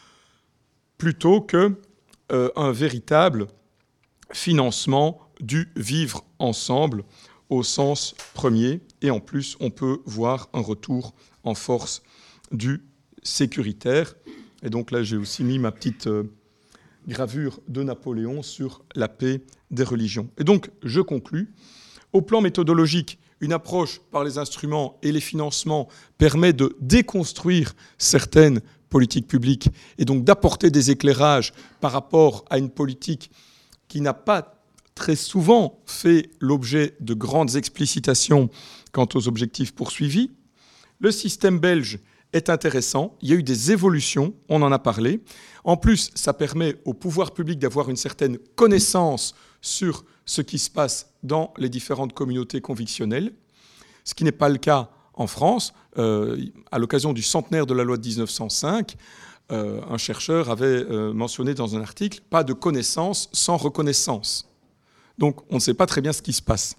plutôt qu'un euh, véritable financement du vivre ensemble au sens premier. Et en plus, on peut voir un retour en force du sécuritaire. Et donc là, j'ai aussi mis ma petite euh, gravure de Napoléon sur la paix des religions. Et donc, je conclus. Au plan méthodologique, une approche par les instruments et les financements permet de déconstruire certaines politiques publiques et donc d'apporter des éclairages par rapport à une politique qui n'a pas très souvent fait l'objet de grandes explicitations quant aux objectifs poursuivis. Le système belge est intéressant, il y a eu des évolutions, on en a parlé. En plus, ça permet au pouvoir public d'avoir une certaine connaissance sur ce qui se passe dans les différentes communautés convictionnelles, ce qui n'est pas le cas en France. Euh, à l'occasion du centenaire de la loi de dix-neuf cent cinq, euh, un chercheur avait euh, mentionné dans un article « pas de connaissance sans reconnaissance ». Donc on ne sait pas très bien ce qui se passe.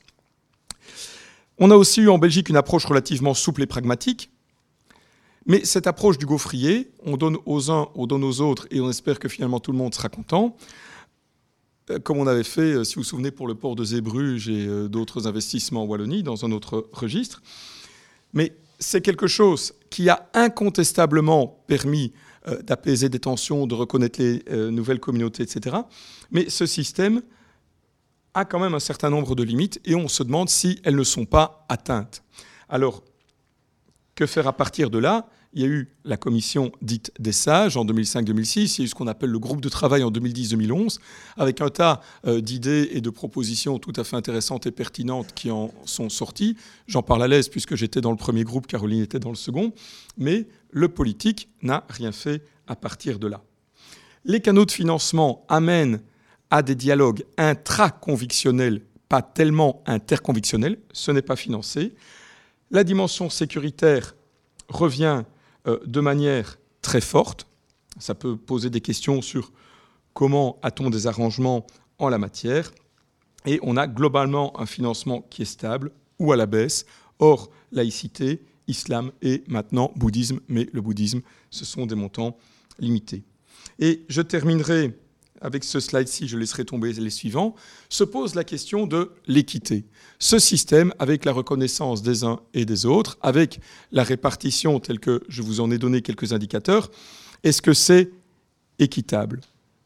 On a aussi eu en Belgique une approche relativement souple et pragmatique, mais cette approche du gaufrier, on donne aux uns, on donne aux autres, et on espère que finalement tout le monde sera content, comme on avait fait, si vous vous souvenez, pour le port de Zeebrugge et d'autres investissements en Wallonie, dans un autre registre. Mais c'est quelque chose qui a incontestablement permis d'apaiser des tensions, de reconnaître les nouvelles communautés, et cetera. Mais ce système a quand même un certain nombre de limites et on se demande si elles ne sont pas atteintes. Alors, que faire à partir de là ? Il y a eu la commission dite des sages en deux mille cinq deux mille six, il y a eu ce qu'on appelle le groupe de travail en deux mille dix deux mille onze, avec un tas euh, d'idées et de propositions tout à fait intéressantes et pertinentes qui en sont sorties. J'en parle à l'aise puisque j'étais dans le premier groupe, Caroline était dans le second, mais le politique n'a rien fait à partir de là. Les canaux de financement amènent à des dialogues intra-convictionnels, pas tellement interconvictionnels, ce n'est pas financé. La dimension sécuritaire revient euh, de manière très forte. Ça peut poser des questions sur comment a-t-on des arrangements en la matière. Et on a globalement un financement qui est stable ou à la baisse. Or, laïcité, islam et maintenant bouddhisme, mais le bouddhisme, ce sont des montants limités. Et je terminerai avec ce slide-ci, je laisserai tomber les suivants, se pose la question de l'équité. Ce système, avec la reconnaissance des uns et des autres, avec la répartition telle que je vous en ai donné quelques indicateurs, est-ce que c'est équitable ?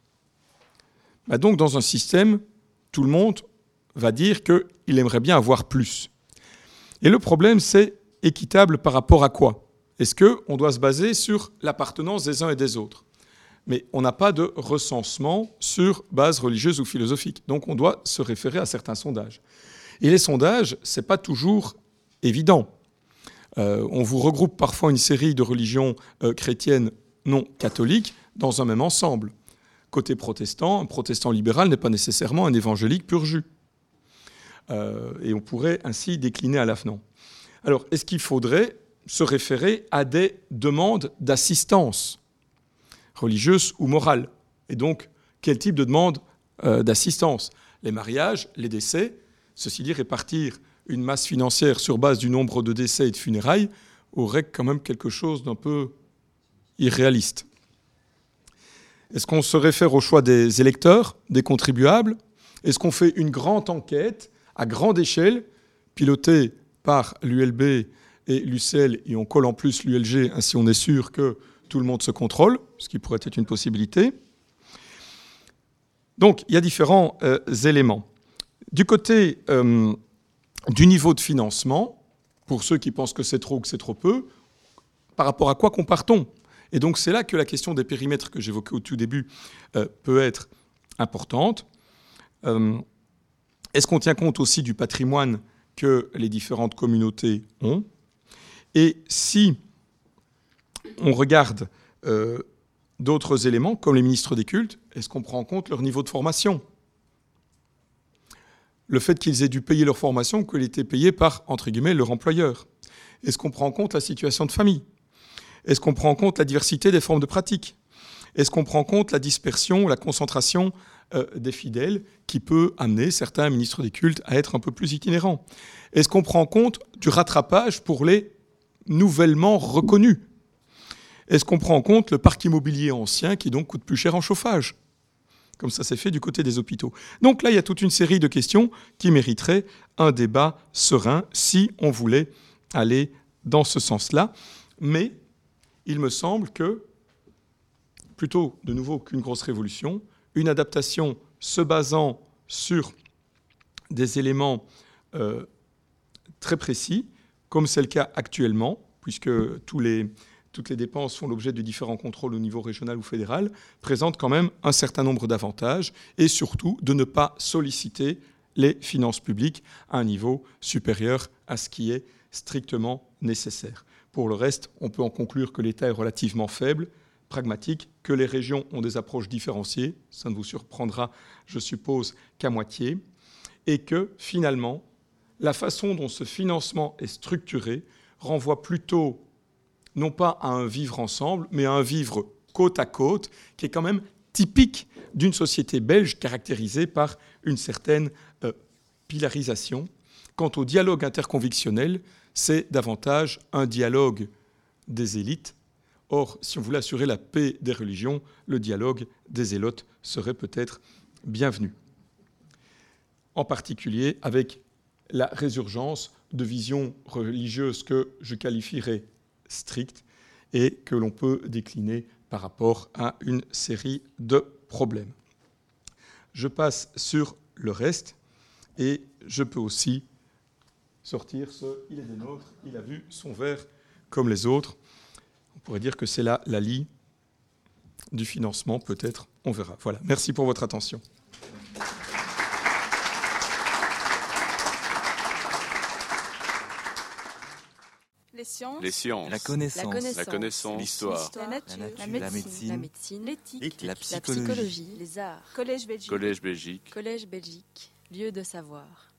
Bah donc, dans un système, tout le monde va dire qu'il aimerait bien avoir plus. Et le problème, c'est équitable par rapport à quoi ? Est-ce qu'on doit se baser sur l'appartenance des uns et des autres ? Mais on n'a pas de recensement sur base religieuse ou philosophique. Donc on doit se référer à certains sondages. Et les sondages, ce n'est pas toujours évident. Euh, on vous regroupe parfois une série de religions euh, chrétiennes non catholiques dans un même ensemble. Côté protestant, un protestant libéral n'est pas nécessairement un évangélique pur jus. Euh, et on pourrait ainsi décliner à l'avenant. Alors, est-ce qu'il faudrait se référer à des demandes d'assistance religieuse ou morale? Et donc, quel type de demande euh, d'assistance? Les mariages, les décès, ceci dit, répartir une masse financière sur base du nombre de décès et de funérailles aurait quand même quelque chose d'un peu irréaliste. Est-ce qu'on se réfère au choix des électeurs, des contribuables? Est-ce qu'on fait une grande enquête à grande échelle, pilotée par l'U L B et l'U C L, et on colle en plus l'U L G, ainsi on est sûr que tout le monde se contrôle, ce qui pourrait être une possibilité. Donc, il y a différents euh, éléments. Du côté euh, du niveau de financement, pour ceux qui pensent que c'est trop ou que c'est trop peu, par rapport à quoi comparons-t-on ? Et donc c'est là que la question des périmètres que j'évoquais au tout début euh, peut être importante. Euh, est-ce qu'on tient compte aussi du patrimoine que les différentes communautés ont? Et si on regarde euh, d'autres éléments, comme les ministres des cultes, est-ce qu'on prend en compte leur niveau de formation? Le fait qu'ils aient dû payer leur formation, qu'elle était payée par, entre guillemets, leur employeur. Est-ce qu'on prend en compte la situation de famille? Est-ce qu'on prend en compte la diversité des formes de pratique? Est-ce qu'on prend en compte la dispersion, la concentration euh, des fidèles qui peut amener certains ministres des cultes à être un peu plus itinérants? Est-ce qu'on prend en compte du rattrapage pour les nouvellement reconnus? Est-ce qu'on prend en compte le parc immobilier ancien qui donc coûte plus cher en chauffage, comme ça s'est fait du côté des hôpitaux? Donc là, il y a toute une série de questions qui mériteraient un débat serein si on voulait aller dans ce sens-là. Mais il me semble que, plutôt de nouveau qu'une grosse révolution, une adaptation se basant sur des éléments euh, très précis, comme c'est le cas actuellement, puisque tous les... toutes les dépenses font l'objet de différents contrôles au niveau régional ou fédéral, présentent quand même un certain nombre d'avantages, et surtout de ne pas solliciter les finances publiques à un niveau supérieur à ce qui est strictement nécessaire. Pour le reste, on peut en conclure que l'État est relativement faible, pragmatique, que les régions ont des approches différenciées, ça ne vous surprendra, je suppose, qu'à moitié, et que finalement, la façon dont ce financement est structuré renvoie plutôt non pas à un vivre ensemble, mais à un vivre côte à côte, qui est quand même typique d'une société belge caractérisée par une certaine euh, pilarisation. Quant au dialogue interconvictionnel, c'est davantage un dialogue des élites. Or, si on voulait assurer la paix des religions, le dialogue des zélotes serait peut-être bienvenu. En particulier avec la résurgence de visions religieuses que je qualifierais strictes et que l'on peut décliner par rapport à une série de problèmes. Je passe sur le reste et je peux aussi sortir ce « il est des nôtres, il a vu son verre comme les autres ». On pourrait dire que c'est là la lie du financement, peut-être, on verra. Voilà, merci pour votre attention. Les sciences, Les sciences, La connaissance, la connaissance, la connaissance, l'histoire, la nature, la, nature, la la médecine, médecine, la médecine, l'éthique, la la psychologie. psychologie, les arts, Collège Belgique, Collège Belgique, Collège Belgique, lieu de savoir.